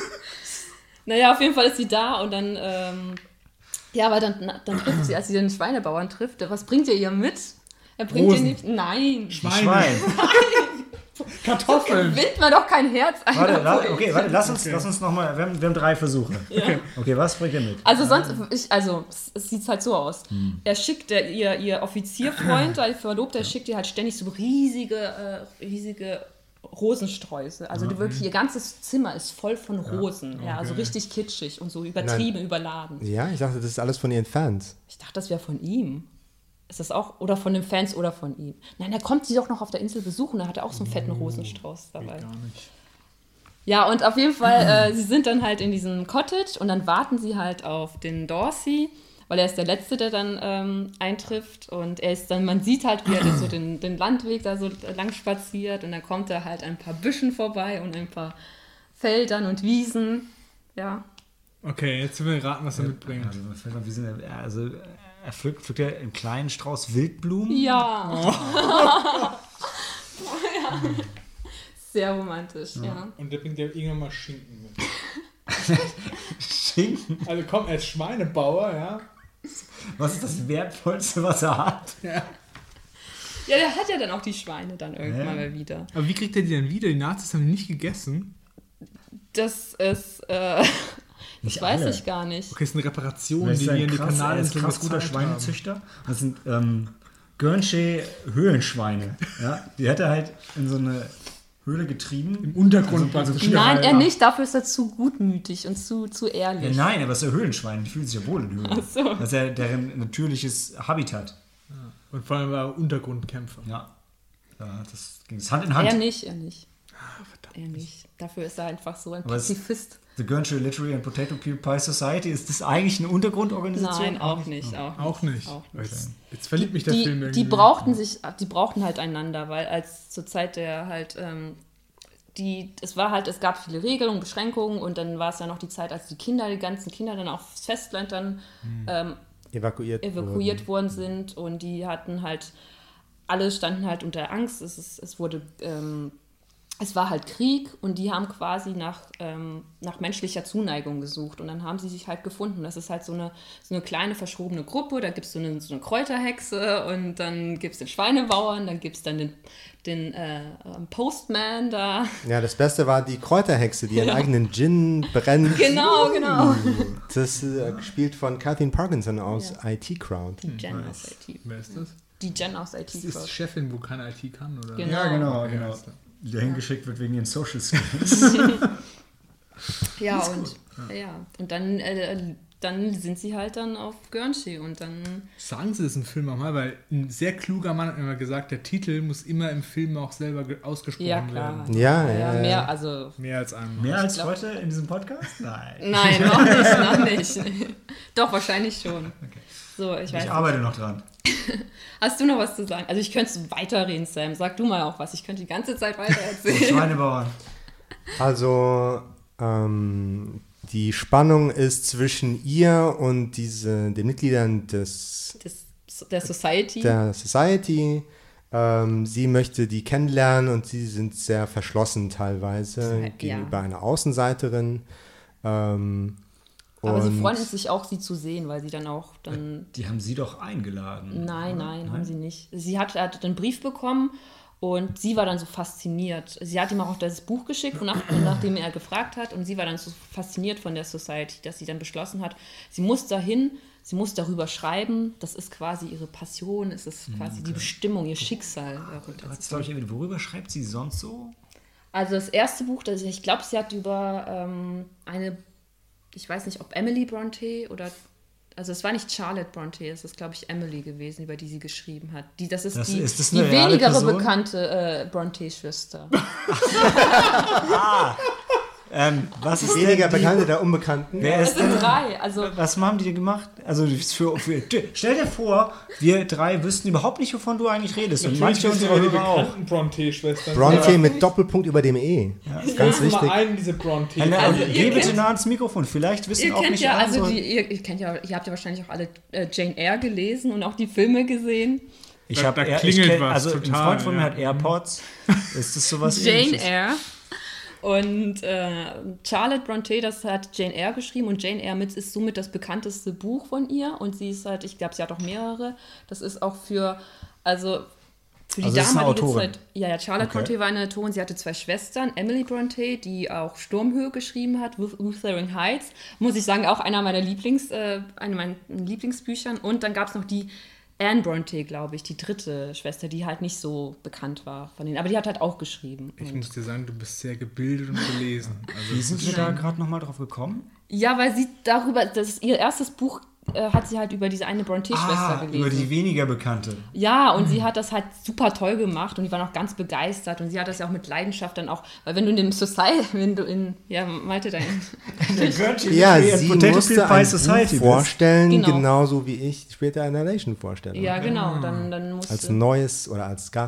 Naja, auf jeden Fall ist sie da und dann, ähm, ja, aber dann, na, dann trifft sie, als sie den Schweinebauern trifft, was bringt er ihr mit? Er bringt ihr Rosen. nicht, nein, Schweine. Schwein. Kartoffeln. gewinnt man doch kein Herz ein. Warte, la, okay, warte, lass uns, lass uns nochmal, wir haben, wir haben drei Versuche. Okay. okay, was bringt ihr mit? Also sonst, ich, also es, es sieht halt so aus. Er schickt der, ihr, ihr Offizierfreund, ihr Verlobter, schickt ihr halt ständig so riesige, äh, riesige Rosensträuße. Also die wirklich, ihr ganzes Zimmer ist voll von Rosen. Ja, also richtig kitschig und so übertrieben, überladen. Ja, ich dachte, das ist alles von ihren Fans. Ich dachte, das wäre von ihm. Ist das auch, oder von den Fans oder von ihm? Nein, da kommt sie doch noch auf der Insel besuchen, da hat er auch so einen fetten Rosenstrauß dabei. Gar nicht. Ja, und auf jeden Fall, äh, sie sind dann halt in diesem Cottage und dann warten sie halt auf den Dorsey, weil er ist der Letzte, der dann ähm, eintrifft und er ist dann, man sieht halt, wie er dann so den, den Landweg da so lang spaziert und dann kommt er halt ein paar Büschen vorbei und ein paar Feldern und Wiesen, ja. Okay, jetzt will wir raten, was er mitbringt. Also, man fällt mal, wie sind er, also er pflückt, pflückt er einen kleinen Strauß Wildblumen. Ja. Oh. Ja. Sehr romantisch, ja. ja. Und der bringt ja irgendwann mal Schinken mit. Schinken? Also komm, er ist Schweinebauer, ja. Was ist das Wertvollste, was er hat? Ja. Ja, der hat ja dann auch die Schweine dann irgendwann Ja. mal wieder. Aber wie kriegt er die denn wieder? Die Nazis haben die nicht gegessen. Das ist, äh, Nicht das weiß alle. ich gar nicht. Okay, das ist eine Reparation, Das die ist wir ein in die krass, er ist Kanalinseln krass guter gezahlt haben. Schweinezüchter. Das sind ähm, Guernsey Höhlenschweine. Ja? Die hat er halt in so eine Höhle getrieben. Im Untergrund Also, praktisch. Ja, Nein, er ja. nicht, dafür ist er zu gutmütig und zu, zu Ja, ehrlich. nein, aber es ist ja Höhlenschwein. Die fühlen sich ja wohl in Höhlen. Ach so. Das ist ja deren natürliches Habitat. Und vor allem war er Untergrundkämpfer. Ja. Ja, das ging Hand in Hand. Er nicht, er nicht. Er nicht. Dafür ist er einfach so ein Aber es- Pazifist. The Guernsey Literary and Potato Peel Pie Society, ist das eigentlich eine Untergrundorganisation? Nein, auch nicht. Auch, Auch nicht. Auch nicht. Jetzt, jetzt verliebt mich der Die, Film irgendwie. die brauchten sich, die brauchten halt einander, weil als zur Zeit der halt, ähm, die, es war halt, es gab viele Regelungen, Beschränkungen und dann war es ja noch die Zeit, als die Kinder, die ganzen Kinder dann aufs Festland dann ähm, Evakuiert, evakuiert worden sind und die hatten halt, alle standen halt unter Angst, es, ist, es wurde, ähm, es war halt Krieg und die haben quasi nach, ähm, nach menschlicher Zuneigung gesucht und dann haben sie sich halt gefunden. Das ist halt so eine, so eine kleine verschrobene Gruppe, da gibt es so eine, so eine Kräuterhexe und dann gibt es den Schweinebauern, dann gibt es dann den, den äh, Postman da. Ja, das Beste war die Kräuterhexe, die ihren eigenen Gin brennt. Genau, genau. Das ist äh, gespielt von Kathleen Parkinson aus Ja. I T Crowd. Die Jen aus I T. Wer ist das? Die Jen aus I Das T. ist Chefin, wo keine I T kann, oder? Genau. Ja, genau, Ja, genau. ist klar. Die da hingeschickt wird wegen ihren Social Skills. Ja, und, ja. und dann, äh, dann sind sie halt dann auf Guernsey und dann... Sagen Sie das im Film auch mal, weil ein sehr kluger Mann hat mir mal gesagt, der Titel muss immer im Film auch selber ge- ausgesprochen Ja, klar. werden. Ja, Ja, ja, ja. mehr, also... Mehr als einmal. Mehr als glaub- heute in diesem Podcast? Nein. Nein, noch nicht, noch nicht. Doch, wahrscheinlich schon. So, ich weiß Ich nicht. arbeite noch dran. Hast du noch was zu sagen? Also ich könnte weiterreden, Sam. Sag du mal auch was. Ich könnte die ganze Zeit weiter So, erzählen. Schweinebauern. Also, ähm, die Spannung ist zwischen ihr und diese, den Mitgliedern des, Das, der Society. der Society. Ähm, sie möchte die kennenlernen und sie sind sehr verschlossen teilweise Ja. gegenüber einer Außenseiterin. Ähm, Aber sie und- freuen sich auch, sie zu sehen, weil sie dann auch dann... Die haben sie doch eingeladen. Nein, oder? nein, haben sie nicht. Sie hat, hat einen Brief bekommen und sie war dann so fasziniert. Sie hat ihm auch das Buch geschickt, wonach, nachdem er gefragt hat. Und sie war dann so fasziniert von der Society, dass sie dann beschlossen hat, sie muss dahin, sie muss darüber schreiben. Das ist quasi ihre Passion, es ist quasi die Bestimmung, ihr Schicksal. Du hast, glaube ich, erwähnt, worüber schreibt sie sonst so? Also das erste Buch, das ich glaube, sie hat über ähm, eine, ich weiß nicht, ob Emily Bronte oder, also es war nicht Charlotte Bronte, es ist, glaube ich, Emily gewesen, über die sie geschrieben hat. Die, das ist Das- die, ist das die eine reale wenigere Person? bekannte äh, Bronte-Schwester. Ähm, was ist Weniger denn die, Bekannte der Unbekannten. Wer Es ist sind denn, drei, also was haben die denn gemacht? Also für, für, stell dir vor, wir drei wüssten überhaupt nicht, wovon du eigentlich redest. Und manche unserer Hörer auch. Bronte-Schwestern. Bronte mit Doppelpunkt über dem E. Ganz Ruf mal wichtig. einen, diese Bronte. Also, Also, geh ihr bitte kennt- nah ans Mikrofon. Vielleicht wissen ihr auch kennt nicht ja, alle also so- die, ihr, ihr kennt ja, ihr habt ja wahrscheinlich auch alle äh, Jane Eyre gelesen und auch die Filme gesehen. Ich Da- habe da ich klingelt kenn, was, also ein total, Freund von mir ja. hat AirPods. Ist das sowas Jane Ähnliches? Eyre. Und äh, Charlotte Bronte, das hat Jane Eyre geschrieben und Jane Eyre mit, ist somit das bekannteste Buch von ihr und sie ist halt, ich glaube, sie hat auch mehrere. Das ist auch für, also für die Also ist eine damalige Autorin. Zeit. Ja, ja, Charlotte Okay. Bronte war eine Autorin. Sie hatte zwei Schwestern, Emily Bronte, die auch Sturmhöhe geschrieben hat, Wuth- Wuthering Heights. Muss ich sagen, auch einer meiner Lieblings, äh, eine meiner Lieblingsbüchern. Und dann gab es noch die Anne Bronte, glaube ich, die dritte Schwester, die halt nicht so bekannt war von denen. Aber die hat halt auch geschrieben. Ich Und muss dir sagen, du bist sehr gebildet und gelesen. Also Wie sind wir da gerade nochmal drauf gekommen? ja, weil sie darüber, das ist ihr erstes Buch, äh, hat sie halt über diese eine Bronte-Schwester Ah, gelesen. über die weniger bekannte. Ja, und sie hat das halt super toll gemacht und die war noch ganz begeistert und sie hat das ja auch mit Leidenschaft dann auch, weil wenn du in dem Society, wenn du in, ja, Malte dein, Ja, sie Potato musste Peel Pie ein Society Buch vorstellen, Genau. genauso wie ich später eine Nation vorstelle. ja genau, dann, dann musst Als du, neues oder als Gast.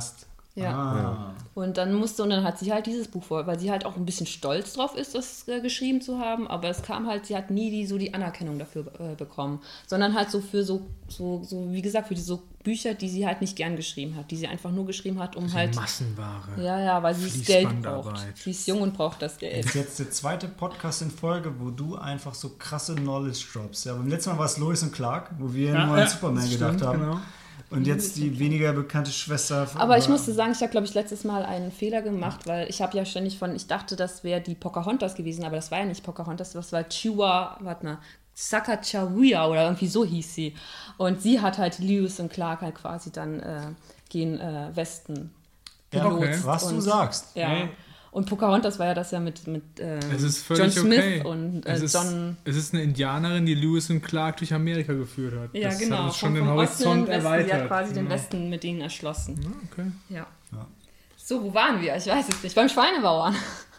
Ja. Ah. Und dann musste, und dann hat sie halt dieses Buch vor, weil sie halt auch ein bisschen stolz drauf ist, das äh, geschrieben zu haben, aber es kam halt, sie hat nie die, so die Anerkennung dafür äh, bekommen, sondern halt so für so, so, so, wie gesagt, für die so Bücher, die sie halt nicht gern geschrieben hat, die sie einfach nur geschrieben hat, um So halt, Massenware. ja, ja, weil sie das Geld Fließbandarbeit. braucht. Sie ist jung und braucht das Das Geld. ist jetzt der zweite Podcast in Folge, wo du einfach so krasse Knowledge drops. Ja, beim letzten Mal war es Lois und Clark, wo wir Ja, nur ja, an Superman das gedacht stimmt, haben. genau. Und jetzt die weniger bekannte Schwester. von- Aber ich musste sagen, ich habe, glaube ich, letztes Mal einen Fehler gemacht, weil ich habe ja ständig von, ich dachte, das wäre die Pocahontas gewesen, aber das war ja nicht Pocahontas, das war Chihuahua, warte mal, Sacagawea oder irgendwie so hieß sie. Und sie hat halt Lewis und Clark halt quasi dann äh, gen äh, Westen Ja, Okay. was du und- sagst. Ja. Hey, Und Pocahontas war ja das ja mit, mit äh, Es ist John völlig Smith okay. und äh, es, ist, John. es ist eine Indianerin, die Lewis und Clark durch Amerika geführt hat. Ja, das genau. hat uns schon vom- den vom Osten in Horizont den Westen. erweitert. Sie hat quasi den Genau. Westen mit ihnen erschlossen. Ja, okay. Ja. Ja. So, wo waren wir? Ich weiß es nicht. Beim Schweinebauern.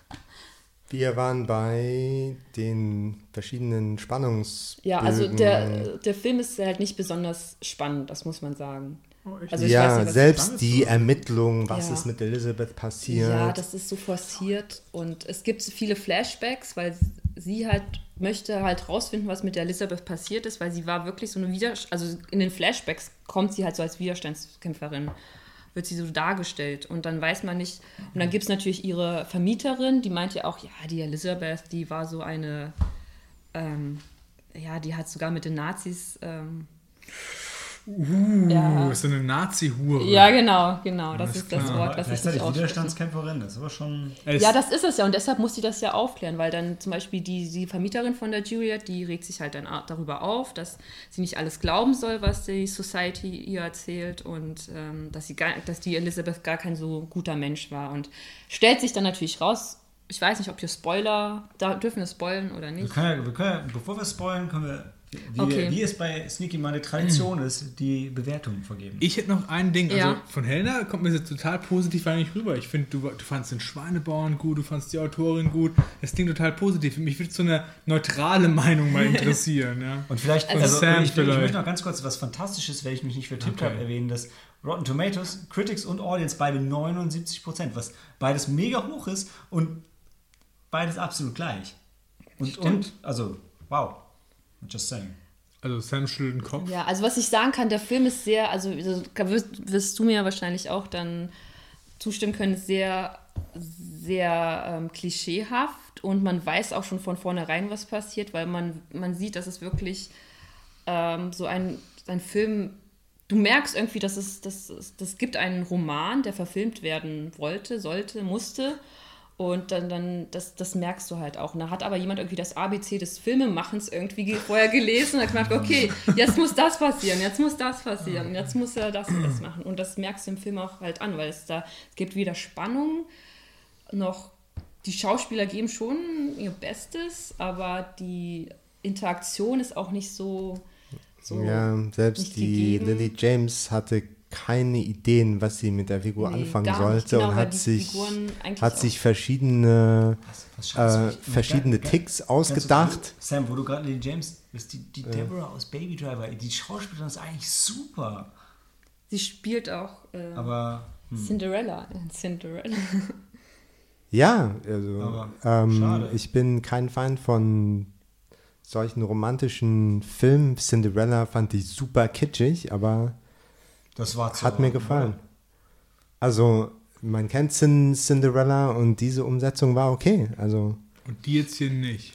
Wir waren bei den verschiedenen Spannungsbögen. Ja, also der, der Film ist halt nicht besonders spannend, das muss man sagen. Oh, echt? Also ich ja, weiß nicht, was selbst die Ermittlung, was Ja. ist mit Elizabeth passiert. Ja, das ist so forciert und es gibt viele Flashbacks, weil sie halt möchte halt rausfinden, was mit der Elisabeth passiert ist, weil sie war wirklich so eine Widerstand, also in den Flashbacks kommt sie halt so als Widerstandskämpferin, wird sie so dargestellt und dann weiß man nicht, und dann gibt es natürlich ihre Vermieterin, die meint ja auch, ja, die Elisabeth, die war so eine, ähm, ja, die hat sogar mit den Nazis, ähm, Uh, Ja. ist so eine Nazi-Hure. ja, genau, genau, das Alles ist das klar. Wort, was ich Gleichzeitig nicht ausspreche. Widerstandskämpferin, das ist aber schon. Es- Ja, das ist es ja und deshalb muss sie das ja aufklären, weil dann zum Beispiel die, die Vermieterin von der Juliet, die regt sich halt dann a- darüber auf, dass sie nicht alles glauben soll, was die Society ihr erzählt und ähm, dass, sie gar, dass die Elizabeth gar kein so guter Mensch war und stellt sich dann natürlich raus, ich weiß nicht, ob wir Spoiler, da dürfen wir spoilern oder Wir nicht. können ja, wir können ja, bevor wir spoilern, können wir, wie, Okay. wie es bei Sneaky mal eine Tradition ist, die Bewertungen vergeben. Ich hätte noch ein Ding, also Ja. von Helena kommt mir das total positiv eigentlich rüber. Ich finde, du, du fandst den Schweinebauern gut, du fandst die Autorin gut. Das klingt total positiv. Mich würde so eine neutrale Meinung mal interessieren. Ja. Und vielleicht, Also also, Sam ich, ich vielleicht. möchte noch ganz kurz was Fantastisches, wenn ich mich nicht vertippt Okay. habe, erwähnen, dass Rotten Tomatoes, Critics und Audience beide neunundsiebzig Prozent, was beides mega hoch ist und beides absolut gleich. Und, Stimmt. und also, wow, just saying. Also Sam schüttelt den Kopf. Ja, also was ich sagen kann, der Film ist sehr, also da wirst, wirst du mir wahrscheinlich auch dann zustimmen können, sehr, sehr ähm, klischeehaft und man weiß auch schon von vornherein, was passiert, weil man, man sieht, dass es wirklich ähm, so ein, ein Film, du merkst irgendwie, dass es, dass es das gibt einen Roman, der verfilmt werden wollte, sollte, musste. Und dann, dann das, das merkst du halt auch. Und da hat aber jemand irgendwie das A B C des Filmemachens irgendwie ge- vorher gelesen und hat gedacht, okay, jetzt muss das passieren, jetzt muss das passieren, jetzt muss er das und das machen. Und das merkst du im Film auch halt an, weil es da es gibt weder Spannung noch, die Schauspieler geben schon ihr Bestes, aber die Interaktion ist auch nicht so, so Ja, selbst nicht die gegeben. Lily James hatte keine Ideen, was sie mit der Figur Nee, anfangen gar nicht, sollte genau, und weil hat die sich, Figuren eigentlich hat auch- sich verschiedene, Was schaust du äh, mich- verschiedene Ga- ga- Ticks ganz ausgedacht. kurz, Sam, wo du gerade Lily James bist, die, die Deborah aus Baby Driver, die Schauspielerin ist eigentlich super. Sie spielt auch äh, Aber Cinderella in Cinderella. Ja, also Aber ähm, schade. ich bin kein Fan von solchen romantischen Filmen. Cinderella fand ich super kitschig, aber das war zu hat mir gefallen. Also man kennt Cin- Cinderella und diese Umsetzung war okay. Also Und die jetzt hier nicht.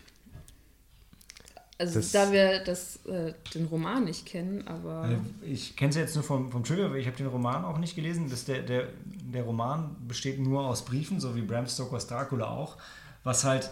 Also Das- da wir das, äh, den Roman nicht kennen, aber Äh, Ich kenne es jetzt nur vom, vom Trigger, weil ich habe den Roman auch nicht gelesen. Das der, der, der Roman besteht nur aus Briefen, so wie Bram Stokers Dracula auch, was halt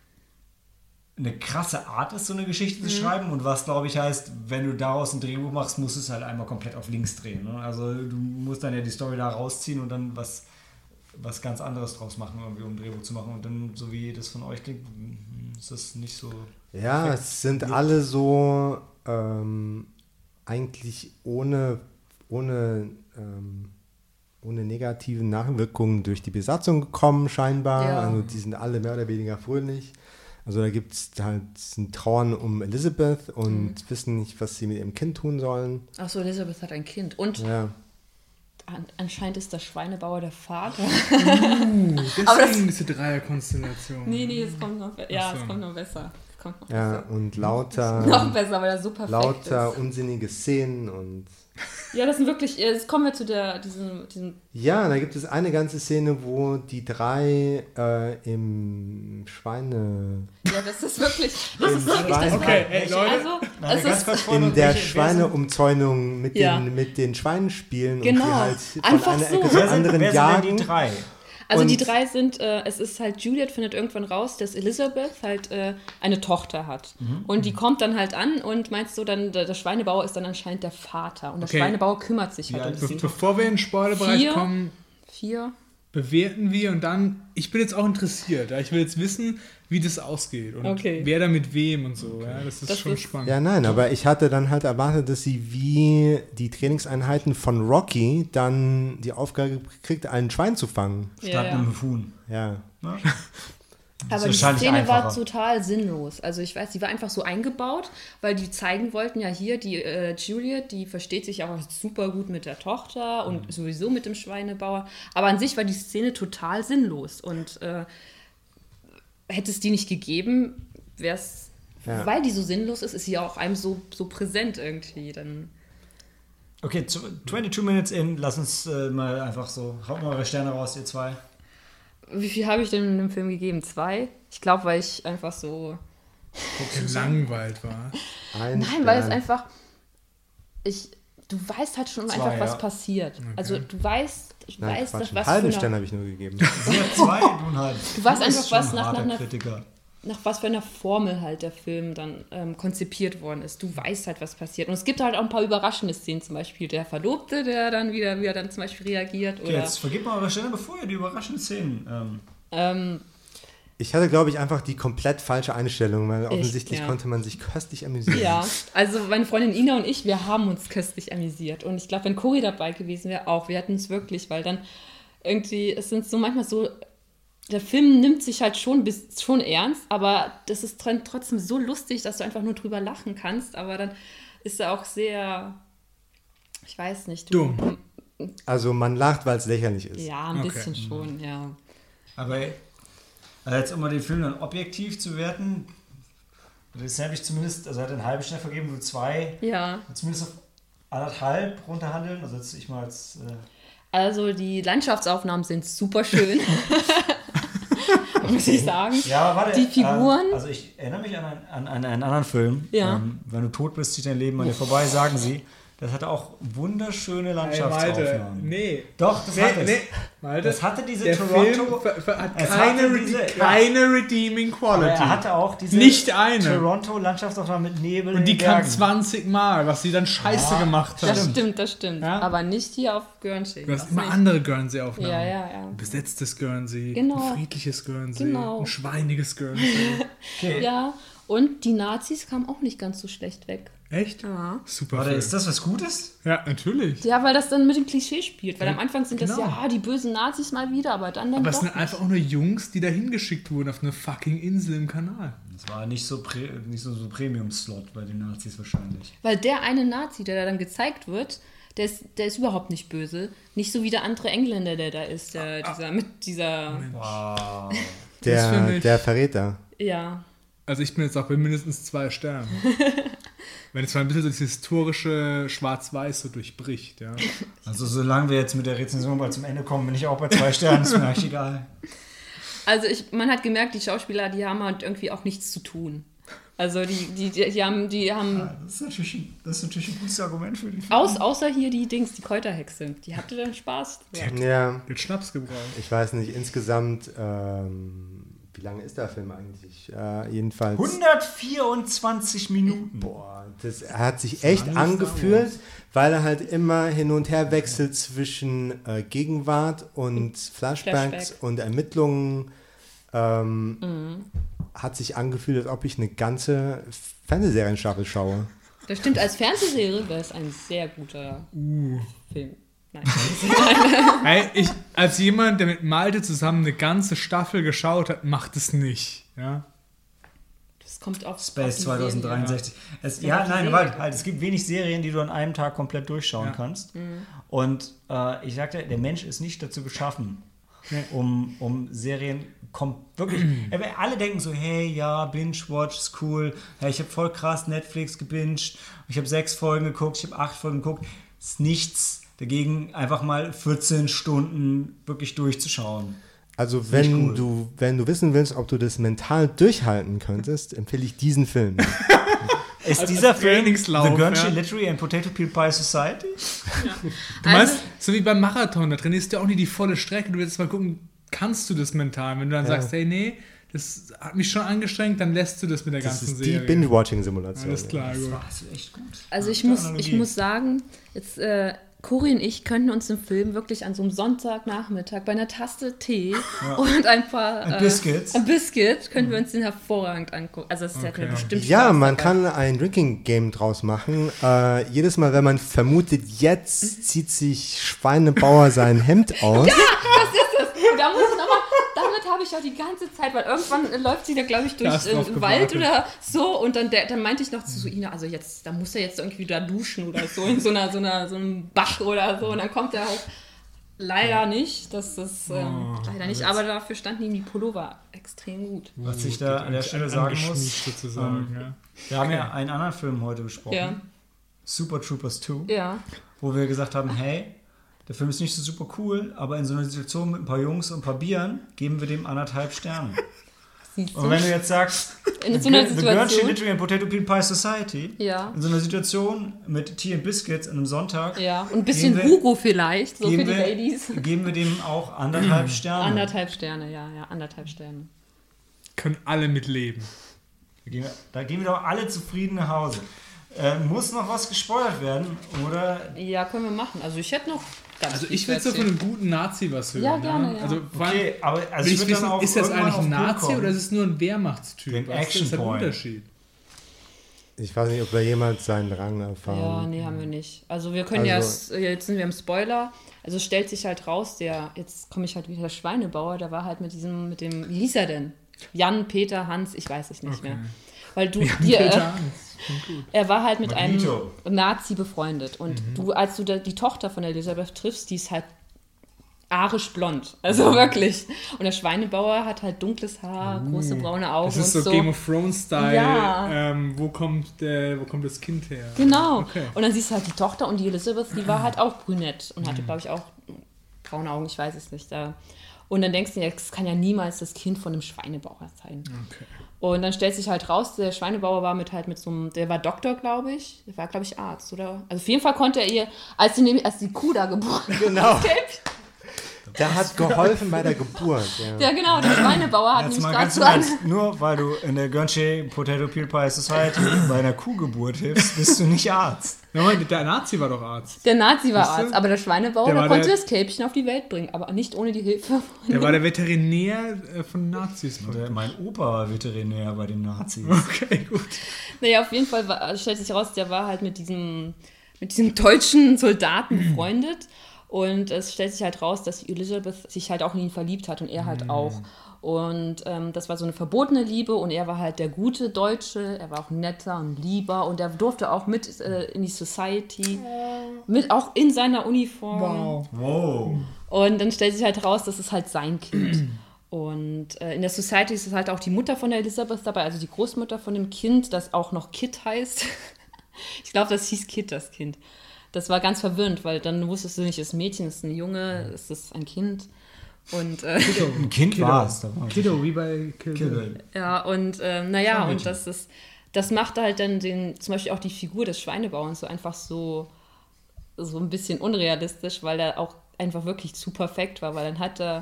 eine krasse Art ist, so eine Geschichte zu schreiben und was, glaube ich, heißt, wenn du daraus ein Drehbuch machst, musst du es halt einmal komplett auf links drehen. Ne? Also du musst dann ja die Story da rausziehen und dann was, was ganz anderes draus machen, irgendwie, um ein Drehbuch zu machen. Und dann, so wie das von euch klingt, ist das nicht so... ja, perfekt. es sind alle so ähm, eigentlich ohne, ohne, ähm, ohne negative Nachwirkungen durch die Besatzung gekommen, scheinbar. Ja. Also die sind alle mehr oder weniger fröhlich. Also da gibt es halt ein Trauern um Elizabeth und wissen nicht, was sie mit ihrem Kind tun sollen. ach so, Elizabeth hat ein Kind. Und Ja, an, anscheinend ist der Schweinebauer der Vater. Uh, Aber das- deswegen diese Dreierkonstellation. Nee, nee, es kommt noch, be- ja, Ach so. es kommt noch besser. Es kommt noch Ja, besser. und lauter, Noch besser, weil er so perfekt lauter ist. unsinnige Szenen und Ja, das sind wirklich, jetzt kommen wir zu der, diesem, diesem ja, da gibt es eine ganze Szene, wo die drei äh, im Schweine... ja, das ist wirklich, das ist wirklich, das Schwein- Okay, ey, Leute. also, Nein, es ganz ist, kurz vorne, in der welche- wer sind- Schweineumzäunung mit, Ja. den, mit den Schweinen spielen Genau. und die halt von Einfach einer so. Ecke zur Wer sind, anderen wer sind denn jagen. die drei? also die Und- drei sind, äh, es ist halt, Juliet findet irgendwann raus, dass Elizabeth halt äh, eine Tochter hat. Und die kommt dann halt an und meinst du dann, der, der Schweinebauer ist dann anscheinend der Vater. Und der Okay. Schweinebauer kümmert sich halt alt um Be sie. bevor wir in den Spoilerbereich Vier. kommen, Vier. bewerten wir und dann, ich bin jetzt auch interessiert, ja, ich will jetzt wissen, wie das ausgeht und Okay. wer da mit wem und so, ja, das ist Das schon ist- spannend. Ja, nein, aber ich hatte dann halt erwartet, dass sie wie die Trainingseinheiten von Rocky dann die Aufgabe kriegt, ein Schwein zu fangen. Statt Ja, ja. einem Huhn. Ja. Ne? Aber die wahrscheinlich Szene war einfacher. total sinnlos. Also ich weiß, die war einfach so eingebaut, weil die zeigen wollten, ja hier, die äh, Juliet, die versteht sich auch super gut mit der Tochter und sowieso mit dem Schweinebauer. Aber an sich war die Szene total sinnlos. Und äh, hätte es die nicht gegeben, wäre es, Ja. weil die so sinnlos ist, ist sie auch einem so, so präsent irgendwie. Dann Okay, zu- zweiundzwanzig Minutes in, lass uns äh, mal einfach so, haut mal eure Sterne raus, ihr zwei. wie viel habe ich denn dem Film gegeben? Zwei? Ich glaube, weil ich einfach so... Gelangweilt war. Ein Nein, weil es Stern. einfach. Ich, du weißt halt schon Zwei, einfach, was ja. passiert. Also du weißt, ich Nein, weiß, Quatsch, dass, einen was halben für Stern eine, habe ich nur gegeben. Sie hat zwei, du ein halb. Du weißt bist einfach, was schon ein nach- nach harter einer- Kritiker. nach was für einer Formel halt der Film dann ähm, konzipiert worden ist. Du weißt halt, was passiert. Und es gibt halt auch ein paar überraschende Szenen, zum Beispiel der Verlobte, der dann wieder, wie er dann zum Beispiel reagiert. Okay, Oder jetzt vergebt mal eure Sterne, bevor ihr die überraschenden Szenen. Ähm, ähm, Ich hatte, glaube ich, einfach die komplett falsche Einstellung, weil offensichtlich ja. konnte man sich köstlich amüsieren. ja, also meine Freundin Ina und ich, wir haben uns köstlich amüsiert. Und ich glaube, wenn Cory dabei gewesen wäre, auch. Wir hätten es wirklich, weil dann irgendwie, es sind so manchmal so, der Film nimmt sich halt schon, bis, schon ernst, aber das ist tr- trotzdem so lustig, dass du einfach nur drüber lachen kannst. Aber dann ist er auch sehr, ich weiß nicht. Du, Dumm. Also man lacht, weil es lächerlich ist. Ja, ein Okay. bisschen schon, ja. aber also jetzt um mal den Film dann objektiv zu werten, das habe ich zumindest, also er hat einen halben Stern vergeben, du zwei, Ja, zumindest auf anderthalb runterhandeln. Also jetzt ich mal als. Äh, also die Landschaftsaufnahmen sind super schön. Muss ich sagen. Ja, aber warte. Die Figuren? Ähm, also ich erinnere mich an, ein, an, an einen anderen Film. Ja. Ähm, wenn du tot bist, zieht dein Leben an dir vorbei, sagen sie. Das hatte auch wunderschöne Ey, Malte, Landschaftsaufnahmen. nee. Doch, das Nee, hat es. nee. Malte, Das hatte diese der Toronto- Film ver- ver- hat Es keine, hatte rede- diese- ja. keine redeeming Aber quality. er hatte auch diese Nicht eine. Toronto-Landschaftsaufnahmen mit Nebel Und in die den kann Bergen. zwanzig Mal, was sie dann scheiße Ja, gemacht Das haben. stimmt, das stimmt. Ja? Aber nicht hier auf Guernsey. Du hast Das immer nicht. andere Guernsey-Aufnahmen. Ja, ja, ja. Ein besetztes Guernsey, Genau. ein friedliches Guernsey, Genau. ein schweiniges Guernsey. Okay. Ja, und die Nazis kamen auch nicht ganz so schlecht weg. Echt? Ja. Super Warte, Film. ist das was Gutes? Ja, natürlich. Ja, weil das dann mit dem Klischee spielt. Weil am Anfang sind das genau. ja die bösen Nazis mal wieder, aber dann dann Aber es doch sind einfach auch nur Jungs, die da hingeschickt wurden auf eine fucking Insel im Kanal. Das war nicht so, Pre nicht so, so Premium-Slot bei den Nazis wahrscheinlich. Weil der eine Nazi, der da dann gezeigt wird, der ist, der ist überhaupt nicht böse. Nicht so wie der andere Engländer, der da ist, der, dieser, mit dieser, Wow. Das finde Der, ich- der Verräter. ja. Also ich bin jetzt auch bei mindestens zwei Sternen. Wenn es mal ein bisschen so das historische Schwarz-Weiß so durchbricht, ja. Also solange wir jetzt mit der Rezension bald zum Ende kommen, bin ich auch bei zwei Sternen, ist mir eigentlich egal. Also ich, man hat gemerkt, die Schauspieler, die haben halt irgendwie auch nichts zu tun. Also die, die, die, die haben, die haben Das ist natürlich ein, das ist natürlich ein gutes Argument für den Film. aus, außer hier die Dings, die Kräuterhexe, die hatte dann Spaß. Ja. Ja, Jetzt Schnaps gebraucht. ich weiß nicht, insgesamt, ähm, wie lange ist der Film eigentlich? Äh, jedenfalls. hundertvierundzwanzig Minuten. Boah, das er hat sich echt angefühlt, weil er halt immer hin und her wechselt zwischen äh, Gegenwart und Flashbacks Flashback. und Ermittlungen. Ähm, Hat sich angefühlt, als ob ich eine ganze Fernsehserienstaffel schaue. Das stimmt, als Fernsehserie wäre es ein sehr guter Uh. Film. Nein. Hey, ich, als jemand, der mit Malte zusammen eine ganze Staffel geschaut hat, macht es nicht. Ja? Das kommt auf Space auf die zwanzig dreiundsechzig. Es, ja, auf die nein, Serien. halt, halt. Es gibt wenig Serien, die du an einem Tag komplett durchschauen Ja. kannst. Mhm. Und äh, ich sagte, der Mensch ist nicht dazu geschaffen, um, um Serien kom- wirklich. äh, alle denken so, hey, ja, Binge-Watch ist cool. Hey, ich habe voll krass Netflix gebinged. Ich habe sechs Folgen geguckt, ich habe acht Folgen geguckt. Ist nichts dagegen, einfach mal vierzehn Stunden wirklich durchzuschauen. Also wenn cool. du, wenn du wissen willst, ob du das mental durchhalten könntest, empfehle ich diesen Film. Ist Als- dieser als Film Trainingslauf, The Guernsey ja. Literary and Potato Peel Pie Society? Du meinst, so wie beim Marathon, da trainierst du auch nicht die volle Strecke. Du willst mal gucken, kannst du das mental? Wenn du dann Ja. sagst, hey, nee, das hat mich schon angestrengt, dann lässt du das mit der Das ganzen ist die Serie. Binge-Watching-Simulation. Alles klar, gut. Das ist echt gut. Also ich Gute muss, ich Analogie. muss sagen, jetzt äh, Cory und ich könnten uns den Film wirklich an so einem Sonntagnachmittag bei einer Tasse Tee und ein paar Ein äh, Biscuits. ein Biscuit können wir uns den hervorragend angucken. Also das hätte mir bestimmt Ja, Spaß man dabei. kann ein Drinking-Game draus machen. Äh, jedes Mal, wenn man vermutet, jetzt zieht sich Schweinebauer sein Hemd aus. Und da muss ich nochmal, damit habe ich auch die ganze Zeit, weil irgendwann äh, läuft sie da, glaube ich, Da durch hast du äh, drauf den Wald gewartet. oder so und dann, der, dann meinte ich noch zu Ina, also jetzt, da muss er jetzt irgendwie da duschen oder so, in so einer, so einer, so einem Bach oder so und dann kommt er auch leider nicht, das ist ähm, Oh, leider nicht, aber dafür standen ihm die Pullover extrem gut. Was ich da an der Stelle sagen muss, Angeschmiegt sozusagen, ähm, ja. wir haben ja einen anderen Film heute besprochen, Ja, Super Troopers zwei, ja. wo wir gesagt haben, hey, der Film ist nicht so super cool, aber in so einer Situation mit ein paar Jungs und ein paar Bieren geben wir dem anderthalb Sterne. Siehst Und wenn du jetzt sagst, in so einer The Guernsey Situation, Literary and Potato Peel Pie Society, ja, in so einer Situation mit Tea and Biscuits an einem Sonntag, ja, und ein bisschen Geben wir- Hugo vielleicht, so für geben die wir, Ladies. geben wir dem auch anderthalb Sterne. Anderthalb Sterne, ja, ja, anderthalb Sterne. Können alle mitleben. Da gehen wir, da gehen wir doch alle zufrieden nach Hause. Äh, muss noch was gespoilert werden, oder? Ja, können wir machen. Also ich hätte noch ganz Also viel ich zu will so von erzählen. einem guten Nazi was hören. Ja, gerne, ja. Also vor allem, Okay, aber also will ich ich würde wissen, dann auch ist das irgendwann eigentlich ein auf Bild Nazi kommen. oder ist es nur ein Wehrmachtstyp? Den Was ist Action der Point. Unterschied? Ich weiß nicht, ob da jemand seinen Rang Ja, erfahren. nee, haben wir nicht. Also wir können ja, Also- jetzt sind wir im Spoiler. Also es stellt sich halt raus, der, jetzt komme ich halt wieder, der Schweinebauer, der war halt mit diesem, mit dem, wie hieß er denn? Jan, Peter, Hans, ich weiß es nicht mehr. Weil du, dir, äh, Peter Hans. er war halt mit Magneto. einem Nazi befreundet. Und du, als du da, die Tochter von Elisabeth triffst, die ist halt arisch blond. Also wirklich. Und der Schweinebauer hat halt dunkles Haar, große braune Augen Das ist so, und so. Game of Thrones-Style. Ja. Ähm, wo, kommt der, wo kommt das Kind her? Genau. Okay. Und dann siehst du halt die Tochter und die Elisabeth, die war halt auch brünett und hatte, glaube ich, auch braune Augen, ich weiß es nicht. Da. Und dann denkst du dir, das kann ja niemals das Kind von einem Schweinebauer sein. Okay. Und dann stellt sich halt raus, der Schweinebauer war mit halt mit so einem, der war Doktor, glaube ich. Der war, glaube ich, Arzt, oder? Also auf jeden Fall konnte er ihr, als die, nämlich- als die Kuh da geboren Genau. wurde, Der hat geholfen bei der Geburt. Ja. ja genau, der Schweinebauer hat Jetzt nämlich mal gerade ganz so im eine, Ernst, nur weil du in der Guernsey Potato Peel Pie Society bei einer Kuhgeburt hilfst, bist du nicht Arzt. Moment, der Nazi war doch Arzt. der Nazi war Weißt du? Arzt, aber der Schweinebauer, Der der, war konnte der- das Kälbchen auf die Welt bringen, aber nicht ohne die Hilfe von Der war der Veterinär äh, von Nazis. Der, mein Opa war Veterinär bei den Nazis. Okay, gut. Naja, auf jeden Fall war, stellt sich raus, der war halt mit diesem, mit diesem deutschen Soldaten befreundet. Und es stellt sich halt raus, dass Elisabeth sich halt auch in ihn verliebt hat und er halt auch. Und ähm, das war so eine verbotene Liebe und er war halt der gute Deutsche, er war auch netter und lieber und er durfte auch mit äh, in die Society, mit auch in seiner Uniform. Wow. Wow. Und dann stellt sich halt raus, das ist halt sein Kind. Und äh, in der Society ist es halt auch die Mutter von der Elisabeth dabei, also die Großmutter von dem Kind, das auch noch Kid heißt. Ich glaube, das hieß Kid, das Kind. Das war ganz verwirrend, weil dann wusstest du nicht, ist ein Mädchen, ist ein Junge, ist es ein Kind. Und äh, Ein Kind war es. Kiddo, wie bei Kill Bill. ja, und ähm, naja, Schon und Mädchen. das ist, das macht halt dann den, zum Beispiel auch die Figur des Schweinebauern so einfach so, so ein bisschen unrealistisch, weil er auch einfach wirklich zu perfekt war, weil dann hat er,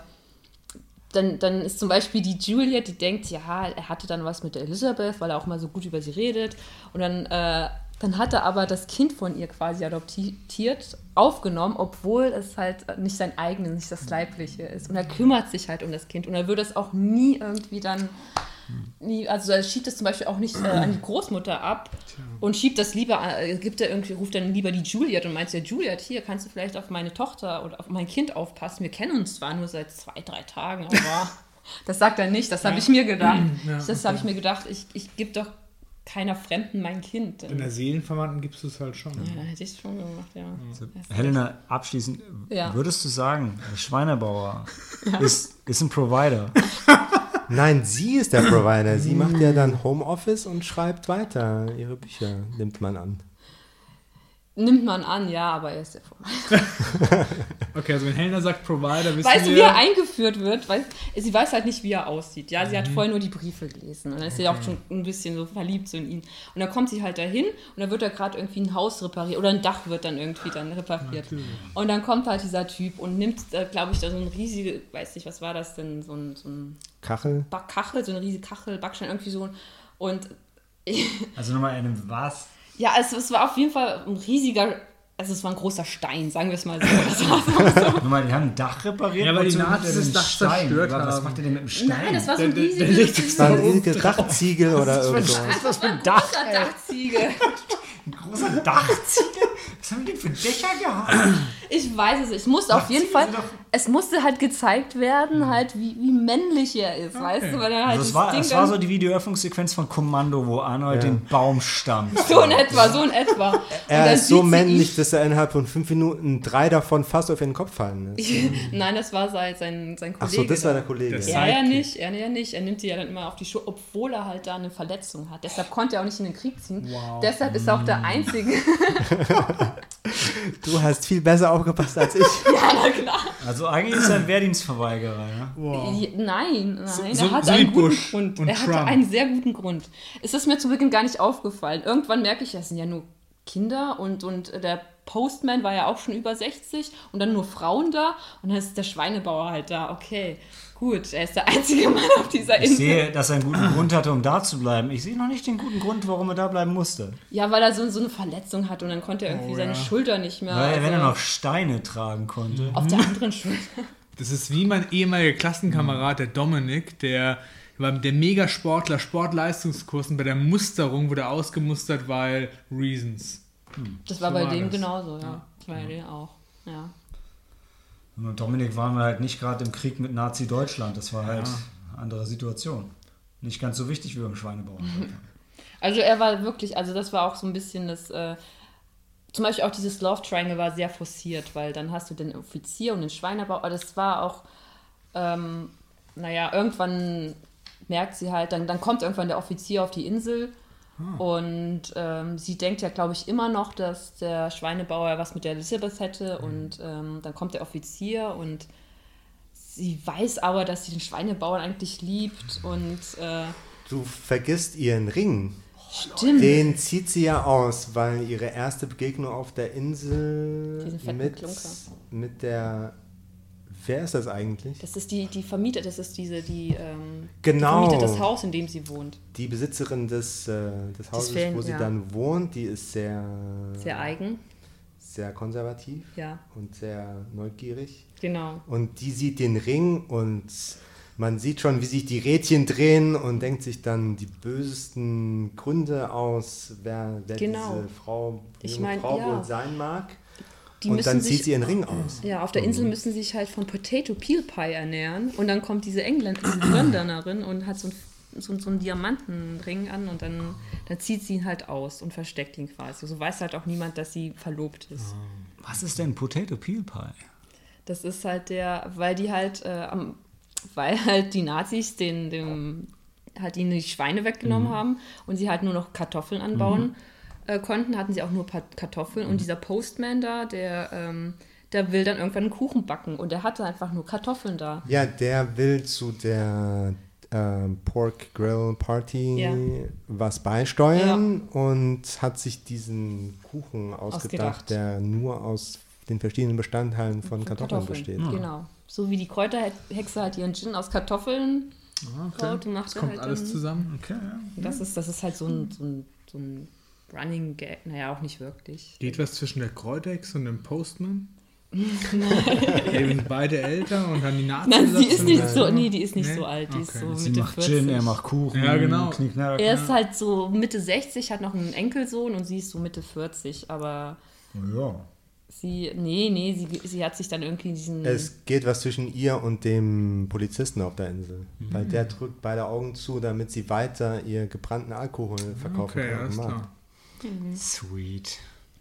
dann, dann ist zum Beispiel die Juliet, die denkt, ja, er hatte dann was mit der Elisabeth, weil er auch mal so gut über sie redet. Und dann, äh, dann hat er aber das Kind von ihr quasi adoptiert, aufgenommen, obwohl es halt nicht sein eigenes, nicht das Leibliche ist. Und er kümmert sich halt um das Kind und er würde es auch nie irgendwie dann, nie, also er schiebt es zum Beispiel auch nicht äh, an die Großmutter ab und schiebt das lieber, äh, gibt er irgendwie, ruft dann lieber die Juliet und meint ja, Juliet, hier kannst du vielleicht auf meine Tochter oder auf mein Kind aufpassen. Wir kennen uns zwar nur seit zwei, drei Tagen, aber Das sagt er nicht, das habe ich mir gedacht. Ja, das okay. habe ich mir gedacht, ich, ich gebe doch keiner Fremden mein Kind. In der Seelenverwandten gibst du es halt schon. Ja, dann hätte ich es schon gemacht, ja. Also, Helena, abschließend, Ja. würdest du sagen, der Schweinebauer ist, ist ein Provider? Nein, sie ist der Provider. Sie macht ja dann Homeoffice und schreibt weiter ihre Bücher, nimmt man an. Nimmt man an, ja, aber er ist der Vorteil. Okay, also wenn Helena sagt Provider, wissen Weißt du, wir... wie er eingeführt wird? Weiß, sie weiß halt nicht, wie er aussieht. Ja, sie hat vorher nur die Briefe gelesen. Und dann ist sie auch schon ein bisschen so verliebt so in ihn. Und dann kommt sie halt dahin und dann wird da gerade irgendwie ein Haus repariert oder ein Dach wird dann irgendwie dann repariert. Natürlich. Und dann kommt halt dieser Typ und nimmt, äh, glaube ich, da so ein riesige, weiß nicht, was war das denn, so ein, so ein Kachel? Back- Kachel, so eine riesige Kachel, Backstein, irgendwie so. Und Also nochmal in einem was? ja, es, es war auf jeden Fall ein riesiger, also es war ein großer Stein, sagen wir es mal so. Das war so. Nochmal, die haben ein Dach repariert. Ja, weil die wozu Nazis hat er das den Dach Stein? zerstört Aber Was haben. macht ihr denn mit dem Stein? Nein, das war so ein Der- der- der riesiges liegt Das war ein riesiges Dachziegel oder irgend so. Was ist das für ein Dach? ey? Dachziegel. Ein großer Dachziegel? Was haben die denn für Dächer gehabt? Ich weiß es nicht. Es musste auf jeden Dachziegel Fall, sind doch- es musste halt gezeigt werden, halt wie, wie männlich er ist, weißt du? Weil er halt Also es das war, Ding es war dann- so die Videoöffnungssequenz von Kommando, wo Arnold Ja. den Baum stampft. so in etwa, so in etwa. Und Er dann ist so sieht sie männlich, dass er innerhalb von fünf Minuten drei davon fast auf ihren Kopf fallen ist. ihn- Nein, das war sein, sein, sein Kollege. Ach so, das war da. der Kollege. Das- Er ja Sidekick. nicht, er ja nicht. Er nimmt sie ja dann immer auf die Schulter, obwohl er halt da eine Verletzung hat. Deshalb konnte er auch nicht in den Krieg ziehen. Wow. Deshalb ist er auch der Einzige. Du hast viel besser aufgepasst als ich. Ja, na klar. Also eigentlich ist er ein Wehrdienstverweigerer, ja? Wow. Nein, nein, so- er hat so wie einen guten Bush Grund. und Er hatte Trump. einen sehr guten Grund. Es ist mir zu Beginn gar nicht aufgefallen. Irgendwann merke ich, das sind ja nur Kinder und, und der Postman war ja auch schon über sechzig und dann nur Frauen da und dann ist der Schweinebauer halt da. Okay, gut, er ist der einzige Mann auf dieser Ich Insel. sehe, dass er einen guten Grund hatte, um da zu bleiben. Ich sehe noch nicht den guten Grund, warum er da bleiben musste. Ja, weil er so, so eine Verletzung hat und dann konnte er irgendwie Oh, seine ja. Schulter nicht mehr. Weil er, wenn er also noch Steine tragen konnte. auf der anderen Schulter. Das ist wie mein ehemaliger Klassenkamerad, der Dominik, der war der Megasportler, Sportleistungskurs und bei der Musterung wurde er ausgemustert, weil Reasons. Das war So bei war dem das. genauso, ja. Bei dem auch, ja. Und Dominik waren wir halt nicht gerade im Krieg mit Nazi-Deutschland. Das war halt eine andere Situation. Nicht ganz so wichtig wie beim Schweinebauer. Also er war wirklich, also das war auch so ein bisschen das, äh, zum Beispiel auch dieses Love Triangle war sehr forciert, weil dann hast du den Offizier und den Schweinebauer, aber das war auch, ähm, naja, irgendwann merkt sie halt, dann, dann kommt irgendwann der Offizier auf die Insel und ähm, sie denkt ja, glaube ich, immer noch, dass der Schweinebauer was mit der Elizabeth hätte und ähm, dann kommt der Offizier und sie weiß aber, dass sie den Schweinebauern eigentlich liebt und äh, Du vergisst ihren Ring. stimmt. Den zieht sie ja aus, weil ihre erste Begegnung auf der Insel Diesen fetten mit, Klunker. mit der... Wer ist das eigentlich? Das ist die, die Vermieter, das ist diese, die, ähm, Genau. die vermietet das Haus, in dem sie wohnt. Die Besitzerin des, äh, des Hauses, Fällen, wo sie ja. dann wohnt, die ist sehr, Sehr eigen, sehr konservativ ja, und sehr neugierig. genau. Und die sieht den Ring und man sieht schon, wie sich die Rädchen drehen und denkt sich dann die bösesten Gründe aus, wer, wer Genau. diese Frau, Ich junge mein, Frau ja. wohl sein mag. Die und müssen dann sich, zieht sie ihren Ring aus. ja, auf der Insel müssen sie sich halt von Potato Peel Pie ernähren und dann kommt diese Engländ diese Londonerin und hat so einen so, so einen Diamantenring an und dann, dann zieht sie ihn halt aus und versteckt ihn quasi. So weiß halt auch niemand, dass sie verlobt ist. Was ist denn Potato Peel Pie? Das ist halt der, weil die halt, äh, am, weil halt die Nazis den, dem, halt ihnen die Schweine weggenommen haben und sie halt nur noch Kartoffeln anbauen äh, konnten, hatten sie auch nur pa- Kartoffeln und dieser Postman da, der, ähm, der will dann irgendwann einen Kuchen backen und der hatte einfach nur Kartoffeln da. Ja, der will zu der ähm, Pork Grill Party Ja. was beisteuern und hat sich diesen Kuchen ausgedacht, Ausgedacht. der nur aus den verschiedenen Bestandteilen von Kartoffeln, besteht. Genau. So wie die Kräuterhexe halt ihren Gin aus Kartoffeln braut und macht Das er kommt halt alles dann, zusammen. Okay, ja. das ist, das ist halt so ein, so ein, so ein Running Gag, naja, auch nicht wirklich. Geht was zwischen der Kräuterhexe und dem Postman? Die sind beide älter und haben die Nazis. Nein, sie ist dazu- nicht so, nee, die ist nicht Nee? so alt, die ist Okay. so Sie Mitte macht vierzig. Gin, er macht Kuchen. Ja, genau. Knickknack. Er ist halt so Mitte sechzig, hat noch einen Enkelsohn und sie ist so Mitte vierzig, aber Ja. Sie, nee, nee, sie, sie hat sich dann irgendwie in diesen... Es geht was zwischen ihr und dem Polizisten auf der Insel. Mhm. Weil der drückt beide Augen zu, damit sie weiter ihr gebrannten Alkohol verkaufen Okay, kann. alles am Markt. klar. Mhm. Sweet.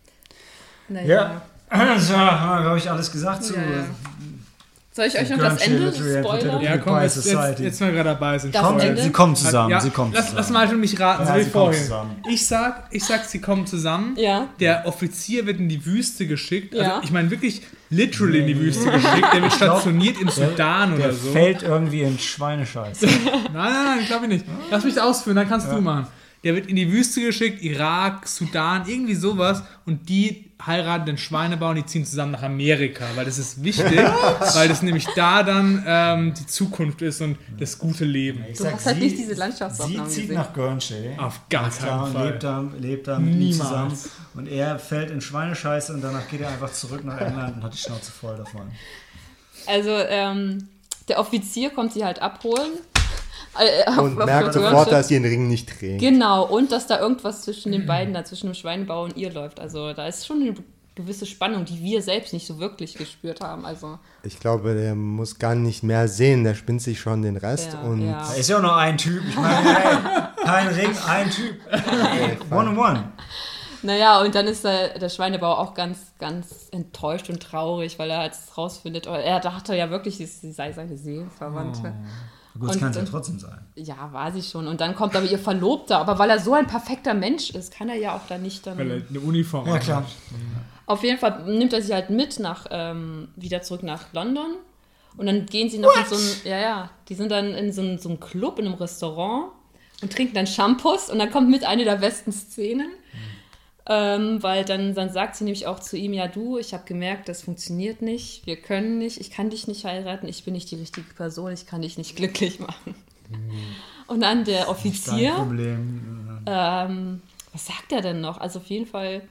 Naja. Ja, also, haben wir, glaube ich, alles gesagt zu. Ja, ja. Soll ich euch noch das Ende spoilern? Ja, komm, jetzt, jetzt, jetzt mal gerade dabei sind. Das Ende? Sie kommen zusammen. Ja, sie kommen lass, zusammen. lass mal mich raten, Ja, so wie sie kommen vorhin. zusammen. Ich sag, ich sag, sie kommen zusammen. Ja. Der Offizier wird in die Wüste geschickt. Also, Ja. ich meine wirklich literally in die Wüste geschickt. Der wird stationiert im Sudan der, oder der so. fällt irgendwie in Schweinescheiß. Nein, nein, nein, glaube ich nicht. Lass mich ausführen, dann kannst du machen. Der wird in die Wüste geschickt, Irak, Sudan, irgendwie sowas. Und die heiraten den Schweinebauer und die ziehen zusammen nach Amerika. Weil das ist wichtig, weil das nämlich da dann ähm, die Zukunft ist und das gute Leben. Ich Du sag, hast halt sie- nicht diese Sie Landschaftsaufnahmen zieht gesehen. nach Guernsey. Auf gar Ganz klar, keinen und Fall. lebt da, lebt da mit ihm Niemals. zusammen. Und er fällt in Schweinescheiße und danach geht er einfach zurück nach England und hat die Schnauze voll davon. Also, ähm, der Offizier kommt sie halt abholen. Äh, auf- Und auf merkt der sofort, Guernsey. dass sie den Ring nicht trägt. Genau, und dass da irgendwas zwischen den beiden, da zwischen dem Schweinebauer und ihr läuft. Also da ist schon eine gewisse Spannung, die wir selbst nicht so wirklich gespürt haben. Also Ich glaube, der muss gar nicht mehr sehen, der spinnt sich schon den Rest. Ja, und ja. Da ist ja auch nur ein Typ. Ich meine, hey, kein Ring, ein Typ. Hey, one on one. naja, und dann ist der, der Schweinebauer auch ganz, ganz enttäuscht und traurig, weil er jetzt rausfindet, oder er dachte ja wirklich, sie sei seine Seelenverwandte. Gut, das Und- kann es ja und- trotzdem sein. Ja, war sie schon. Und dann kommt aber ihr Verlobter. Aber weil er so ein perfekter Mensch ist, kann er ja auch da nicht dann... Weil er eine Uniform Ja, klar. hat. Auf jeden Fall nimmt er sie halt mit nach, ähm, wieder zurück nach London. Und dann gehen sie noch in so ein, ja, ja, die sind dann in so einem so einem Club, in einem Restaurant und trinken dann Shampoos. Und dann kommt mit eine der besten Szenen. Ähm, weil dann, dann sagt sie nämlich auch zu ihm, ja du, ich habe gemerkt, das funktioniert nicht, wir können nicht, ich kann dich nicht heiraten, ich bin nicht die richtige Person, ich kann dich nicht glücklich machen. Und dann der Kein Offizier, Problem. ähm, was sagt er denn noch? Also auf jeden Fall,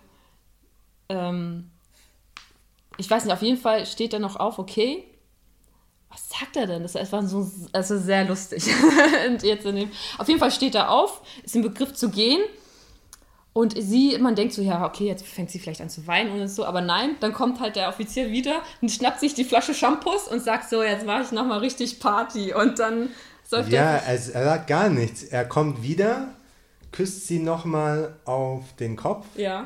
ähm, ich weiß nicht, auf jeden Fall steht er noch auf, okay, was sagt er denn? Das ist einfach so, also sehr lustig. Und jetzt in dem, auf jeden Fall steht er auf, ist im Begriff zu gehen. Und sie, man denkt so, ja, okay, jetzt fängt sie vielleicht an zu weinen oder so, aber nein, dann kommt halt der Offizier wieder und schnappt sich die Flasche Shampoos und sagt so, jetzt mache ich nochmal richtig Party und dann säuft Ja, er... er, er sagt gar nichts. Er kommt wieder, küsst sie nochmal auf den Kopf Ja,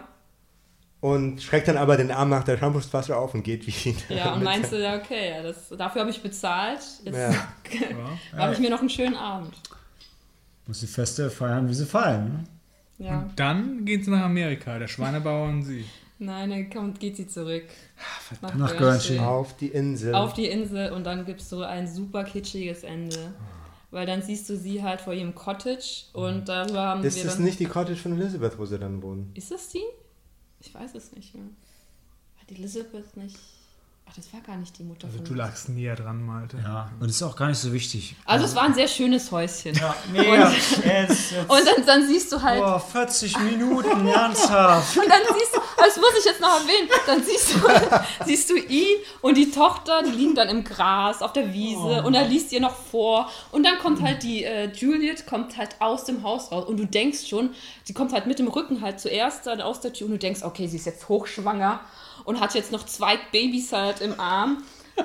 und schreckt dann aber den Arm nach der Shampoosflasche auf und geht wieder. ja, und mit- meinst du, ja, okay, ja, das, dafür habe ich bezahlt, jetzt Ja. mache ich mir noch einen schönen Abend. Muss die Feste feiern, wie sie fallen. Ne? Ja, Und dann gehen sie nach Amerika, der Schweinebauer und sie. nein, dann kommt, geht sie zurück. Nach, Nach Guernsey. Guernsey. Auf die Insel. Auf die Insel und dann gibt es so ein super kitschiges Ende. Weil dann siehst du sie halt vor ihrem Cottage und darüber haben ist wir das dann... nicht die Cottage von Elizabeth, wo sie dann wohnen? Ist das die? Ich weiß es nicht mehr. Hat Elizabeth nicht... Ach, das war gar nicht die Mutter Also von... du lagst näher dran, Malte. Ja, und das ist auch gar nicht so wichtig. Also es war ein sehr schönes Häuschen. Ja, mega. Jetzt, jetzt, Und dann, dann siehst du halt... boah, vierzig Minuten, ernsthaft. Und dann siehst du, das muss ich jetzt noch erwähnen, dann siehst du, siehst du ihn und die Tochter, die liegen dann im Gras auf der Wiese und er liest ihr noch vor und dann kommt halt die äh, Juliet, kommt halt aus dem Haus raus und du denkst schon, sie kommt halt mit dem Rücken halt zuerst dann aus der Tür und du denkst, okay, sie ist jetzt hochschwanger und hat jetzt noch zwei Babys halt im Arm.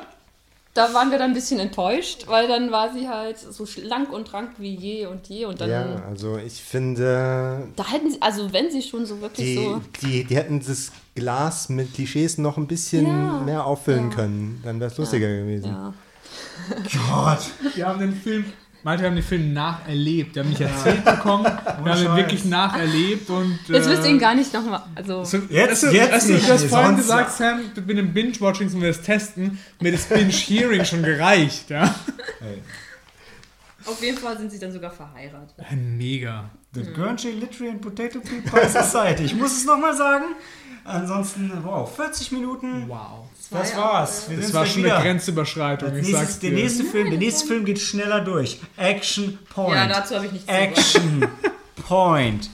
Da waren wir dann ein bisschen enttäuscht, weil dann war sie halt so schlank und rank wie je und je und dann... Ja, also ich finde, Da hätten sie, also wenn sie schon so wirklich die, so... die, die hätten das Glas mit Klischees noch ein bisschen Ja, mehr auffüllen ja. können. Dann wäre es lustiger gewesen. Ja. Gott. Wir haben den Film, Malte, wir haben den Film nacherlebt. Wir haben nicht erzählt bekommen, wir haben ihn Scheiß. wirklich nacherlebt und... Jetzt äh, müsst ihr ihn gar nicht nochmal... Also, So, Jetzt- weißt du, jetzt weißt du, nicht, du hast nee, vorhin sonst gesagt, ja. Sam, mit dem Binge-Watching sollen wir das testen. Mir das Binge-Hearing schon gereicht, ja. auf jeden Fall sind sie dann sogar verheiratet. Mega. The Guernsey Literary and Potato Pea Pie Society. Ich muss es nochmal sagen. Ansonsten, wow, vierzig Minuten. Wow. Das war's. Wir Das sind war gleich schon wieder. eine Grenzüberschreitung, Als ich nächstes, sag's der dir. nächste Film, der nächste Film geht schneller durch. Action Point. Ja, dazu habe ich nichts zu sagen. Action Point.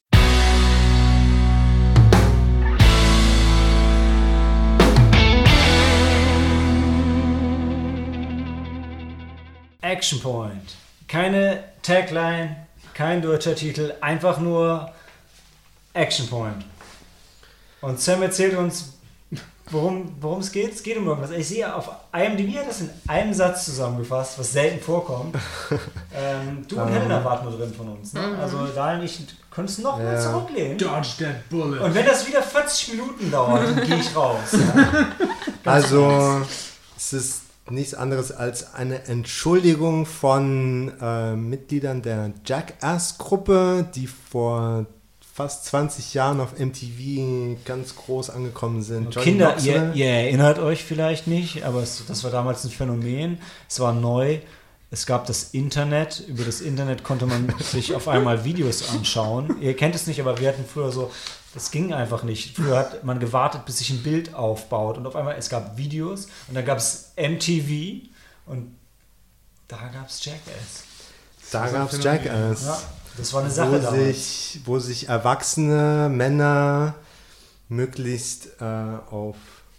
Action Point. Keine Tagline, kein deutscher Titel, einfach nur Action Point. Und Sam erzählt uns, worum, worum es geht? Es geht um irgendwas. Ich sehe, auf I M D B hat das in einem Satz zusammengefasst, was selten vorkommt. ähm, du und Helena warten nur drin von uns. Ne? Also Daniel und ich können es noch Ja. mal zurücklehnen. Dodge that bullet. Und wenn das wieder vierzig Minuten dauert, dann gehe ich raus. Ja? Also, es ist nichts anderes als eine Entschuldigung von äh, Mitgliedern der Jackass-Gruppe, die vor fast zwanzig Jahren auf M T V ganz groß angekommen sind. Johnny Kinder, Knoxville. ihr, ihr erinnert euch vielleicht nicht, aber es, das war damals ein Phänomen. Es war neu. Es gab das Internet. Über das Internet konnte man sich auf einmal Videos anschauen. Ihr kennt es nicht, aber wir hatten früher so, das ging einfach nicht. Früher hat man gewartet, bis sich ein Bild aufbaut. Und auf einmal, es gab Videos und dann gab es M T V und da gab es Jackass. Da gab es Jackass. Ja, das war eine Sache wo damals. sich, wo sich erwachsene Männer möglichst äh, auf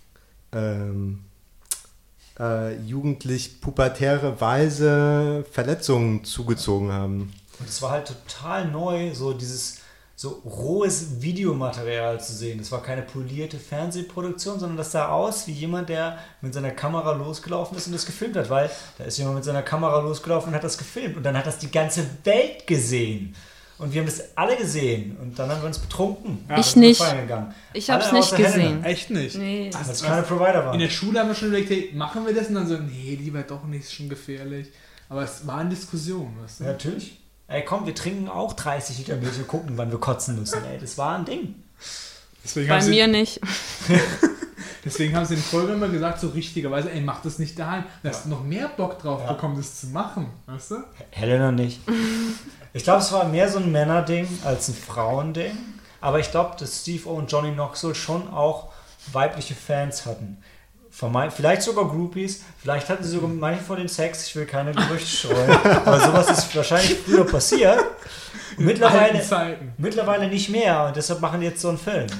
ähm, äh, jugendlich-pubertäre Weise Verletzungen zugezogen haben. Und es war halt total neu, so dieses so rohes Videomaterial zu sehen. Das war keine polierte Fernsehproduktion, sondern das sah aus wie jemand, der mit seiner Kamera losgelaufen ist und das gefilmt hat, weil da ist jemand mit seiner Kamera losgelaufen und hat das gefilmt und dann hat das die ganze Welt gesehen. Und wir haben das alle gesehen und dann haben wir uns betrunken. Ich sind nicht. feiern gegangen. Ich hab's Alle nicht außer Helena, gesehen. Echt nicht? Nee. Weil es keine Provider waren. In der Schule haben wir schon überlegt, hey, machen wir das? Und dann so, nee, lieber doch nicht, ist schon gefährlich. Aber es war eine Diskussion, weißt du? Ja, natürlich. Ey, komm, wir trinken auch dreißig Liter Milch und gucken, wann wir kotzen müssen. Ey, das war ein Ding. Deswegen Bei haben sie, mir nicht. Deswegen haben sie in Folge immer gesagt, so richtigerweise, ey, mach das nicht daheim. Da hast du noch mehr Bock drauf Ja. bekommen, das zu machen, weißt du? Helena nicht. Ich glaube, es war mehr so ein Männerding als ein Frauending. Aber ich glaube, dass Steve-O und Johnny Knoxville schon auch weibliche Fans hatten. Vermeint, vielleicht sogar Groupies, vielleicht hatten sie sogar manche von den Sex, ich will keine Gerüchte streuen, aber sowas ist wahrscheinlich früher passiert. Mittlerweile, alten Zeiten. mittlerweile nicht mehr und deshalb machen die jetzt so einen Film.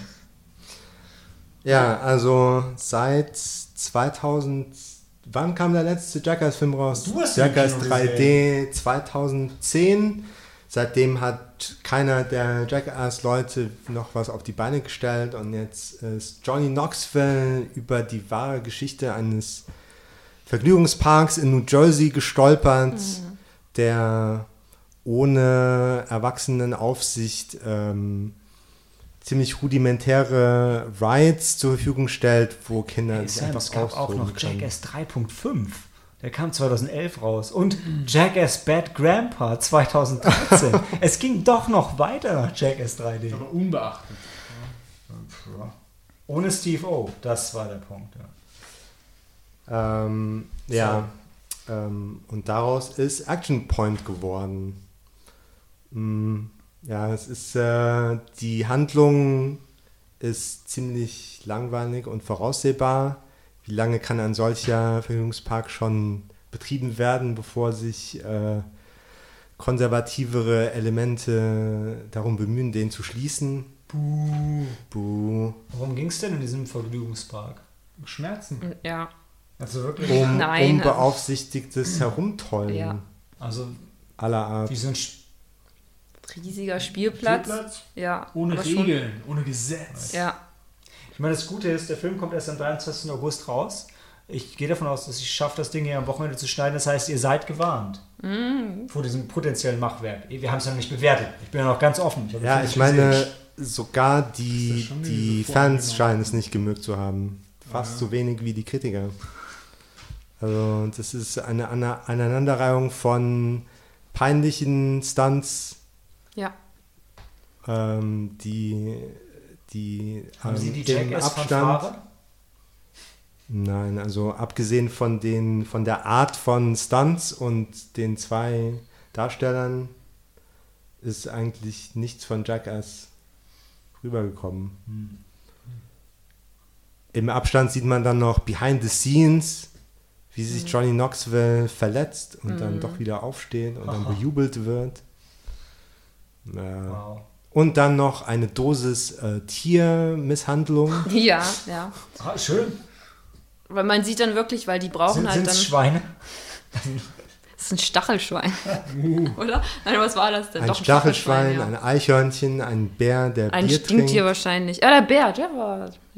Ja, also seit zweitausend, wann kam der letzte Jackass-Film raus? Du hast ihn im Jackass Kino drei D zweitausendzehn. Seitdem hat keiner der Jackass-Leute noch was auf die Beine gestellt und jetzt ist Johnny Knoxville über die wahre Geschichte eines Vergnügungsparks in New Jersey gestolpert, Mhm. der ohne Erwachsenenaufsicht ähm, ziemlich rudimentäre Rides zur Verfügung stellt, wo Kinder Hey, sich Sam, einfach es gab auch austoben noch können. Jackass drei Punkt fünf. Der kam zweitausendelf raus. Und Jackass Bad Grandpa zweitausenddreizehn. Es ging doch noch weiter nach Jackass drei D. Aber unbeachtet. Ohne Steve-O. Das war der Punkt. Ja. Ähm, ja, ähm, und daraus ist Action Point geworden. Mm, ja, es ist, äh, die Handlung ist ziemlich langweilig und voraussehbar. Wie lange kann ein solcher Vergnügungspark schon betrieben werden, bevor sich äh, konservativere Elemente darum bemühen, den zu schließen? Buh. Buh. Worum ging es denn in diesem Vergnügungspark? Schmerzen. Ja. Also wirklich? Um Nein. unbeaufsichtigtes Herumtollen Ja. Also aller Art. wie so ein Sch- Riesiger Spielplatz. Spielplatz? Ja. Ohne aber schon- Regeln, ohne Gesetz. Ja. Ich meine, das Gute ist, der Film kommt erst am dreiundzwanzigsten August raus. Ich gehe davon aus, dass ich schaffe, das Ding hier am Wochenende zu schneiden. Das heißt, ihr seid gewarnt vor diesem potenziellen Machwerk. Wir haben es ja noch nicht bewertet. Ich bin ja noch ganz offen. habe den Ja, Film ich nicht gesehen. meine, sogar Das die, ist schon die diese Fans Vorstellung. scheinen es nicht gemögt zu haben. Fast Ja. so wenig wie die Kritiker. Also das ist eine Ana- Aneinanderreihung von peinlichen Stunts, Ja. ähm, die, die Haben ähm, Sie die im Jackass-Fanfare? Nein, also abgesehen von, den, von der Art von Stunts und den zwei Darstellern ist eigentlich nichts von Jackass rübergekommen. Hm. Im Abstand sieht man dann noch behind the scenes, wie sich Johnny Knoxville verletzt und dann doch wieder aufsteht und dann Aha. bejubelt wird. Ja. Wow. Und dann noch eine Dosis äh, Tiermisshandlung. Ja, ja. Ah, schön. Weil man sieht dann wirklich, weil die brauchen Sind halt es dann. Schweine? Das ist ein Stachelschwein. Oder? Nein, was war das denn? Ein Doch, Stachelschwein, ja. ein Eichhörnchen, ein Bär, der Ein Bier Stinktier trinkt. wahrscheinlich. Ja, der Bär, der war. Ja.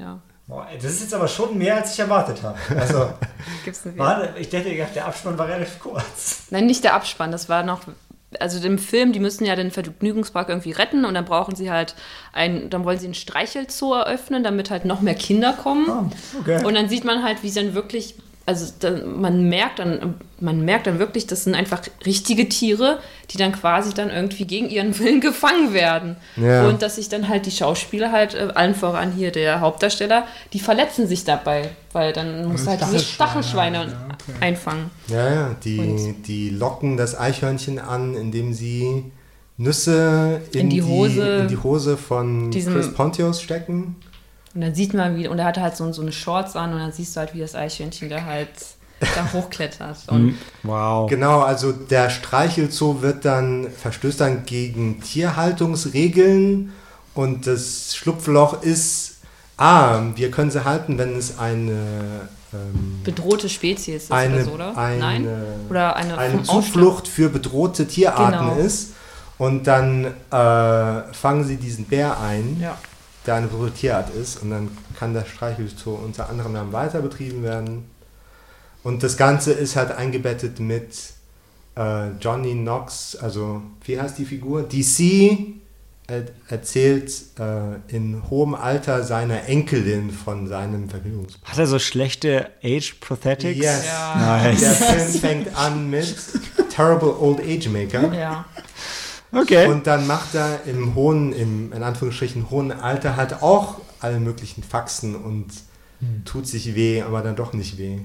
Boah, das ist jetzt aber schon mehr, als ich erwartet habe. Also, Gibt's eine war, ich dachte, der Abspann war relativ kurz. Nein, nicht der Abspann, das war noch, also im Film, die müssen ja den Vergnügungspark irgendwie retten und dann brauchen sie halt ein, dann wollen sie einen Streichelzoo eröffnen, damit halt noch mehr Kinder kommen. Oh, okay. Und dann sieht man halt, wie sie dann wirklich, also dann, man merkt dann, man merkt dann wirklich, das sind einfach richtige Tiere, die dann quasi dann irgendwie gegen ihren Willen gefangen werden. Ja. Und dass sich dann halt die Schauspieler halt, äh, allen voran hier der Hauptdarsteller, die verletzen sich dabei, weil dann muss halt diese Stachelschweine ja, okay. einfangen. Ja, ja, die, die locken das Eichhörnchen an, indem sie Nüsse in, In die Hose- in die Hose von diesem- Chris Pontius stecken. Und dann sieht man, wie, und er hatte halt so, so eine Shorts an und dann siehst du halt, wie das Eichhörnchen da halt da hochklettert. Und Wow. Genau, also der Streichelzoo wird dann, verstößt dann gegen Tierhaltungsregeln und das Schlupfloch ist, ah, wir können sie halten, wenn es eine, ähm, bedrohte Spezies ist eine, oder so, oder? eine, Nein? Oder eine, eine vom Zuflucht für bedrohte Tierarten Genau. ist. Und dann äh, fangen sie diesen Bär ein, Ja. der eine bedrohte Tierart ist. Und dann kann das Streichelzoo unter anderem dann weiter betrieben werden. Und das Ganze ist halt eingebettet mit äh, Johnny Knox, also wie heißt die Figur? D C er, erzählt äh, in hohem Alter seiner Enkelin von seinem Vergnügungspark. Hat er so schlechte Age Prosthetics? Yes. Ja. Nice. Der Film fängt an mit Terrible Old Age Maker. Ja. Okay. Und dann macht er im hohen, im in Anführungsstrichen hohen Alter halt auch alle möglichen Faxen und tut sich weh, aber dann doch nicht weh.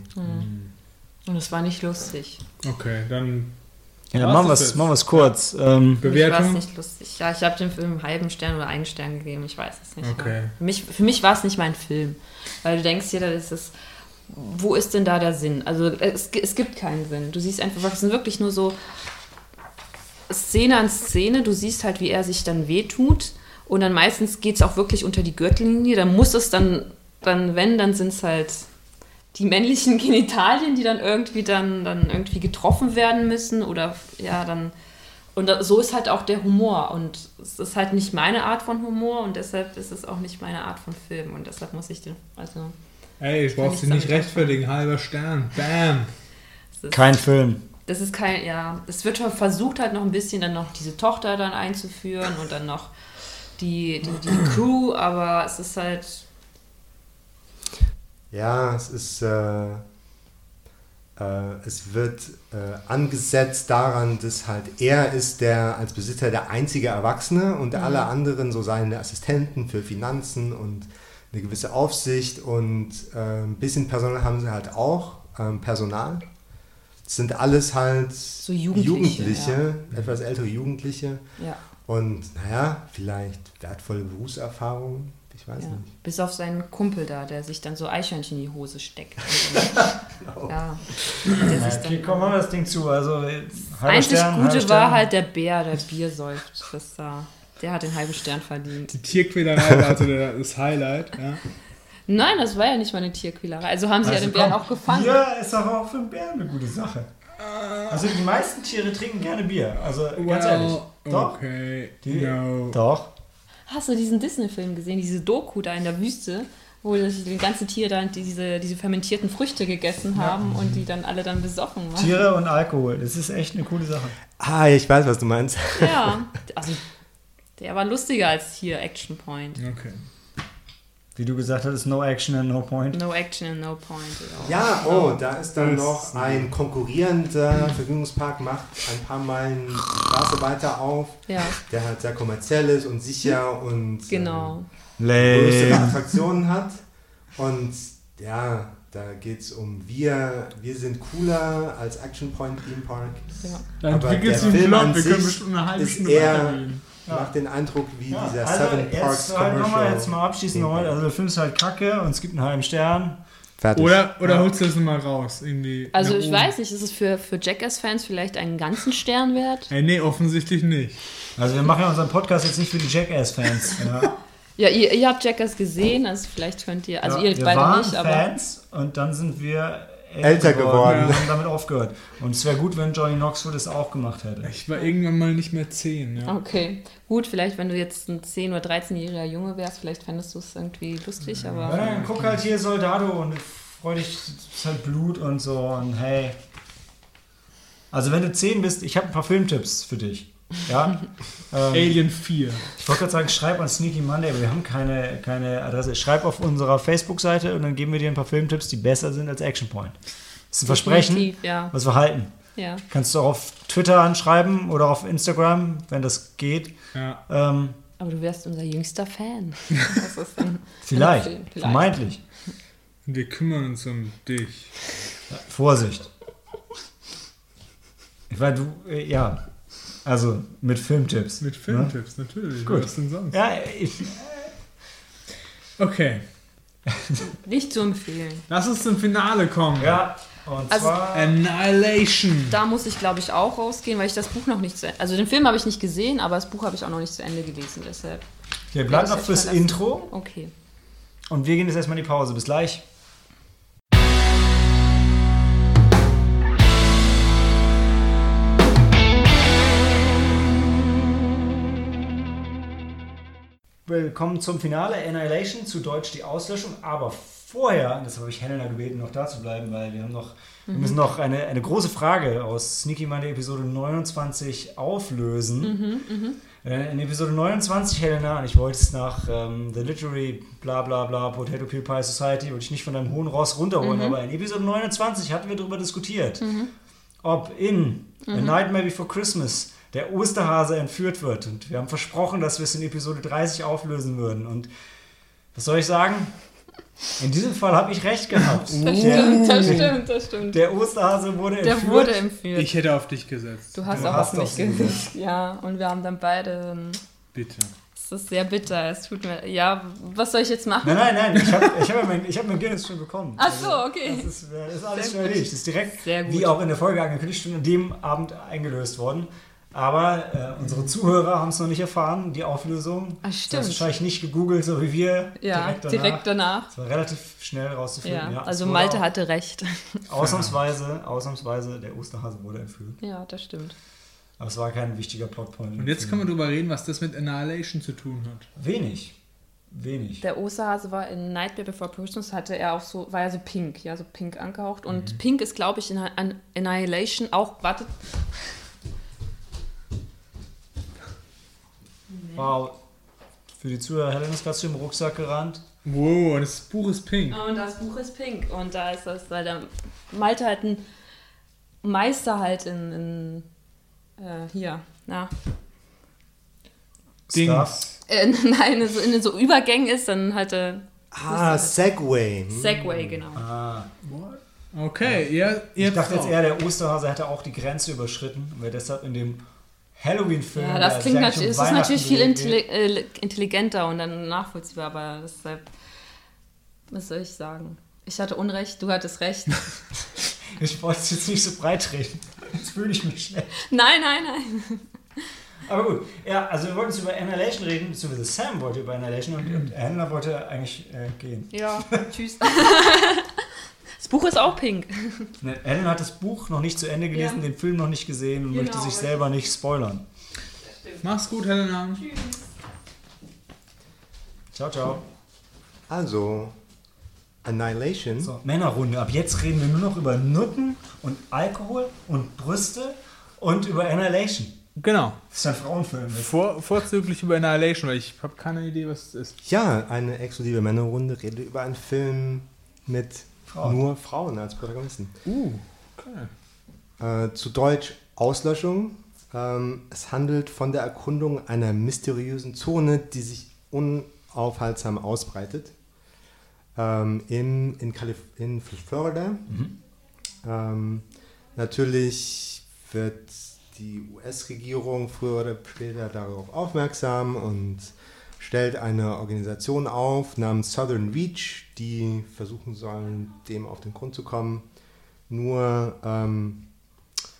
Und es war nicht lustig. Okay, dann ja, dann Was machen wir ist es das? machen wir's kurz. Ähm, Für mich war es Bewertung. nicht lustig. Ja, ich habe dem Film einen halben Stern oder einen Stern gegeben. Ich weiß es nicht. Okay. Für mich, für mich war es nicht mein Film. Weil du denkst dir, das ist, wo ist denn da der Sinn? Also es, es gibt keinen Sinn. Du siehst einfach, es sind wirklich nur so Szene an Szene. Du siehst halt, wie er sich dann wehtut. Und dann meistens geht es auch wirklich unter die Gürtellinie. Dann muss es dann, dann wenn, dann sind es halt die männlichen Genitalien, die dann irgendwie dann, dann irgendwie getroffen werden müssen oder ja, dann und da- so ist halt auch der Humor und es ist halt nicht meine Art von Humor und deshalb ist es auch nicht meine Art von Film und deshalb muss ich den, also Ey, ich brauchst dich nicht rechtfertigen, halber Stern. Bam. es ist, kein Film. das ist kein, ja, es wird schon versucht halt noch ein bisschen dann noch diese Tochter dann einzuführen und dann noch die, die, die Crew, aber es ist halt, Ja, es ist, äh, äh, es wird äh, angesetzt daran, dass halt er ist der als Besitzer der einzige Erwachsene und alle anderen so seine Assistenten für Finanzen und eine gewisse Aufsicht und äh, ein bisschen Personal haben sie halt auch, ähm, Personal. Das sind alles halt So Jugendliche, Jugendliche etwas ältere Jugendliche ja, und naja, vielleicht wertvolle Berufserfahrung, ich weiß ja. nicht. Bis auf seinen Kumpel da, der sich dann so Eichhörnchen in die Hose steckt. Ja, der sich dann, komm, machen wir das Ding zu. Also, halber einzig Stern, halber Gute Stern. war halt der Bär, der Bier säuft. Das da, der hat den halben Stern verdient. Die Tierquälerei war also der- das Highlight. Ja. Nein, das war ja nicht mal eine Tierquälerei. Also haben sie ja Also den Bären komm, auch gefangen. Bier ist doch auch für einen Bären eine gute Sache. Also die meisten Tiere trinken gerne Bier. Also ganz ehrlich. Doch. Okay, Die- no. Doch. Hast du diesen Disney-Film gesehen, diese Doku da in der Wüste, wo die ganzen Tiere dann diese, diese fermentierten Früchte gegessen haben und die dann alle dann besoffen waren? Tiere und Alkohol. Das ist echt eine coole Sache. Ah, ich weiß, was du meinst. Ja, also der war lustiger als hier Action Point. Okay. Wie du gesagt hast, no action and no point. No Action and No Point. Ja, oh, da ist dann Das- noch ein konkurrierender Vergnügungspark, macht ein paar Meilen Straße weiter auf, Ja, der halt sehr kommerziell ist und sicher und genau. ähm, größere Lame. Attraktionen hat. Und ja, da geht es um wir, wir sind cooler als Action Point Theme Park. Ja. Dann Aber entwickelst der du einen Film Plot, an wir können sich bestimmt eine halbe ist Stunde eher- weitergehen. Macht den Eindruck wie Ja, dieser also Seven Parks jetzt, halt nochmal Commercial. jetzt mal abschließend noch. Also der Film ist halt kacke und es gibt einen halben Stern. Fertig. Oder, oder Ja. holst du das nochmal raus? Irgendwie Also nach ich oben? weiß nicht, ist es für, für Jackass-Fans vielleicht einen ganzen Stern wert? Ey, nee, offensichtlich nicht. Also wir machen ja unseren Podcast jetzt nicht für die Jackass-Fans. Ja. Ja, ihr, ihr habt Jackass gesehen, also vielleicht könnt ihr, also Ja, ihr wir beide waren nicht, aber Fans und dann sind wir älter geworden. Wir haben damit aufgehört. Und es wäre gut, wenn Johnny Knoxville das auch gemacht hätte. Ich war irgendwann mal nicht mehr zehn, ja. Okay, gut, vielleicht wenn du jetzt ein zehn- oder dreizehnjähriger Junge wärst, vielleicht fändest du es irgendwie lustig, aber... Ja, dann guck halt hier Soldado und freu dich, es ist halt Blut und so und hey. Also wenn du zehn bist, ich habe ein paar Filmtipps für dich. Ja? ähm, Alien vier. Ich wollte gerade sagen, schreib an Sneaky Monday, aber wir haben keine, keine Adresse. Schreib auf unserer Facebook-Seite und dann geben wir dir ein paar Filmtipps, die besser sind als Action Point. Das ist ein Versprechen, Definitiv, ja. was wir halten. Ja. Kannst du auch auf Twitter anschreiben oder auf Instagram, wenn das geht. Ja. Ähm, Aber du wärst unser jüngster Fan. Das ist ein vielleicht, Film, vielleicht. vermeintlich. Und wir kümmern uns um dich. Vorsicht. Weil du, äh, ja, also mit Filmtipps. Mit Filmtipps, ne? Natürlich. Gut. Was denn sonst? Ja, ich, Okay, Nicht zu empfehlen. lass uns zum Finale kommen. ja, und Also- zwar... Annihilation. Da muss ich, glaube ich, auch rausgehen, weil ich das Buch noch nicht zu Ende... Also den Film habe ich nicht gesehen, aber das Buch habe ich auch noch nicht zu Ende gelesen, deshalb... Wir bleiben das noch jetzt fürs verlassen. Intro Okay. und wir gehen jetzt erstmal in die Pause. Bis gleich. Willkommen zum Finale, Annihilation, zu Deutsch die Auslöschung. Aber vorher, das habe ich Helena gebeten, noch da zu bleiben, weil wir haben noch, wir müssen noch eine, eine große Frage aus Sneaky Monday Episode neunundzwanzig auflösen. Äh, In Episode neunundzwanzig, Helena, und ich wollte es nach ähm, The Literary bla bla bla Potato Peel Pie Society, wollte ich nicht von deinem hohen Ross runterholen, aber in Episode neunundzwanzig hatten wir darüber diskutiert, ob in A Nightmare Before Christmas der Osterhase entführt wird. Und wir haben versprochen, dass wir es in Episode dreißig auflösen würden. Und was soll ich sagen? In diesem Fall habe ich recht gehabt. Das stimmt, das stimmt, das stimmt. Der Osterhase wurde Der entführt. wurde entführt. Ich hätte auf dich gesetzt. Du hast Du auch hast auf auf mich sie gesetzt. Ja, und wir haben dann beide... ähm, Bitte. Es ist sehr bitter, es tut mir... Ja, was soll ich jetzt machen? Nein, nein, nein, ich habe ich hab mein, ich hab mein Guinness schon bekommen. Ach so, okay. Das ist, das ist alles Sehr schon gut. erledigt. Das ist direkt, Sehr gut. wie auch in der Folge angekündigt, schon an dem Abend eingelöst worden. Aber äh, unsere Zuhörer haben es noch nicht erfahren, die Auflösung. Ach, Du hast stimmt. wahrscheinlich nicht gegoogelt, so wie wir. Ja, direkt danach. direkt danach. Es war relativ schnell rauszufinden. Ja, Ja, es also wurde Malte auch hatte recht. Ausnahmsweise, ausnahmsweise, der Osterhase wurde entführt. Ja, das stimmt. Aber es war kein wichtiger Plotpoint. Und jetzt kann man drüber reden, was das mit Annihilation zu tun hat. Wenig. Wenig. Der Osterhase war in Nightmare Before Christmas, hatte er auch so, war ja so pink, ja, so pink angehaucht. Und pink ist, glaube ich, in An- Annihilation auch, wartet, Wow. Für die Zuhörer, Helen ist gerade zu dem Rucksack gerannt. Wow, das Buch ist pink. und das Buch ist pink. Und da ist das, weil der Malte halt ein Meister halt in, in äh, hier, na, Dings. Stuff. äh, nein, so in so Übergängen ist, dann halt äh, Ah, Segway. Hm. Segway, genau. Ah. Okay, ihr, ihr Ich dachte jetzt auch. eher, der Osterhase hätte auch die Grenze überschritten und wäre deshalb in dem Halloween-Film. Ja, der das sich klingt eigentlich natürlich, um es ist Weihnachten natürlich viel dreht, intelli äh, intelligenter und dann nachvollziehbar, aber deshalb, was soll ich sagen? Ich hatte Unrecht, du hattest recht. Ich wollte es jetzt nicht so breit treten. Jetzt fühle ich mich schlecht. Nein, nein, nein. Aber gut, ja, also wir wollten jetzt über Annihilation reden, beziehungsweise Sam wollte über Annihilation und, und Hannah wollte eigentlich äh, gehen. Ja, tschüss. Das Buch ist auch pink. Ne, Helen hat das Buch noch nicht zu Ende gelesen, Ja. den Film noch nicht gesehen und Genau, möchte sich richtig. selber nicht spoilern. Mach's gut, Helena. Ciao, ciao. Also, Annihilation. So, Männerrunde. Ab jetzt reden wir nur noch über Nutten und Alkohol und Brüste und über Annihilation. Genau. Das ist ein Frauenfilm. Vor, vorzüglich über Annihilation, weil ich habe keine Idee, was es ist. Ja, eine exklusive Männerrunde redet über einen Film mit Frauen. nur Frauen als Protagonisten. Uh, okay. Äh, zu Deutsch Auslöschung. Ähm, es handelt von der Erkundung einer mysteriösen Zone, die sich unaufhaltsam ausbreitet. Ähm, in, in, Kalif in Florida. Mhm. Ähm, natürlich wird die U S-Regierung früher oder später darauf aufmerksam und stellt eine Organisation auf namens Southern Reach, die versuchen sollen, dem auf den Grund zu kommen. Nur ähm,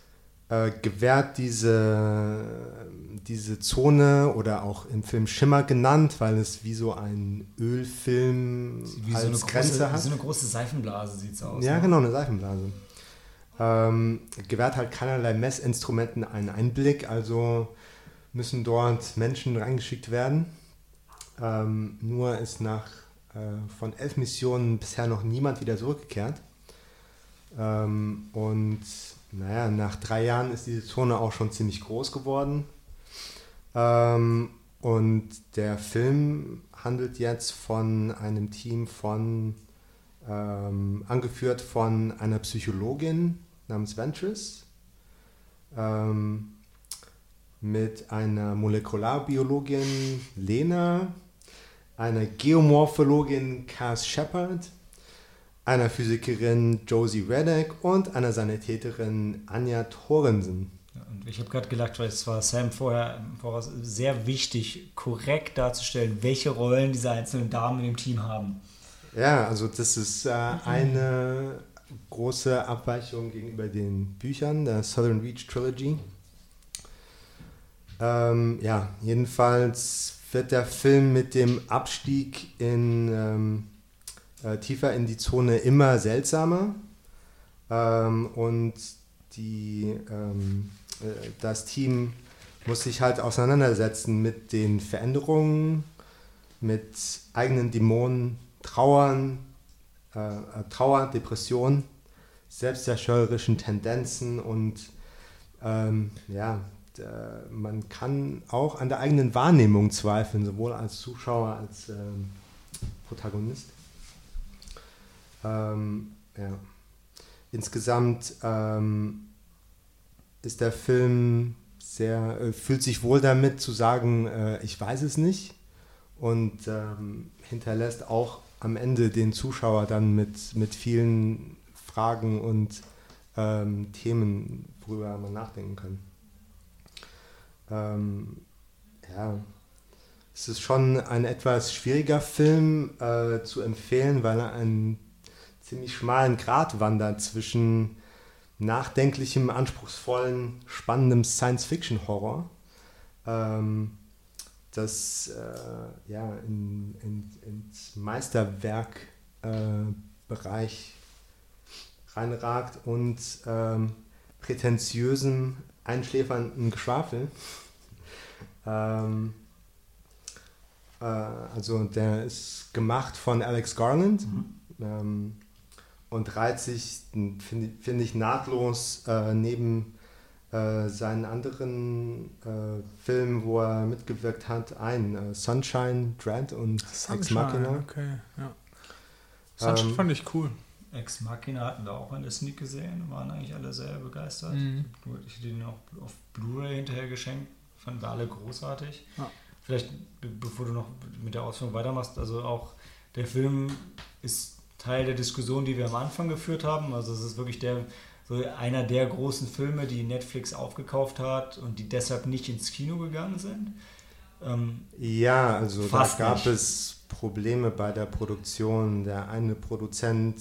äh, gewährt diese, diese Zone oder auch im Film Schimmer genannt, weil es wie so ein Ölfilm wie als so eine Grenze große, hat. Wie so eine große Seifenblase sieht es aus. Ja, ne? genau, eine Seifenblase. Ähm, gewährt halt keinerlei Messinstrumenten einen Einblick, also müssen dort Menschen reingeschickt werden. Ähm, nur ist nach äh, von elf Missionen bisher noch niemand wieder zurückgekehrt. Ähm, und naja, nach drei Jahren ist diese Zone auch schon ziemlich groß geworden. Ähm, und der Film handelt jetzt von einem Team von, ähm, angeführt von einer Psychologin namens Ventress, ähm, mit einer Molekularbiologin Lena, einer Geomorphologin Cass Shepard, einer Physikerin Josie Reddick und einer Sanitäterin Anja Thorensen. Ja, und ich habe gerade gelacht, weil es war Sam vorher voraus sehr wichtig, korrekt darzustellen, welche Rollen diese einzelnen Damen in dem Team haben. Ja, also das ist äh, eine große Abweichung gegenüber den Büchern der Southern Reach Trilogy. Ähm, ja, jedenfalls wird der Film mit dem Abstieg in, ähm, äh, tiefer in die Zone immer seltsamer. Ähm, und die, ähm, äh, das Team muss sich halt auseinandersetzen mit den Veränderungen, mit eigenen Dämonen, Trauern, äh, Trauer, Depression, selbstzerstörerischen Tendenzen und ähm, ja, äh, man kann auch an der eigenen Wahrnehmung zweifeln, sowohl als Zuschauer als ähm, Protagonist. Ähm, ja. Insgesamt ähm, ist der Film sehr, äh, fühlt sich wohl damit zu sagen, äh, ich weiß es nicht, und ähm, hinterlässt auch am Ende den Zuschauer dann mit, mit vielen Fragen und ähm, Themen, worüber man nachdenken kann. Ähm, ja, es ist schon ein etwas schwieriger Film äh, zu empfehlen, weil er einen ziemlich schmalen Grat wandert zwischen nachdenklichem, anspruchsvollen, spannendem Science-Fiction-Horror, ähm, das äh, ja, in, in, ins Meisterwerk-Bereich äh, reinragt und ähm, prätentiösem, einschläfernden Geschwafel. ähm, äh, also der ist gemacht von Alex Garland. Mhm. Ähm, und reiht sich, finde find ich, nahtlos äh, neben äh, seinen anderen äh, Filmen, wo er mitgewirkt hat, ein. Äh, Sunshine, Dread und Sunshine, Ex Machina. Okay, ja. Sunshine Ähm, fand ich cool. Ex Machina hatten wir auch in der Sneak gesehen, waren eigentlich alle sehr begeistert. Mhm. Ich hätte ihn auch auf Blu-ray hinterher geschenkt, fanden wir alle großartig. Ja. Vielleicht, be bevor du noch mit der Ausführung weitermachst, also auch der Film ist Teil der Diskussion, die wir am Anfang geführt haben. Also es ist wirklich der, so einer der großen Filme, die Netflix aufgekauft hat und die deshalb nicht ins Kino gegangen sind. Ähm, ja, also da gab nicht. es Probleme bei der Produktion. Der eine Produzent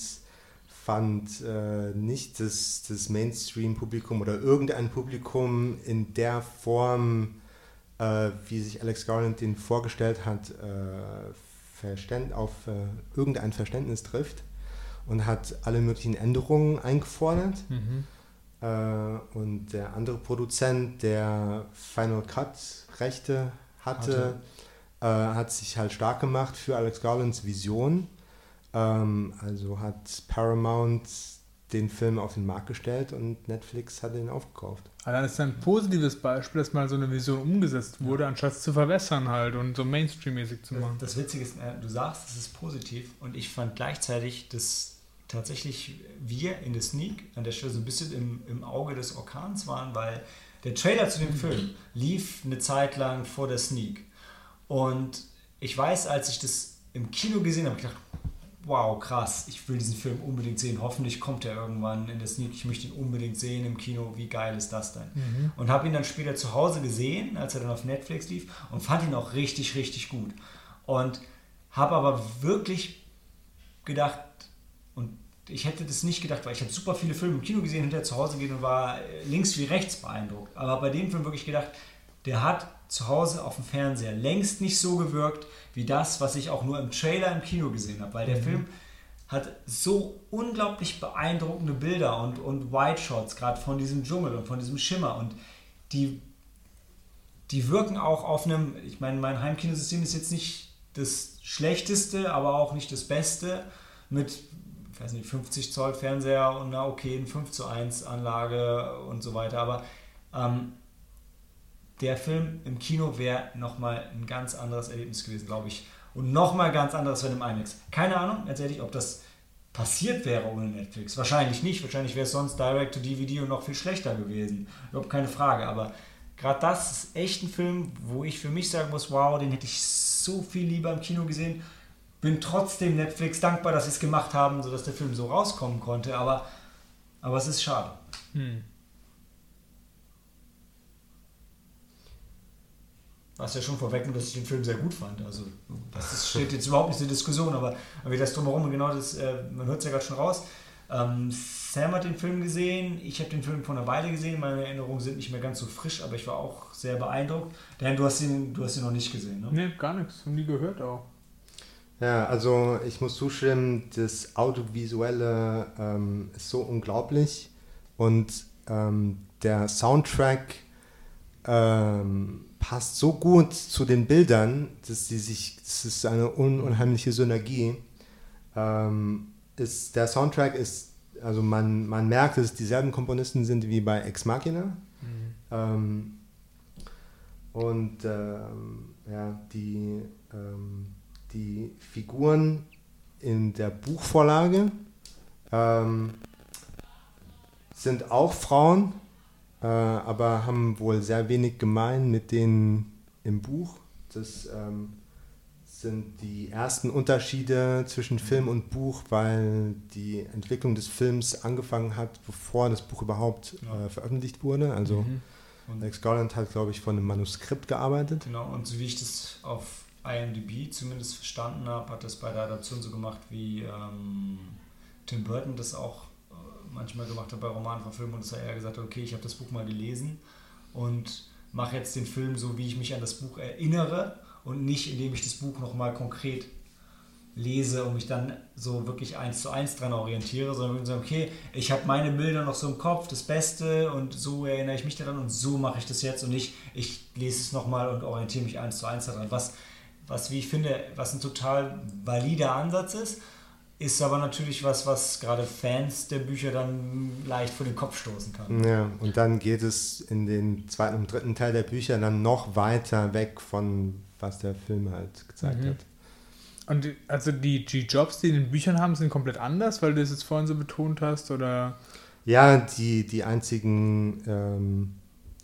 fand äh, nicht das, das Mainstream-Publikum oder irgendein Publikum in der Form, äh, wie sich Alex Garland den vorgestellt hat, äh, Verständ, auf äh, irgendein Verständnis trifft, und hat alle möglichen Änderungen eingefordert. Mhm. Äh, und der andere Produzent, der Final Cut Rechte hatte, hatte. Äh, hat sich halt stark gemacht für Alex Garlands Vision. Ähm, also hat Paramount den Film auf den Markt gestellt und Netflix hat ihn aufgekauft. Aber dann ist ein positives Beispiel, dass mal so eine Vision umgesetzt wurde, ja, anstatt es zu verwässern halt und so Mainstream-mäßig zu machen. Das Witzige ist, du sagst, es ist positiv, und ich fand gleichzeitig, dass tatsächlich wir in der Sneak an der Stelle so ein bisschen im, im Auge des Orkans waren, weil der Trailer zu dem Film lief eine Zeit lang vor der Sneak. Und ich weiß, als ich das im Kino gesehen habe, ich gedacht, wow, krass, ich will diesen Film unbedingt sehen. Hoffentlich kommt er irgendwann in der Sneak. Ich möchte ihn unbedingt sehen im Kino. Wie geil ist das denn? Mhm. Und habe ihn dann später zu Hause gesehen, als er dann auf Netflix lief, und fand ihn auch richtig, richtig gut. Und habe aber wirklich gedacht, und ich hätte das nicht gedacht, weil ich habe super viele Filme im Kino gesehen, hinterher zu Hause gehen und war links wie rechts beeindruckt. Aber bei dem Film wirklich gedacht, der hat zu Hause auf dem Fernseher längst nicht so gewirkt, wie das, was ich auch nur im Trailer im Kino gesehen habe. Weil der mhm. Film hat so unglaublich beeindruckende Bilder und, und Wide Shots, gerade von diesem Dschungel und von diesem Schimmer. Und die, die wirken auch auf einem, ich meine, mein Heimkinosystem ist jetzt nicht das schlechteste, aber auch nicht das beste, mit, ich weiß nicht, fünfzig Zoll Fernseher und einer okayen fünf zu eins Anlage und so weiter. Aber ähm, der Film im Kino wäre nochmal ein ganz anderes Erlebnis gewesen, glaube ich. Und nochmal ganz anderes, wenn im IMAX. Keine Ahnung, ehrlich, ob das passiert wäre ohne Netflix. Wahrscheinlich nicht. Wahrscheinlich wäre es sonst Direct-to-D V D und noch viel schlechter gewesen. Überhaupt keine Frage. Aber gerade das ist echt ein Film, wo ich für mich sagen muss, wow, den hätte ich so viel lieber im Kino gesehen. Bin trotzdem Netflix dankbar, dass sie es gemacht haben, sodass der Film so rauskommen konnte. Aber, aber es ist schade. Hm. Was ja schon vorweg, dass ich den Film sehr gut fand. Also das steht jetzt überhaupt nicht zur Diskussion, aber, aber wie das drumherum und genau das, äh, man hört es ja gerade schon raus. Ähm, Sam hat den Film gesehen, ich habe den Film vor einer Weile gesehen, meine Erinnerungen sind nicht mehr ganz so frisch, aber ich war auch sehr beeindruckt. Dan, du hast ihn, du hast ihn noch nicht gesehen, ne? Nee, gar nichts, nie gehört auch. Ja, also ich muss zustimmen, das Audiovisuelle ähm, ist so unglaublich und ähm, der Soundtrack ähm, passt so gut zu den Bildern, dass sie sich, das ist eine un- unheimliche Synergie. Ähm, ist, der Soundtrack ist, also man, man merkt, dass es dieselben Komponisten sind wie bei Ex Machina. Mhm. Ähm, und ähm, ja, die, ähm, die Figuren in der Buchvorlage ähm, sind auch Frauen, äh, aber haben wohl sehr wenig gemein mit denen im Buch. Das ähm, sind die ersten Unterschiede zwischen Film und Buch, weil die Entwicklung des Films angefangen hat, bevor das Buch überhaupt äh, veröffentlicht wurde. Also mhm. Alex Garland hat, glaube ich, von einem Manuskript gearbeitet. Genau, und so wie ich das auf I M D B zumindest verstanden habe, hat das bei der Adaption so gemacht, wie ähm, Tim Burton das auch äh, manchmal gemacht hat bei Romanverfilmungen, und dass er eher gesagt hat, okay, ich habe das Buch mal gelesen und mache jetzt den Film so, wie ich mich an das Buch erinnere und nicht, indem ich das Buch nochmal konkret lese und mich dann so wirklich eins zu eins dran orientiere, sondern würde sagen, okay, ich habe meine Bilder noch so im Kopf, das Beste, und so erinnere ich mich daran und so mache ich das jetzt und nicht, ich lese es nochmal und orientiere mich eins zu eins daran. Was, was, wie ich finde, was ein total valider Ansatz ist, ist aber natürlich was, was gerade Fans der Bücher dann leicht vor den Kopf stoßen kann. Ja, und dann geht es in den zweiten und dritten Teil der Bücher dann noch weiter weg von, was der Film halt gezeigt mhm. hat. Und die, also die, die Jobs, die in den Büchern haben, sind komplett anders, weil du das jetzt vorhin so betont hast, oder? Ja, die, die einzigen ähm,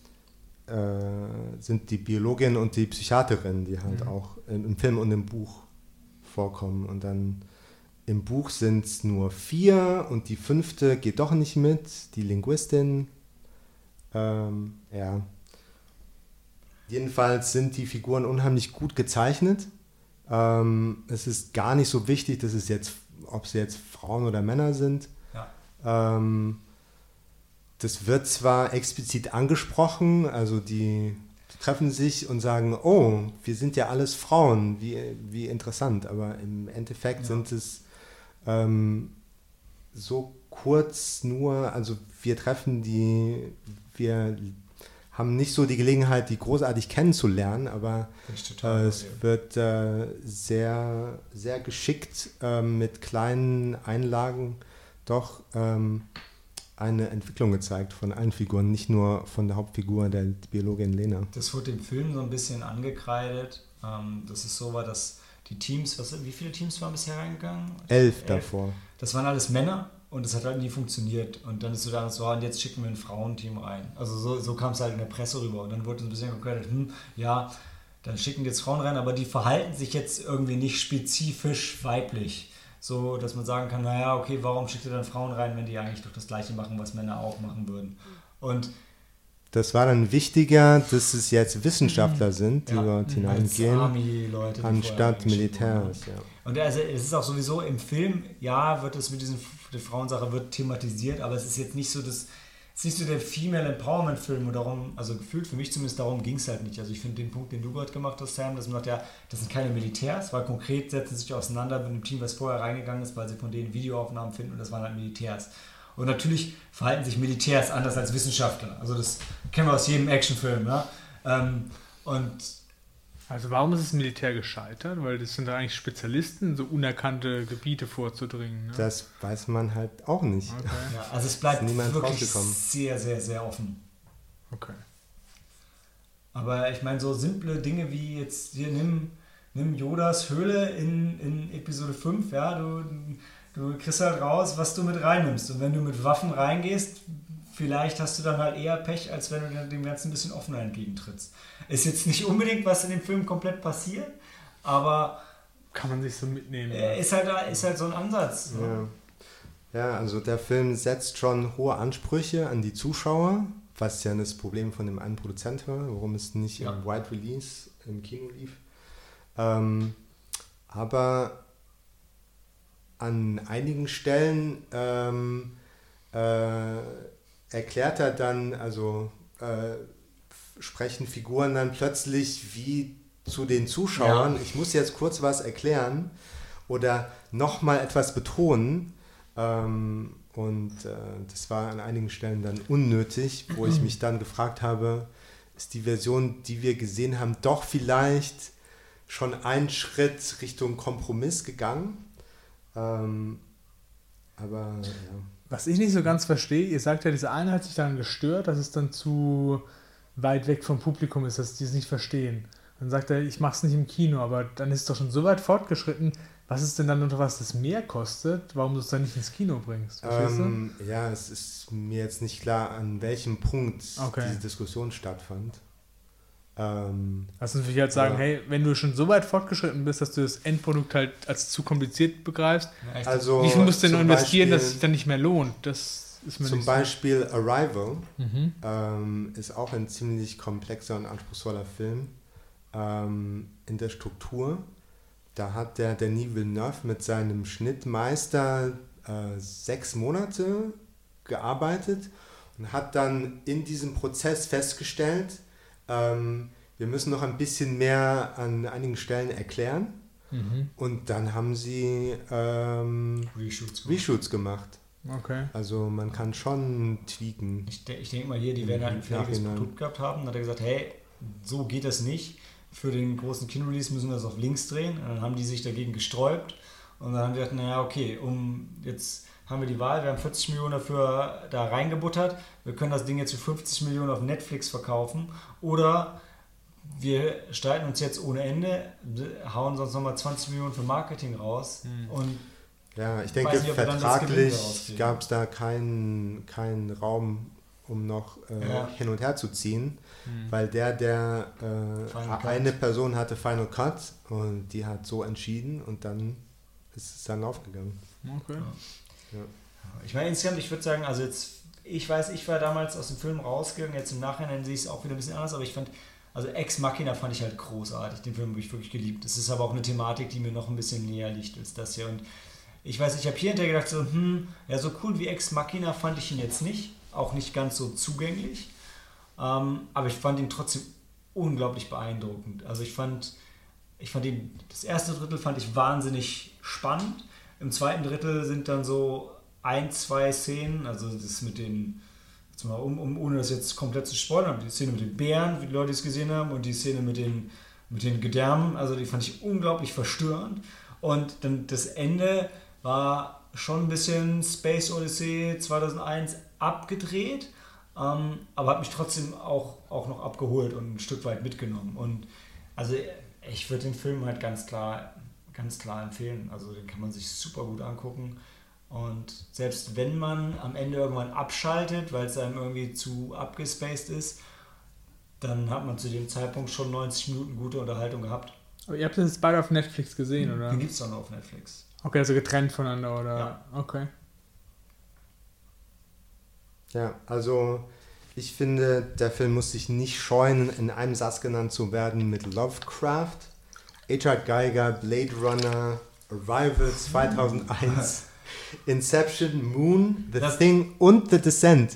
äh, sind die Biologin und die Psychiaterin, die halt mhm. auch im, im Film und im Buch vorkommen. Und dann im Buch sind es nur vier und die fünfte geht doch nicht mit, die Linguistin. Ähm, ja. Jedenfalls sind die Figuren unheimlich gut gezeichnet. Ähm, es ist gar nicht so wichtig, dass es jetzt, ob sie jetzt Frauen oder Männer sind. Ja. Ähm, das wird zwar explizit angesprochen, also die treffen sich und sagen, oh, wir sind ja alles Frauen, wie, wie interessant, aber im Endeffekt ja. sind es ähm, so kurz nur, also wir treffen die, wir haben nicht so die Gelegenheit, die großartig kennenzulernen, aber äh, es wird äh, sehr, sehr geschickt äh, mit kleinen Einlagen doch ähm, eine Entwicklung gezeigt von allen Figuren, nicht nur von der Hauptfigur, der Biologin Lena. Das wurde dem Film so ein bisschen angekreidet, ähm, dass es so war, dass die Teams, was, wie viele Teams waren bisher reingegangen? Elf, Elf davor. Das waren alles Männer. Und es hat halt nie funktioniert. Und dann ist so da so, und jetzt schicken wir ein Frauenteam rein. Also so, so kam es halt in der Presse rüber. Und dann wurde ein bisschen geredet, hm, ja, dann schicken wir jetzt Frauen rein, aber die verhalten sich jetzt irgendwie nicht spezifisch weiblich. So, dass man sagen kann, naja, okay, warum schickt ihr dann Frauen rein, wenn die eigentlich doch das Gleiche machen, was Männer auch machen würden. Und das war dann wichtiger, dass es jetzt Wissenschaftler sind, die Ja. dort Als hineingehen, Army-Leute, die anstatt vorher eingeschickt wurden. Militärs. Ja. Und also es ist auch sowieso im Film, ja, wird es mit diesen die Frauensache wird thematisiert, aber es ist jetzt nicht so das, es ist nicht so der Female Empowerment Film und darum, also gefühlt für mich zumindest darum ging es halt nicht. Also ich finde den Punkt, den du gerade gemacht hast, Sam, dass man sagt, ja, das sind keine Militärs, weil konkret setzen sie sich auseinander mit einem Team, was vorher reingegangen ist, weil sie von denen Videoaufnahmen finden und das waren halt Militärs. Und natürlich verhalten sich Militärs anders als Wissenschaftler. Also das kennen wir aus jedem Actionfilm, ja. Ähm, und Also warum ist das Militär gescheitert? Weil das sind da eigentlich Spezialisten, in so unerkannte Gebiete vorzudringen. Ne? Das weiß man halt auch nicht. Okay, ja, also es bleibt Ist niemand wirklich rausgekommen. sehr, sehr, sehr offen. okay. Aber ich meine, so simple Dinge wie jetzt hier, nimm, nimm Yodas Höhle in, in Episode fünf, ja, du, du kriegst halt raus, was du mit reinnimmst. Und wenn du mit Waffen reingehst, vielleicht hast du dann halt eher Pech, als wenn du dem Ganzen ein bisschen offener entgegentrittst. Ist jetzt nicht unbedingt, was in dem Film komplett passiert, aber Kann man sich so mitnehmen. äh, ist, halt, ist halt so ein Ansatz. Ne? Ja. ja, also der Film setzt schon hohe Ansprüche an die Zuschauer, was ja das Problem von dem einen Produzent war, warum es nicht Ja. im Wide Release im Kino lief. Ähm, aber an einigen Stellen ähm, äh, erklärt er dann, also äh, sprechen Figuren dann plötzlich wie zu den Zuschauern. Ja. Ich muss jetzt kurz was erklären oder nochmal etwas betonen. Ähm, und äh, das war an einigen Stellen dann unnötig, wo ich mich dann gefragt habe, ist die Version, die wir gesehen haben, doch vielleicht schon einen Schritt Richtung Kompromiss gegangen? Ähm, aber ja. Was ich nicht so ganz verstehe, ihr sagt ja, diese eine hat sich daran gestört, dass es dann zu weit weg vom Publikum ist, dass die es nicht verstehen. Dann sagt er, ich mache es nicht im Kino, aber dann ist es doch schon so weit fortgeschritten. Was ist denn dann unter was das mehr kostet, warum du es dann nicht ins Kino bringst? Verstehst Ähm, ja, es ist mir jetzt nicht klar, an welchem Punkt Okay. diese Diskussion stattfand. Ähm, du? Lass uns natürlich halt sagen, Ja. hey, wenn du schon so weit fortgeschritten bist, dass du das Endprodukt halt als zu kompliziert begreifst, Ja, echt. also wie viel musst du denn noch zum investieren, dass es Beispiel- sich dann nicht mehr lohnt? Das ist mir Zum nicht Beispiel Arrival so. Mhm. ähm, ist auch ein ziemlich komplexer und anspruchsvoller Film ähm, in der Struktur. Da hat der Denis Villeneuve mit seinem Schnittmeister äh, sechs Monate gearbeitet und hat dann in diesem Prozess festgestellt, ähm, wir müssen noch ein bisschen mehr an einigen Stellen erklären. Mhm. Und dann haben sie ähm, Reshoots. Reshoots gemacht. Okay. Also man kann schon tweaken. Ich, de- ich denke mal hier, die werden halt ein fertiges Nachhinein. Produkt gehabt haben. Dann hat er gesagt, hey, so geht das nicht. Für den großen Kino-Release müssen wir das auf links drehen. Und dann haben die sich dagegen gesträubt. Und dann haben die gedacht, naja, okay, um jetzt haben wir die Wahl, wir haben vierzig Millionen dafür da reingebuttert. Wir können das Ding jetzt für fünfzig Millionen auf Netflix verkaufen. Oder wir streiten uns jetzt ohne Ende, hauen sonst nochmal zwanzig Millionen für Marketing raus. Und Ja, ich Ich denke, weiß nicht, ob wir dann das Gewinn vertraglich daraus kriegen. gab es da keinen keinen Raum, um noch äh, Ja. hin und her zu ziehen, Mhm. weil der, der äh, Final Cut. eine Person hatte Final Cut und die hat so entschieden und dann ist es dann aufgegangen. Okay. Ich meine, insgesamt, ich würde sagen, also jetzt, ich weiß, ich war damals aus dem Film rausgegangen, jetzt im Nachhinein sehe ich es auch wieder ein bisschen anders, aber ich fand, also Ex Machina fand ich halt großartig, den Film habe ich wirklich geliebt. Es ist aber auch eine Thematik, die mir noch ein bisschen näher liegt als das hier. Und ich weiß, ich habe hier hinterher gedacht, so, hm, ja, so cool wie Ex Machina fand ich ihn jetzt nicht, auch nicht ganz so zugänglich, ähm, aber ich fand ihn trotzdem unglaublich beeindruckend. Also ich fand, ich fand ihn, das erste Drittel fand ich wahnsinnig spannend. Im zweiten Drittel sind dann so ein, zwei Szenen, also das mit den, jetzt mal um, um, ohne das jetzt komplett zu spoilern, die Szene mit den Bären, wie die Leute es gesehen haben, und die Szene mit den, mit den Gedärmen, also die fand ich unglaublich verstörend. Und dann das Ende war schon ein bisschen Space Odyssey zweitausendeins abgedreht, ähm, aber hat mich trotzdem auch, auch noch abgeholt und ein Stück weit mitgenommen. Und also ich würde den Film halt ganz klar, ganz klar empfehlen. Also den kann man sich super gut angucken. Und selbst wenn man am Ende irgendwann abschaltet, weil es einem irgendwie zu abgespaced ist, dann hat man zu dem Zeitpunkt schon neunzig Minuten gute Unterhaltung gehabt. Aber ihr habt das jetzt beide auf Netflix gesehen, oder? Den gibt es dann auf Netflix. Okay, also getrennt voneinander, oder? Ja. Okay. Ja, also Ich finde, der Film muss sich nicht scheuen, in einem Satz genannt zu werden mit Lovecraft, H R Geiger, Blade Runner, Arrival zweitausendeins, Inception, Moon, The Das- Thing und The Descent.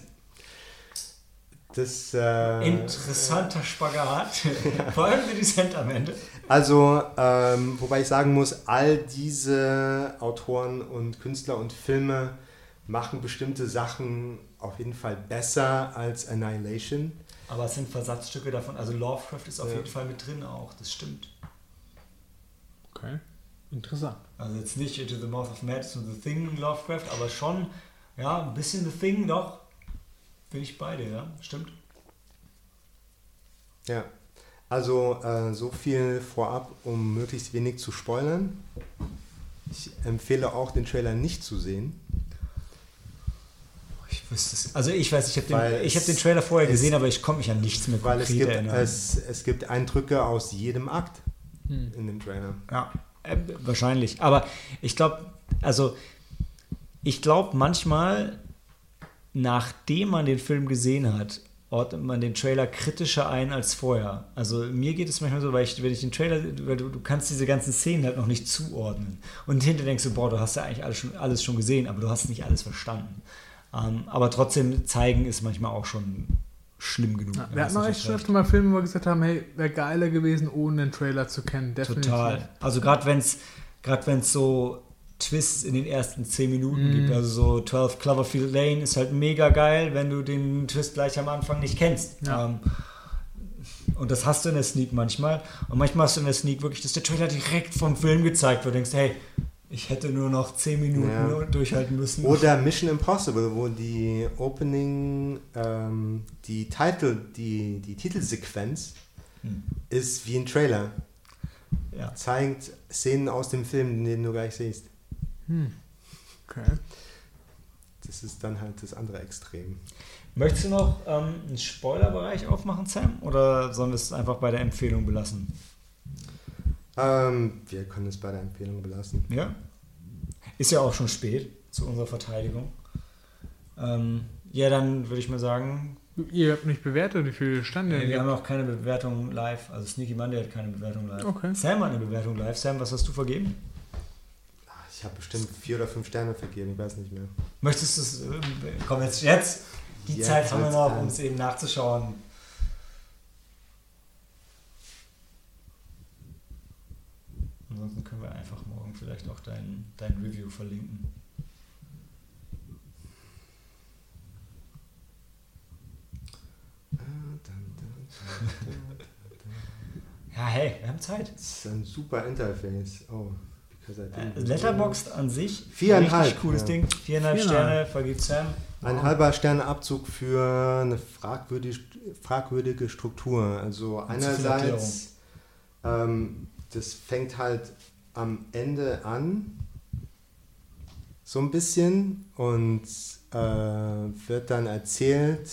Das, äh, Interessanter Spagat. Vor allem der Descent am Ende. Also, ähm, wobei ich sagen muss, all diese Autoren und Künstler und Filme machen bestimmte Sachen auf jeden Fall besser als Annihilation. Aber es sind Versatzstücke davon. Also Lovecraft ist auf Ja. jeden Fall mit drin auch. Das stimmt. Okay, interessant. Also jetzt nicht Into the Mouth of Madness und The Thing Lovecraft, aber schon, ja, ein bisschen The Thing doch. Bin ich bei dir, ja? Stimmt. Ja, also äh, so viel vorab, um möglichst wenig zu spoilern. Ich empfehle auch, den Trailer nicht zu sehen. Ich wüsste es. Also ich weiß, ich habe Weil den, ich hab es- den Trailer vorher es- gesehen, aber ich konnte mich an nichts mehr Weil es konkret gibt, erinnern. es, es gibt Eindrücke aus jedem Akt Hm. in dem Trailer. Ja, äh, wahrscheinlich. Aber ich glaube, also ich glaube manchmal, nachdem man den Film gesehen hat, ordnet man den Trailer kritischer ein als vorher. Also mir geht es manchmal so, weil ich, wenn ich den Trailer, weil du, du kannst diese ganzen Szenen halt noch nicht zuordnen. Und hinterher denkst du, boah, du hast ja eigentlich alles schon, alles schon gesehen, aber du hast nicht alles verstanden. Ähm, aber trotzdem zeigen ist manchmal auch schon schlimm genug. Ja, Ja, wir hast hatten auch du echt schon recht. öfter mal Filme, wo wir gesagt haben, hey, wäre geiler gewesen, ohne den Trailer zu kennen. Definitiv. Total. Also gerade wenn es gerade wenn es so Twists in den ersten zehn Minuten Mhm. gibt, also so zwölf Cloverfield Lane ist halt mega geil, wenn du den Twist gleich am Anfang nicht kennst. Ja. Ähm, und das hast du in der Sneak manchmal. Und manchmal hast du in der Sneak wirklich, dass der Trailer direkt vom Film gezeigt wird. Du denkst, hey, ich hätte nur noch zehn Minuten Ja. durchhalten müssen. Oder Mission Impossible, wo die Opening, ähm, die Titel, die, die Titelsequenz Hm. ist wie ein Trailer. Ja. Zeigt Szenen aus dem Film, den du gleich siehst. Hm. Okay. Das ist dann halt das andere Extrem. Möchtest du noch ähm, einen Spoilerbereich aufmachen, Sam? Oder sollen wir es einfach bei der Empfehlung belassen? Ähm, wir können es bei der Empfehlung belassen. Ja. Ist ja auch schon spät zu unserer Verteidigung. Ähm, ja, dann würde ich mal sagen, Ihr habt nicht bewertet, wie viel stand denn? nee, wir haben noch keine Bewertung live. Also Sneaky Monday hat keine Bewertung live. Okay. Sam hat eine Bewertung live. Sam, was hast du vergeben? Ich habe bestimmt vier oder fünf Sterne vergeben, ich weiß nicht mehr. Möchtest du es, äh, komm jetzt, jetzt, die Jetzt Zeit haben wir wird's noch, um ernst. es eben nachzuschauen. Ansonsten können wir einfach morgen vielleicht auch dein, dein Review verlinken. Ja, hey, wir haben Zeit. Das ist ein super Interface. Oh, because I Äh, didn't- Letterboxd an sich, Viereinhalb, richtig cooles ja. Ding. Viereinhalb Viereinhalb. Sterne vergibt Sam. Ein halber Sterneabzug für eine fragwürdige, fragwürdige Struktur. Also Mit zu viel einerseits, ähm, das fängt halt am Ende an, so ein bisschen, und äh, wird dann erzählt,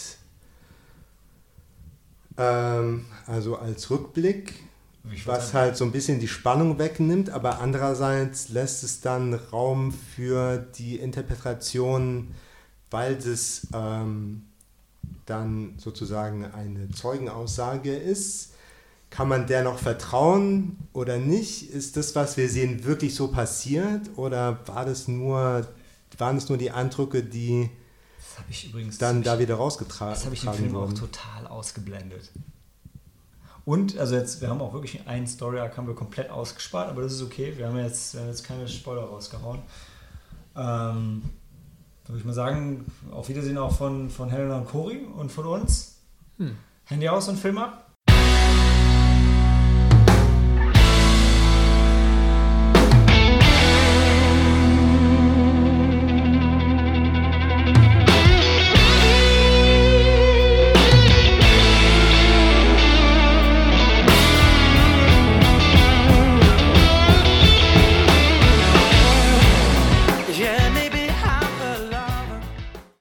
ähm, also als Rückblick, Ich was würd halt so ein bisschen die Spannung wegnimmt, aber andererseits lässt es dann Raum für die Interpretation, weil das ähm, dann sozusagen eine Zeugenaussage ist. Kann man der noch vertrauen oder nicht? Ist das, was wir sehen, wirklich so passiert? Oder war das nur, waren es nur die Eindrücke, die Das habe ich übrigens dann das hab da ich, wieder rausgetragen das habe ich im Film auch wurden? total ausgeblendet. Und, also jetzt, wir haben auch wirklich einen Story-Arc haben wir komplett ausgespart, aber das ist okay. Wir haben jetzt, wir haben jetzt keine Spoiler rausgehauen. Ähm, würde ich mal sagen, auf Wiedersehen auch von, von Helena und Cory und von uns. Hm. Handy aus und Film ab.